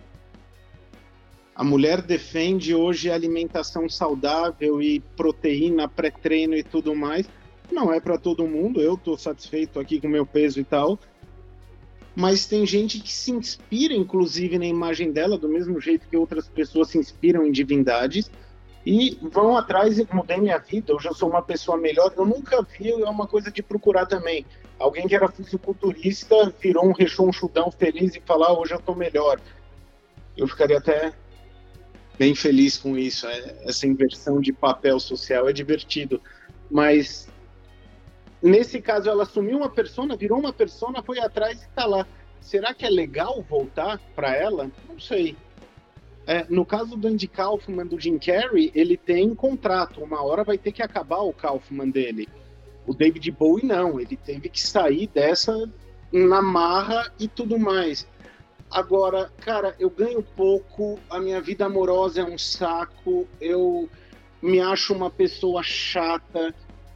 A mulher defende hoje alimentação saudável e proteína, pré-treino e tudo mais. Não é para todo mundo, eu estou satisfeito aqui com o meu peso e tal. Mas tem gente que se inspira, inclusive, na imagem dela, do mesmo jeito que outras pessoas se inspiram em divindades, e vão atrás e mudei minha vida, hoje eu sou uma pessoa melhor. Eu nunca vi, é uma coisa de procurar também. Alguém que era fisiculturista virou um rechonchudão feliz e falar, ah, hoje eu tô melhor. Eu ficaria até bem feliz com isso. Essa inversão de papel social é divertido. Mas nesse caso, ela assumiu uma persona, virou uma persona, foi atrás e tá lá. Será que é legal voltar para ela? Não sei. É, no caso do Andy Kaufman, do Jim Carrey, ele tem contrato. Uma hora vai ter que acabar o Kaufman dele. O David Bowie não. Ele teve que sair dessa na marra e tudo mais. Agora, cara, eu ganho pouco, a minha vida amorosa é um saco, eu me acho uma pessoa chata.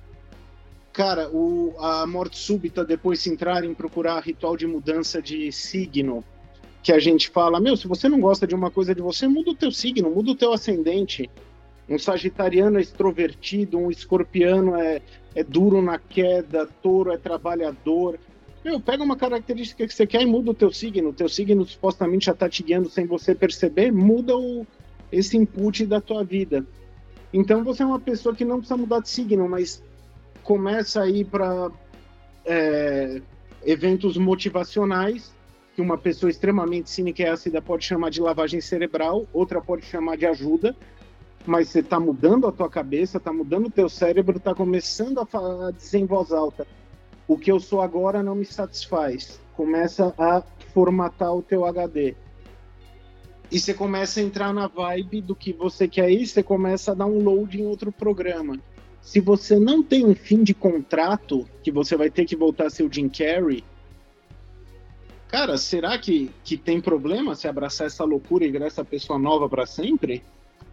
Cara, o, a morte súbita, depois se entrarem procurar ritual de mudança de signo, que a gente fala, meu, se você não gosta de uma coisa de você, muda o teu signo, muda o teu ascendente. Um sagitariano é extrovertido, um escorpiano é, é duro na queda, touro é trabalhador. Meu, pega uma característica que você quer e muda o teu signo. O teu signo supostamente já está te guiando sem você perceber, muda o, esse input da tua vida. Então você é uma pessoa que não precisa mudar de signo, mas começa a ir para é, eventos motivacionais, que uma pessoa extremamente cínica e ácida pode chamar de lavagem cerebral, outra pode chamar de ajuda, mas você está mudando a tua cabeça, está mudando o teu cérebro, está começando a, falar, a dizer em voz alta, o que eu sou agora não me satisfaz. Começa a formatar o teu H D. e você começa a entrar na vibe do que você quer ir, você começa a dar um load em outro programa. Se você não tem um fim de contrato, que você vai ter que voltar a ser o Jim Carrey, cara, será que, que tem problema se abraçar essa loucura e virar essa pessoa nova para sempre?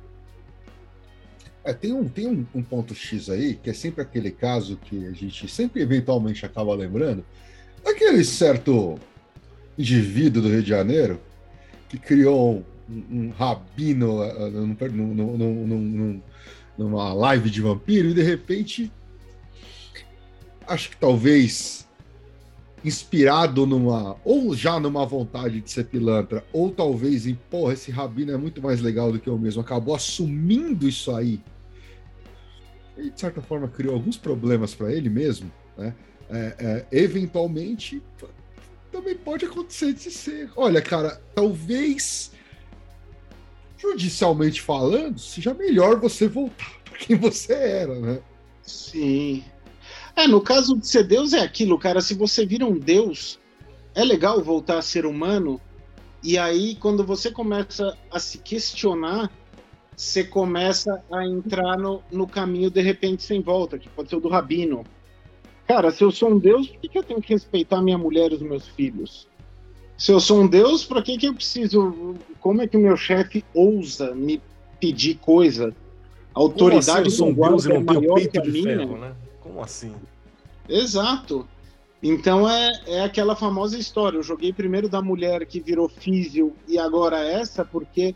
É, tem um, tem um, um ponto X aí, que é sempre aquele caso que a gente sempre eventualmente acaba lembrando, aquele certo indivíduo do Rio de Janeiro que criou um, um rabino uh, num, num, num, num, numa live de vampiro e de repente, acho que talvez inspirado numa, ou já numa vontade de ser pilantra, ou talvez em, porra, esse rabino é muito mais legal do que eu mesmo, acabou assumindo isso aí. E, de certa forma, criou alguns problemas para ele mesmo, né? É, é, eventualmente, também pode acontecer de ser. Olha, cara, talvez, judicialmente falando, seja melhor você voltar para quem você era, né? Sim. É, no caso de ser Deus é aquilo, cara, se você vira um Deus, é legal voltar a ser humano, e aí quando você começa a se questionar, você começa a entrar no, no caminho de repente sem volta, que pode ser o do rabino. Cara, se eu sou um Deus, por que, que eu tenho que respeitar minha mulher e os meus filhos? Se eu sou um Deus, para que, que eu preciso... Como é que o meu chefe ousa me pedir coisa? A autoridade... Como assim eu sou um Deus e não tenho peito de minha? ferro, né? Como assim? Exato. Então é, é aquela famosa história. Eu joguei primeiro da mulher que virou físio e agora essa, porque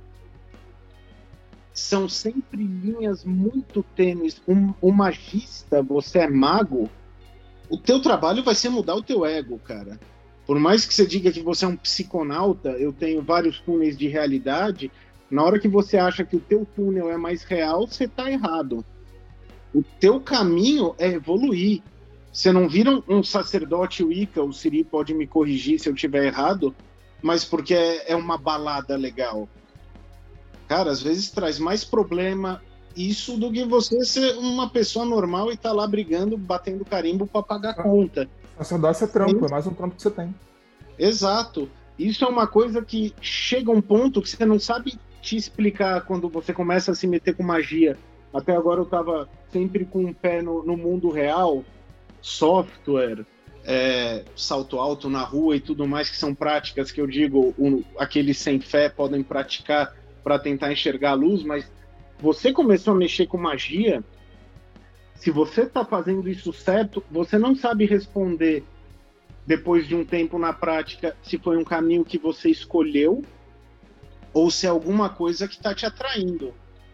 são sempre linhas muito tênues. Um, um magista, você é mago, o teu trabalho vai ser mudar o teu ego, cara. Por mais que você diga que você é um psiconauta, eu tenho vários túneis de realidade, na hora que você acha que o teu túnel é mais real, você tá errado. O teu caminho é evoluir. Você não vira um, um sacerdote Wicca, o Siri pode me corrigir se eu estiver errado, mas porque é, é uma balada legal. Cara, às vezes traz mais problema isso do que você ser uma pessoa normal e tá lá brigando, batendo carimbo para pagar a conta. Sacerdócio é trampo, é mais um trampo que você tem. Exato. Isso é uma coisa que chega a um ponto que você não sabe te explicar quando você começa a se meter com magia. Até agora eu tava sempre com um pé no, no mundo real, software, é, salto alto na rua e tudo mais, que são práticas que eu digo, um, aqueles sem fé podem praticar para tentar enxergar a luz, mas você começou a mexer com magia, se você está fazendo isso certo, você não sabe responder depois de um tempo na prática se foi um caminho que você escolheu ou se é alguma coisa que está te atraindo.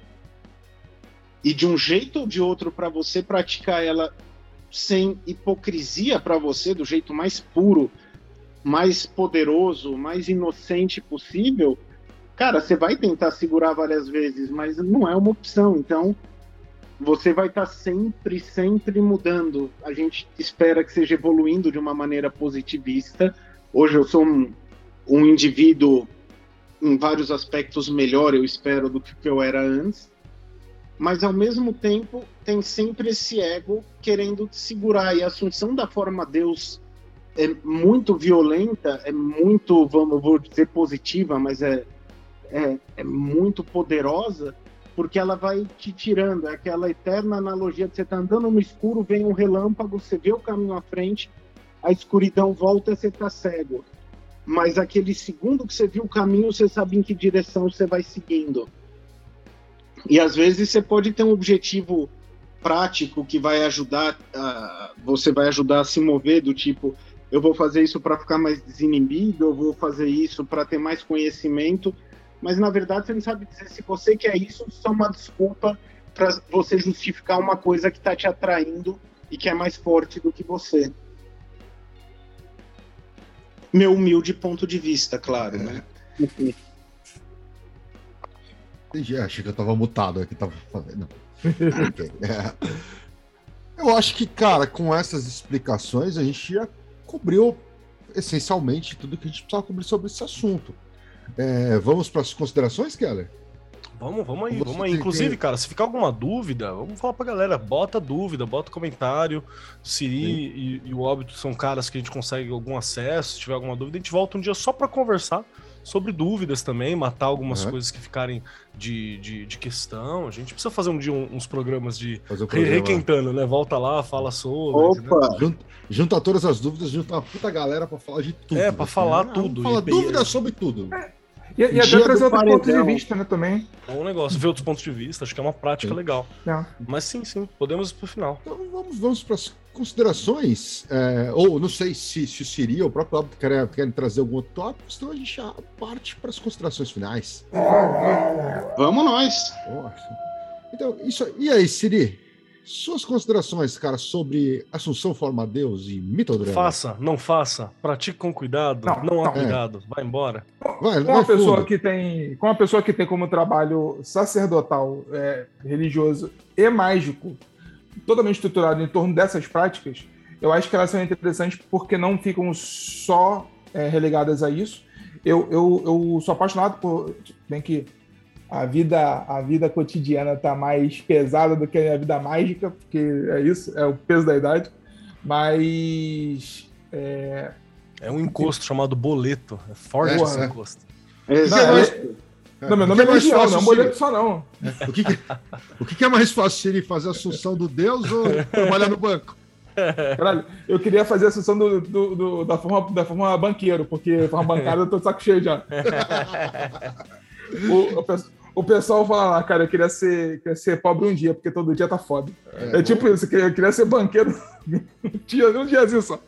E de um jeito ou de outro, para você praticar ela sem hipocrisia para você, do jeito mais puro, mais poderoso, mais inocente possível, cara, você vai tentar segurar várias vezes, mas não é uma opção. Então, você vai estar sempre, sempre mudando. A gente espera que seja evoluindo de uma maneira positivista. Hoje eu sou um, um indivíduo em vários aspectos melhor, eu espero, do que eu era antes. Mas, ao mesmo tempo, tem sempre esse ego querendo te segurar. E a assunção da forma Deus é muito violenta, é muito, vamos, vou dizer positiva, mas é, é, é muito poderosa, porque ela vai te tirando. É aquela eterna analogia de você estar andando no escuro, vem um relâmpago, você vê o caminho à frente, a escuridão volta e você está cego. Mas aquele segundo que você viu o caminho, você sabe em que direção você vai seguindo. E às vezes você pode ter um objetivo prático que vai ajudar, a, você vai ajudar a se mover, do tipo, eu vou fazer isso para ficar mais desinibido, eu vou fazer isso para ter mais conhecimento, mas na verdade você não sabe dizer se você quer isso, só uma desculpa para você justificar uma coisa que está te atraindo e que é mais forte do que você. Meu humilde ponto de vista, claro, né? Entendi, achei que eu tava mutado aqui, tava fazendo. Okay. É. Eu acho que, cara, com essas explicações a gente já cobriu essencialmente tudo que a gente precisava cobrir sobre esse assunto. É, vamos para as considerações, Keller? Vamos, vamos aí, Você vamos aí. tem Inclusive, que... cara, se ficar alguma dúvida, vamos falar pra galera. Bota dúvida, bota comentário. Siri e, e o Óbito são caras que a gente consegue algum acesso. Se tiver alguma dúvida, a gente volta um dia só pra conversar sobre dúvidas também, matar algumas Uhum. coisas que ficarem de, de, de questão. A gente precisa fazer um dia um- uns programas de Fazer um re- programa. requentando, né? Volta lá, fala sobre. entendeu? Opa! Junta, junta todas as dúvidas, junta uma puta galera pra falar de tudo. É, pra falar tudo. Fala E- dúvidas e- sobre tudo. E, e até Dia trazer do outros pontos de paredão. vista, né, também. Bom negócio, ver outros pontos de vista, acho que é uma prática Sim. legal. É. Mas sim, sim, podemos ir pro final. Então vamos, vamos para as considerações. é, ou não sei se, se o Siri ou o próprio Óbito querem, querem trazer algum outro tópico, senão a gente já parte para as considerações finais. Vamos nós! Nossa. Então, isso aí. E aí, Siri? Suas considerações, cara, sobre Assunção Forma Deus e Mitodrama? Faça, não faça, pratique com cuidado, Não, não, há não. cuidado, vai embora. Vai, Com vai uma pessoa fundo. que tem, com uma pessoa que tem como trabalho sacerdotal, é, religioso e mágico, totalmente estruturado em torno dessas práticas, eu acho que elas são interessantes porque não ficam só é, relegadas a isso. Eu, eu, eu sou apaixonado por, bem que a vida, a vida cotidiana está mais pesada do que a vida mágica, porque é isso, é o peso da idade. Mas é, É um encosto chamado boleto, é forte É, esse é. encosto. Exato. não, é- É, não, meu o nome que é mais Legião, fácil, não é um Siri? boleto só não. O que, que- o que que é mais fácil, Siri, fazer a Assunção do Deus ou trabalhar no banco? Caralho, eu queria fazer a sessão do, do- do- da, forma, da forma banqueiro, porque forma bancária eu tô de saco cheio já. o, o, pe- o pessoal fala lá, cara, eu queria ser, queria ser pobre um dia, porque todo dia tá foda. É, tipo isso, que eu queria ser banqueiro um dia, um diazinho só.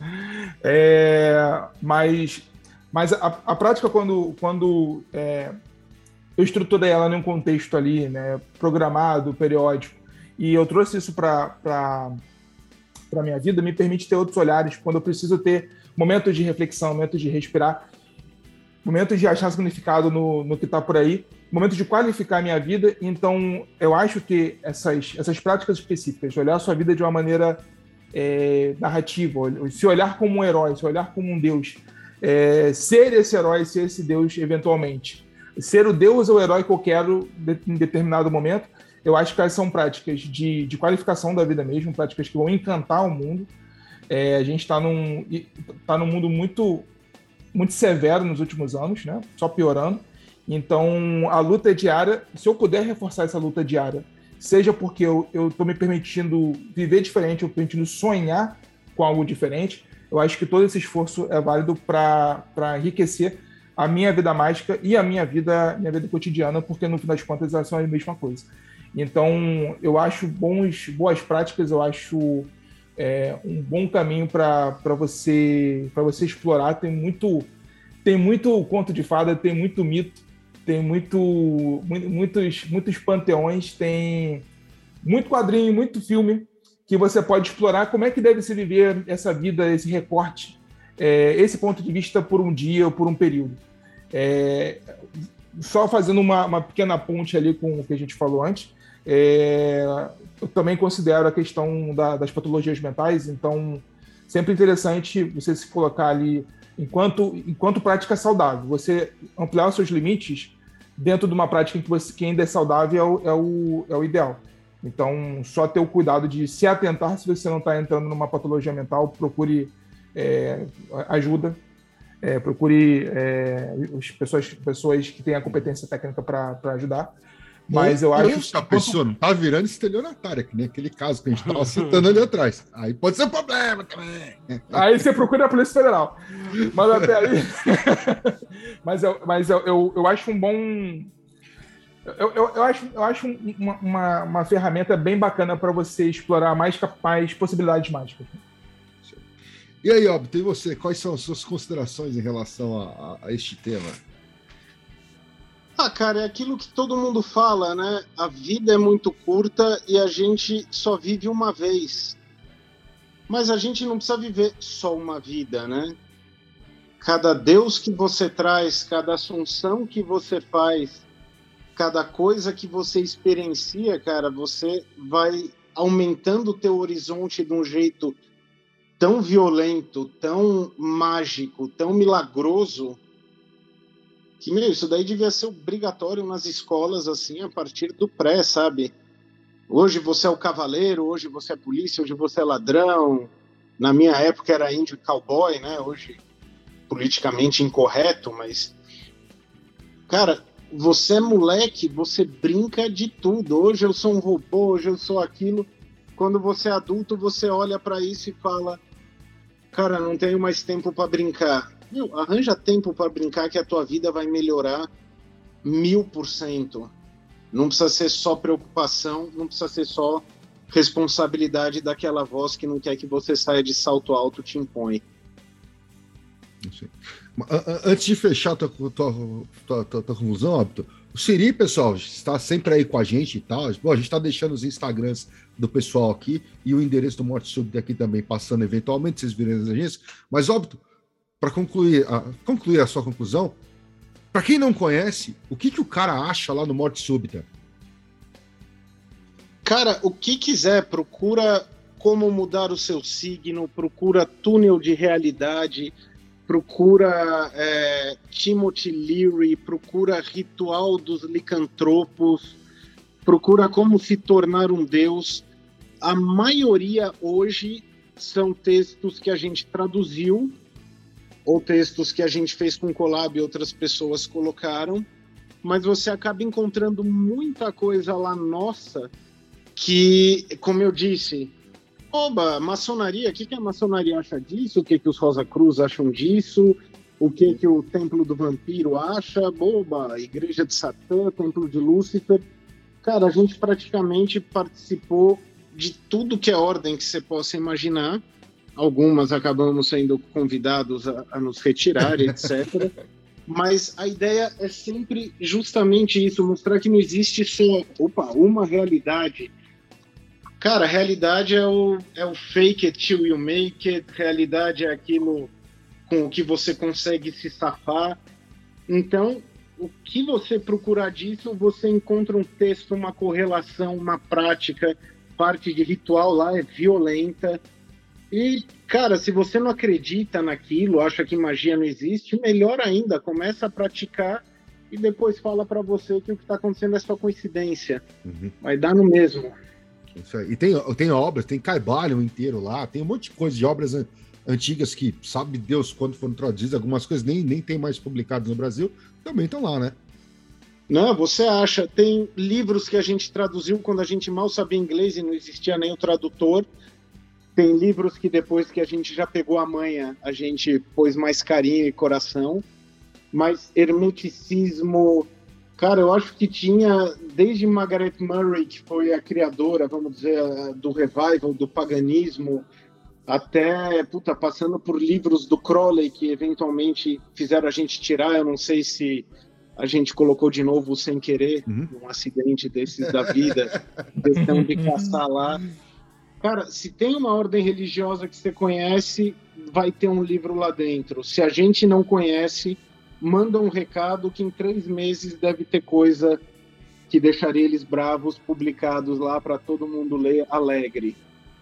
É, mas mas a, a prática, quando, quando é, eu estruturei ela num contexto ali, né, programado, periódico, e eu trouxe isso para para minha vida, me permite ter outros olhares quando eu preciso ter momentos de reflexão, momentos de respirar, momentos de achar significado no, no que está por aí, momentos de qualificar a minha vida. Então, eu acho que essas, essas práticas específicas, olhar a sua vida de uma maneira é, narrativa, se olhar como um herói, se olhar como um Deus, é, ser esse herói, ser esse Deus eventualmente, ser o Deus ou o herói que eu quero de, em determinado momento. Eu acho que elas são práticas de, de qualificação da vida mesmo, práticas que vão encantar o mundo. É, a gente está num, tá num mundo muito, muito severo nos últimos anos, né? Só piorando. Então, a luta é diária. Se eu puder reforçar essa luta diária, seja porque eu estou me permitindo viver diferente, eu permitindo sonhar com algo diferente, eu acho que todo esse esforço é válido para enriquecer a minha vida mágica e a minha vida, minha vida cotidiana, porque no fim das contas elas são a mesma coisa. Então, eu acho bons, boas práticas, eu acho é, um bom caminho para você, para você explorar. Tem muito, tem muito conto de fada, tem muito mito, tem muito, muitos, muitos panteões, tem muito quadrinho, muito filme que você pode explorar como é que deve se viver essa vida, esse recorte, é, esse ponto de vista por um dia ou por um período. É, só fazendo uma, uma pequena ponte ali com o que a gente falou antes, é, eu também considero a questão da, das patologias mentais, então sempre interessante você se colocar ali enquanto, enquanto prática saudável, você ampliar os seus limites dentro de uma prática em que, você, que ainda é saudável é o, é, o, é o ideal. Então, só ter o cuidado de se atentar se você não está entrando numa patologia mental, procure é, ajuda, é, procure é, as pessoas, pessoas que têm a competência técnica para ajudar. Mas eu acho que a pessoa não tá virando estelionatária, que nem aquele caso que a gente estava citando ali atrás. Aí pode ser um problema também. Aí você procura a Polícia Federal. Mas até aí. mas eu, mas eu, eu, eu acho um bom. Eu, eu, eu acho, eu acho uma, uma, uma ferramenta bem bacana para você explorar mais, mais possibilidades mágicas. E aí, Óbito, e você? Quais são as suas considerações em relação a, a, a este tema? Ah, cara, é aquilo que todo mundo fala, né? A vida é muito curta e a gente só vive uma vez. Mas a gente não precisa viver só uma vida, né? Cada Deus que você traz, cada assunção que você faz, cada coisa que você experiencia, cara, você vai aumentando o teu horizonte de um jeito tão violento, tão mágico, tão milagroso, que, meu, isso daí devia ser obrigatório nas escolas, assim, a partir do pré, sabe? Hoje você é o cavaleiro, hoje você é polícia, hoje você é ladrão. Na minha época era índio e cowboy, né? Hoje, politicamente incorreto, mas Cara, você é moleque, você brinca de tudo. Hoje eu sou um robô, hoje eu sou aquilo. Quando você é adulto, você olha pra isso e fala: cara, não tenho mais tempo pra brincar. Meu, arranja tempo pra brincar que a tua vida vai melhorar mil por cento. Não precisa ser só preocupação, não precisa ser só responsabilidade daquela voz que não quer que você saia de salto alto, te impõe. Antes de fechar a tua, tua, tua, tua, tua conclusão, Óbito, o Siri, pessoal, está sempre aí com a gente e tal. Bom, a gente está deixando os Instagrams do pessoal aqui e o endereço do Morte Súbita aqui também, passando eventualmente, vocês virem as agências. Mas, Óbito, para concluir a, concluir a sua conclusão, para quem não conhece, o que, que o cara acha lá no Morte Súbita? Cara, o que quiser, procura como mudar o seu signo, procura túnel de realidade, procura é, Timothy Leary, procura Ritual dos Licantropos, procura como se tornar um deus. A maioria hoje são textos que a gente traduziu, ou textos que a gente fez com collab e outras pessoas colocaram, mas você acaba encontrando muita coisa lá nossa que, como eu disse... Oba, maçonaria, o que, que a maçonaria acha disso? O que, que os Rosa Cruz acham disso? O que, que o Templo do Vampiro acha? Boba, Igreja de Satã, Templo de Lúcifer. Cara, a gente praticamente participou de tudo que é ordem que você possa imaginar. Algumas acabamos sendo convidados a, a nos retirar, etcétera. Mas a ideia é sempre justamente isso, mostrar que não existe só, opa, uma realidade. Cara, realidade é o, é o fake it till you make it, realidade é aquilo com o que você consegue se safar. Então, o que você procurar disso, você encontra um texto, uma correlação, uma prática, parte de ritual lá é violenta. E, cara, se você não acredita naquilo, acha que magia não existe, melhor ainda, começa a praticar e depois fala pra você que o que tá acontecendo é só coincidência. Uhum. Vai dar no mesmo. Isso aí. E tem, tem obras, tem Caibalion inteiro lá, tem um monte de coisa de obras an- antigas que sabe Deus quando foram traduzidas, algumas coisas nem, nem tem mais publicadas no Brasil, também estão lá, né? Não, você acha, tem livros que a gente traduziu quando a gente mal sabia inglês e não existia nem o tradutor, tem livros que depois que a gente já pegou a manha, a gente pôs mais carinho e coração, mas hermeticismo... Cara, eu acho que tinha, desde Margaret Murray, que foi a criadora, vamos dizer, do revival, do paganismo, até, puta, passando por livros do Crowley, que eventualmente fizeram a gente tirar, eu não sei se a gente colocou de novo sem querer, uhum. um acidente desses da vida, questão de caçar lá. Cara, se tem uma ordem religiosa que você conhece, vai ter um livro lá dentro. Se a gente não conhece... manda um recado que em três meses deve ter coisa que deixaria eles bravos publicados lá para todo mundo ler alegre.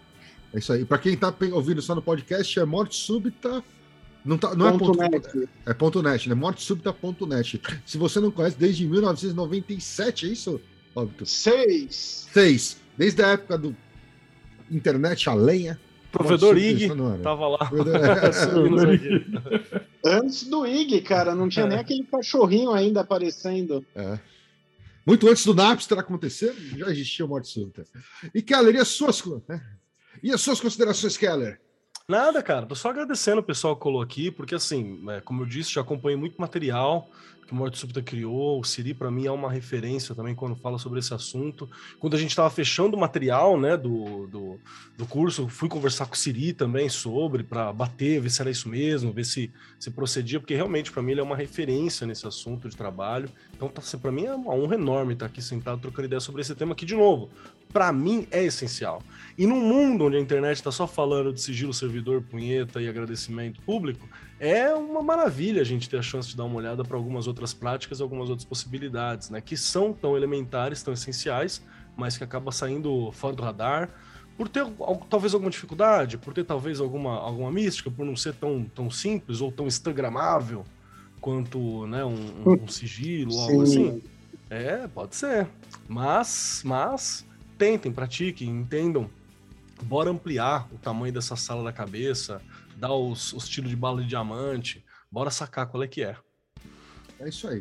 É isso aí. Para quem tá ouvindo só no podcast, é Morte Súbita. Não, tá, não ponto é ponto net. É ponto net, né? morte súbita ponto net. Se você não conhece, desde mil novecentos e noventa e sete, é isso, Óbito? Seis. Seis. Desde a época do internet a lenha. Provedor I G, tava lá. Antes do I G, cara, não tinha é. nem aquele cachorrinho ainda aparecendo. É. Muito antes do Napster acontecer, já existia o Morte Súbita. E Keller, e as suas, né? e as suas considerações, Keller? Nada, cara, tô só agradecendo o pessoal que colou aqui, porque assim, é, como eu disse, já acompanhei muito material que o Morte Súbita criou, o Siri para mim é uma referência também quando fala sobre esse assunto. Quando a gente estava fechando o material, né, do, do, do curso, fui conversar com o Siri também sobre, para bater, ver se era isso mesmo, ver se, se procedia, porque realmente para mim ele é uma referência nesse assunto de trabalho. Então tá, para mim é uma honra enorme estar aqui sentado trocando ideia sobre esse tema que, de novo, para mim é essencial. E num mundo onde a internet está só falando de sigilo servidor, punheta e agradecimento público, é uma maravilha a gente ter a chance de dar uma olhada para algumas outras práticas, algumas outras possibilidades, né, que são tão elementares, tão essenciais, mas que acaba saindo fora do radar, por ter talvez alguma dificuldade, por ter talvez alguma, alguma mística, por não ser tão, tão simples ou tão instagramável quanto, né, um, um sigilo ou algo assim. É, pode ser. Mas, mas tentem, pratiquem, entendam. Bora ampliar o tamanho dessa sala da cabeça, dar os, os tiros de bala de diamante, bora sacar qual é que é. É isso aí.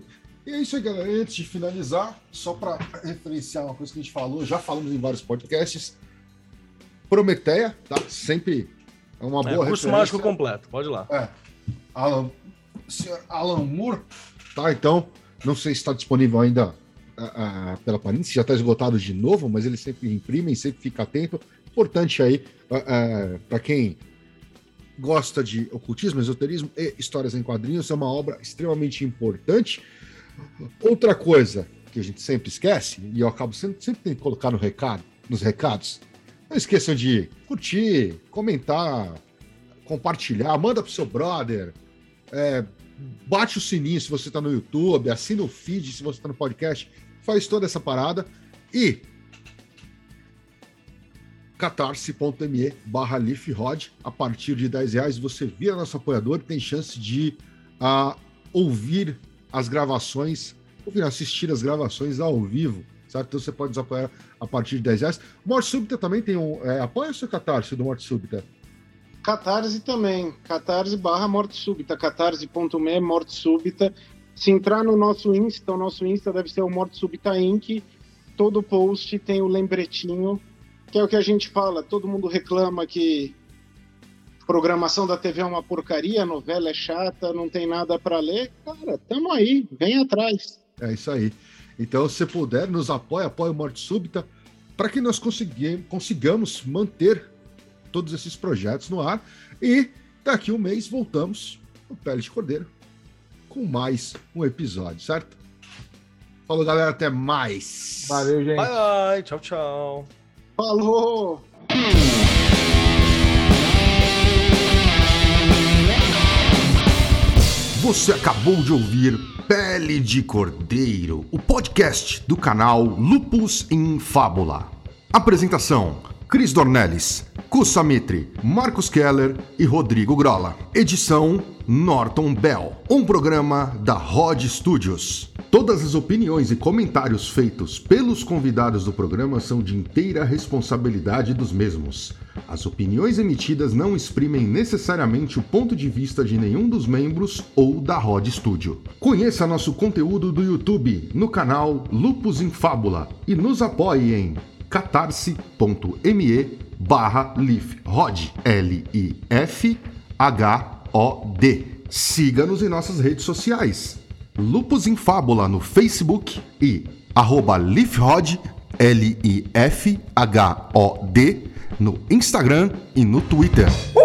E é isso aí, galera. Antes de finalizar, só para referenciar uma coisa que a gente falou, já falamos em vários podcasts, Prometeia, tá? Sempre é uma boa é, curso referência. mágico completo, pode ir lá. É. Alan, senhor Alan Moore, tá? Então, não sei se está disponível ainda uh, uh, pela Panini, se já está esgotado de novo, mas eles sempre imprimem, sempre fica atento. Importante aí, uh, uh, para quem gosta de ocultismo, esoterismo e histórias em quadrinhos, é uma obra extremamente importante. Outra coisa que a gente sempre esquece, e eu acabo sempre, sempre tendo que colocar no recado, nos recados, não esqueçam de curtir, comentar, compartilhar, manda pro seu brother, é, bate o sininho se você tá no YouTube, assina o feed se você tá no podcast, faz toda essa parada e catarse.me barra leafrod, a partir de dez reais você vira nosso apoiador e tem chance de uh, ouvir as gravações, ouvir, assistir as gravações ao vivo, certo? Então você pode nos apoiar a partir de dez reais. Morte Súbita também tem um... É, apoia o seu Catarse do Morte Súbita? Catarse também, Catarse barra Morte Súbita, catarse.me Morte Súbita. Se entrar no nosso Insta, o nosso Insta deve ser o Morte Súbita Inc. Todo post tem o lembretinho, que é o que a gente fala, todo mundo reclama que programação da T V é uma porcaria, a novela é chata, não tem nada para ler. Cara, tamo aí, vem atrás. É isso aí. Então, se puder, nos apoia, apoia o Morte Súbita, para que nós consigamos manter todos esses projetos no ar. E daqui um mês voltamos no Pele de Cordeiro com mais um episódio, certo? Falou, galera, até mais. Valeu, gente. Bye, bye. Tchau, tchau. Falou! Você acabou de ouvir Pele de Cordeiro, o podcast do canal Lupus in Fábula. Apresentação: Cris Dornelles, Cussa Mitre, Marcos Keller e Rodrigo Grola. Edição: Norton Bell. Um programa da Rod Studios. Todas as opiniões e comentários feitos pelos convidados do programa são de inteira responsabilidade dos mesmos. As opiniões emitidas não exprimem necessariamente o ponto de vista de nenhum dos membros ou da Rod Studio. Conheça nosso conteúdo do YouTube no canal Lupus in Fábula e nos apoie em catarse.me barra Lifrod, L I F H O D. Siga-nos em nossas redes sociais. Lupus in Fábula no Facebook e arroba Lifrod, L I F H O D, no Instagram e no Twitter.